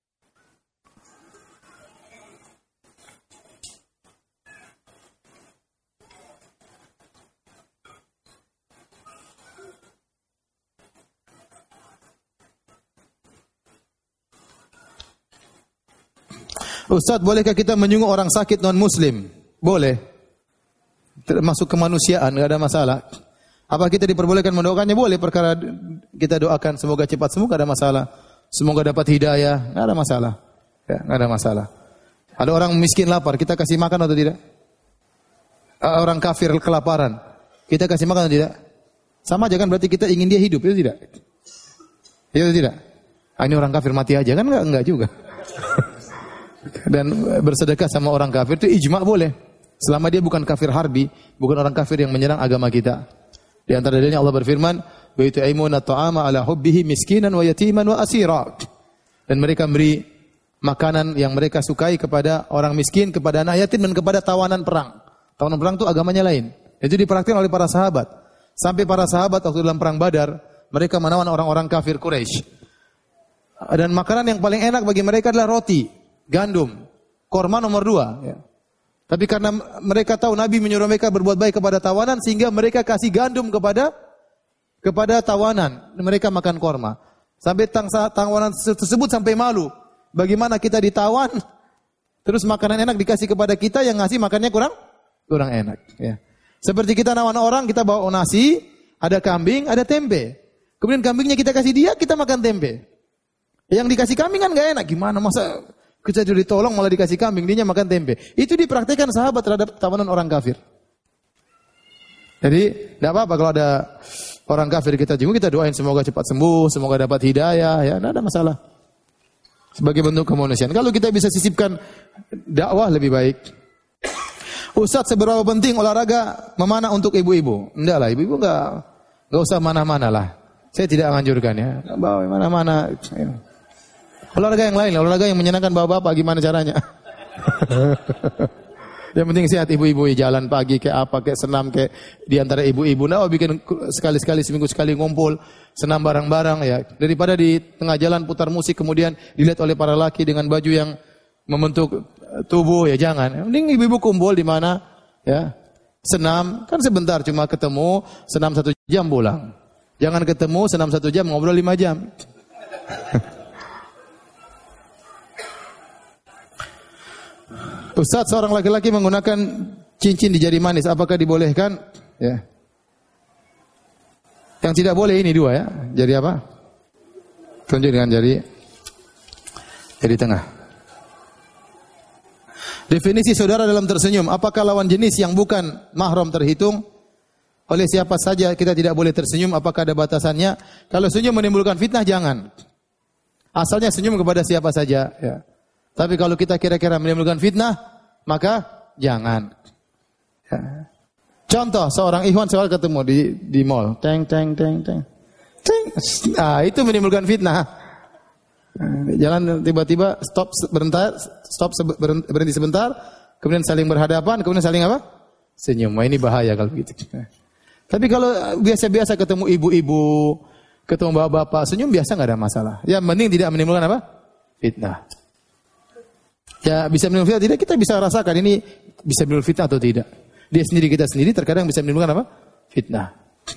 Ustaz, bolehkah kita menyungguh orang sakit non-muslim? Boleh. Termasuk kemanusiaan, enggak ada masalah. Apa kita diperbolehkan mendoakannya? Boleh, perkara kita doakan semoga cepat sembuh, enggak ada masalah. Semoga dapat hidayah, enggak ada masalah. Ya, enggak ada masalah. Ada orang miskin lapar, kita kasih makan atau tidak? Orang kafir kelaparan, kita kasih makan atau tidak? Sama aja kan, berarti kita ingin dia hidup, itu tidak? Itu tidak? Ah, ini orang kafir mati aja kan? Enggak, enggak juga. Dan bersedekah sama orang kafir itu ijma' boleh. Selama dia bukan kafir harbi, bukan orang kafir yang menyerang agama kita. Di antara dalilnya Allah berfirman, "Wa yut'imuna at'ama 'ala hubbihi miskinan wa yatiman wa asira." Dan mereka beri makanan yang mereka sukai kepada orang miskin, kepada anak yatim dan kepada tawanan perang. Tawanan perang itu agamanya lain. Itu dipraktikkan oleh para sahabat. Sampai para sahabat waktu dalam perang Badar, mereka menawan orang-orang kafir Quraisy. Dan makanan yang paling enak bagi mereka adalah roti, gandum, korma nomor dua. Ya. Tapi karena mereka tahu Nabi menyuruh mereka berbuat baik kepada tawanan, sehingga mereka kasih gandum kepada kepada tawanan. Mereka makan korma. Sampai tawanan tersebut sampai malu. Bagaimana kita ditawan, terus makanan enak dikasih kepada kita, yang ngasih makannya kurang kurang enak. Ya. Seperti kita nawan orang, kita bawa nasi, ada kambing, ada tempe. Kemudian kambingnya kita kasih dia, kita makan tempe. Yang dikasih kambing kan gak enak. Gimana masa kita jadi tolong malah dikasih kambing, dia makan tempe. Itu dipraktikkan sahabat terhadap tawanan orang kafir. Jadi tidak apa-apa kalau ada orang kafir kita jenguk, kita doain semoga cepat sembuh, semoga dapat hidayah, ya tidak ada masalah. Sebagai bentuk kemanusiaan. Kalau kita bisa sisipkan dakwah lebih baik. Ustaz, seberapa penting olahraga memanah untuk ibu-ibu? Enggak lah, ibu-ibu enggak enggak usah mana-mana lah. Saya tidak menganjurkan ya. Bawa mana-mana. Olahraga yang lain, olahraga yang menyenangkan bapak-bapak, gimana caranya? Yang penting sehat ibu-ibu, jalan pagi kayak apa, kayak senam kayak di antara ibu-ibu. Nah, bikin sekali-sekali seminggu sekali ngumpul, senam bareng-bareng ya. Daripada di tengah jalan putar musik kemudian dilihat oleh para laki dengan baju yang membentuk tubuh, ya jangan. Mending ibu-ibu kumpul di mana ya. Senam kan sebentar, cuma ketemu, senam satu jam pulang. Jangan ketemu, senam satu jam, ngobrol lima jam. Ustaz, seorang laki-laki menggunakan cincin di jari manis, apakah dibolehkan? Ya. Yang tidak boleh ini dua ya. Jari apa? Tunjuk dengan jari jari tengah. Definisi saudara dalam tersenyum, apakah lawan jenis yang bukan mahram terhitung? Oleh siapa saja kita tidak boleh tersenyum, apakah ada batasannya? Kalau senyum menimbulkan fitnah, jangan. Asalnya senyum kepada siapa saja ya. Tapi kalau kita kira-kira menimbulkan fitnah, maka jangan. Ya. Contoh, seorang ikhwan soal ketemu di di mall, teng teng teng teng, teng, ah itu menimbulkan fitnah. Jalan tiba-tiba stop sebentar, stop berhenti sebentar, kemudian saling berhadapan, kemudian saling apa? Senyum. Wah, ini bahaya kalau begitu. Tapi kalau biasa-biasa ketemu ibu-ibu, ketemu bapak-bapak, senyum biasa nggak ada masalah. Ya, mending tidak menimbulkan apa? Fitnah. Ya bisa menimbulkan fitnah, tidak kita bisa rasakan ini bisa menimbulkan fitnah atau tidak. Dia sendiri kita sendiri terkadang bisa menimbulkan apa? Fitnah.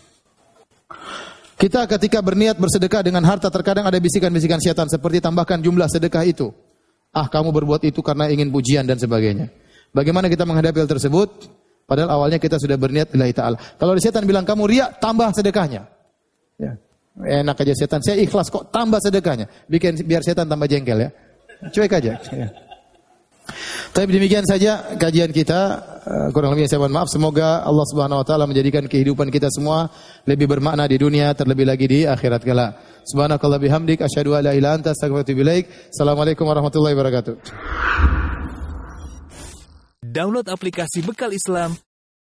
Kita ketika berniat bersedekah dengan harta terkadang ada bisikan-bisikan syaitan seperti tambahkan jumlah sedekah itu. Ah, kamu berbuat itu karena ingin pujian dan sebagainya. Bagaimana kita menghadapi hal tersebut? Padahal awalnya kita sudah berniat lillahi ta'ala. Kalau syaitan bilang kamu riak, tambah sedekahnya. Ya. Enak aja setan, saya ikhlas kok, tambah sedekahnya. Bikin biar setan tambah jengkel ya. Cuek aja. Ya. Tapi demikian saja kajian kita, kurang lebihnya saya mohon maaf. Semoga Allah Subhanahu wa taala menjadikan kehidupan kita semua lebih bermakna di dunia, terlebih lagi di akhirat kelak. Subhanakallah bihamdik asyhadu an la ilaha illa anta astaghfiruka wa atubu ilaik. Assalamualaikum warahmatullahi wabarakatuh. Download aplikasi Bekal Islam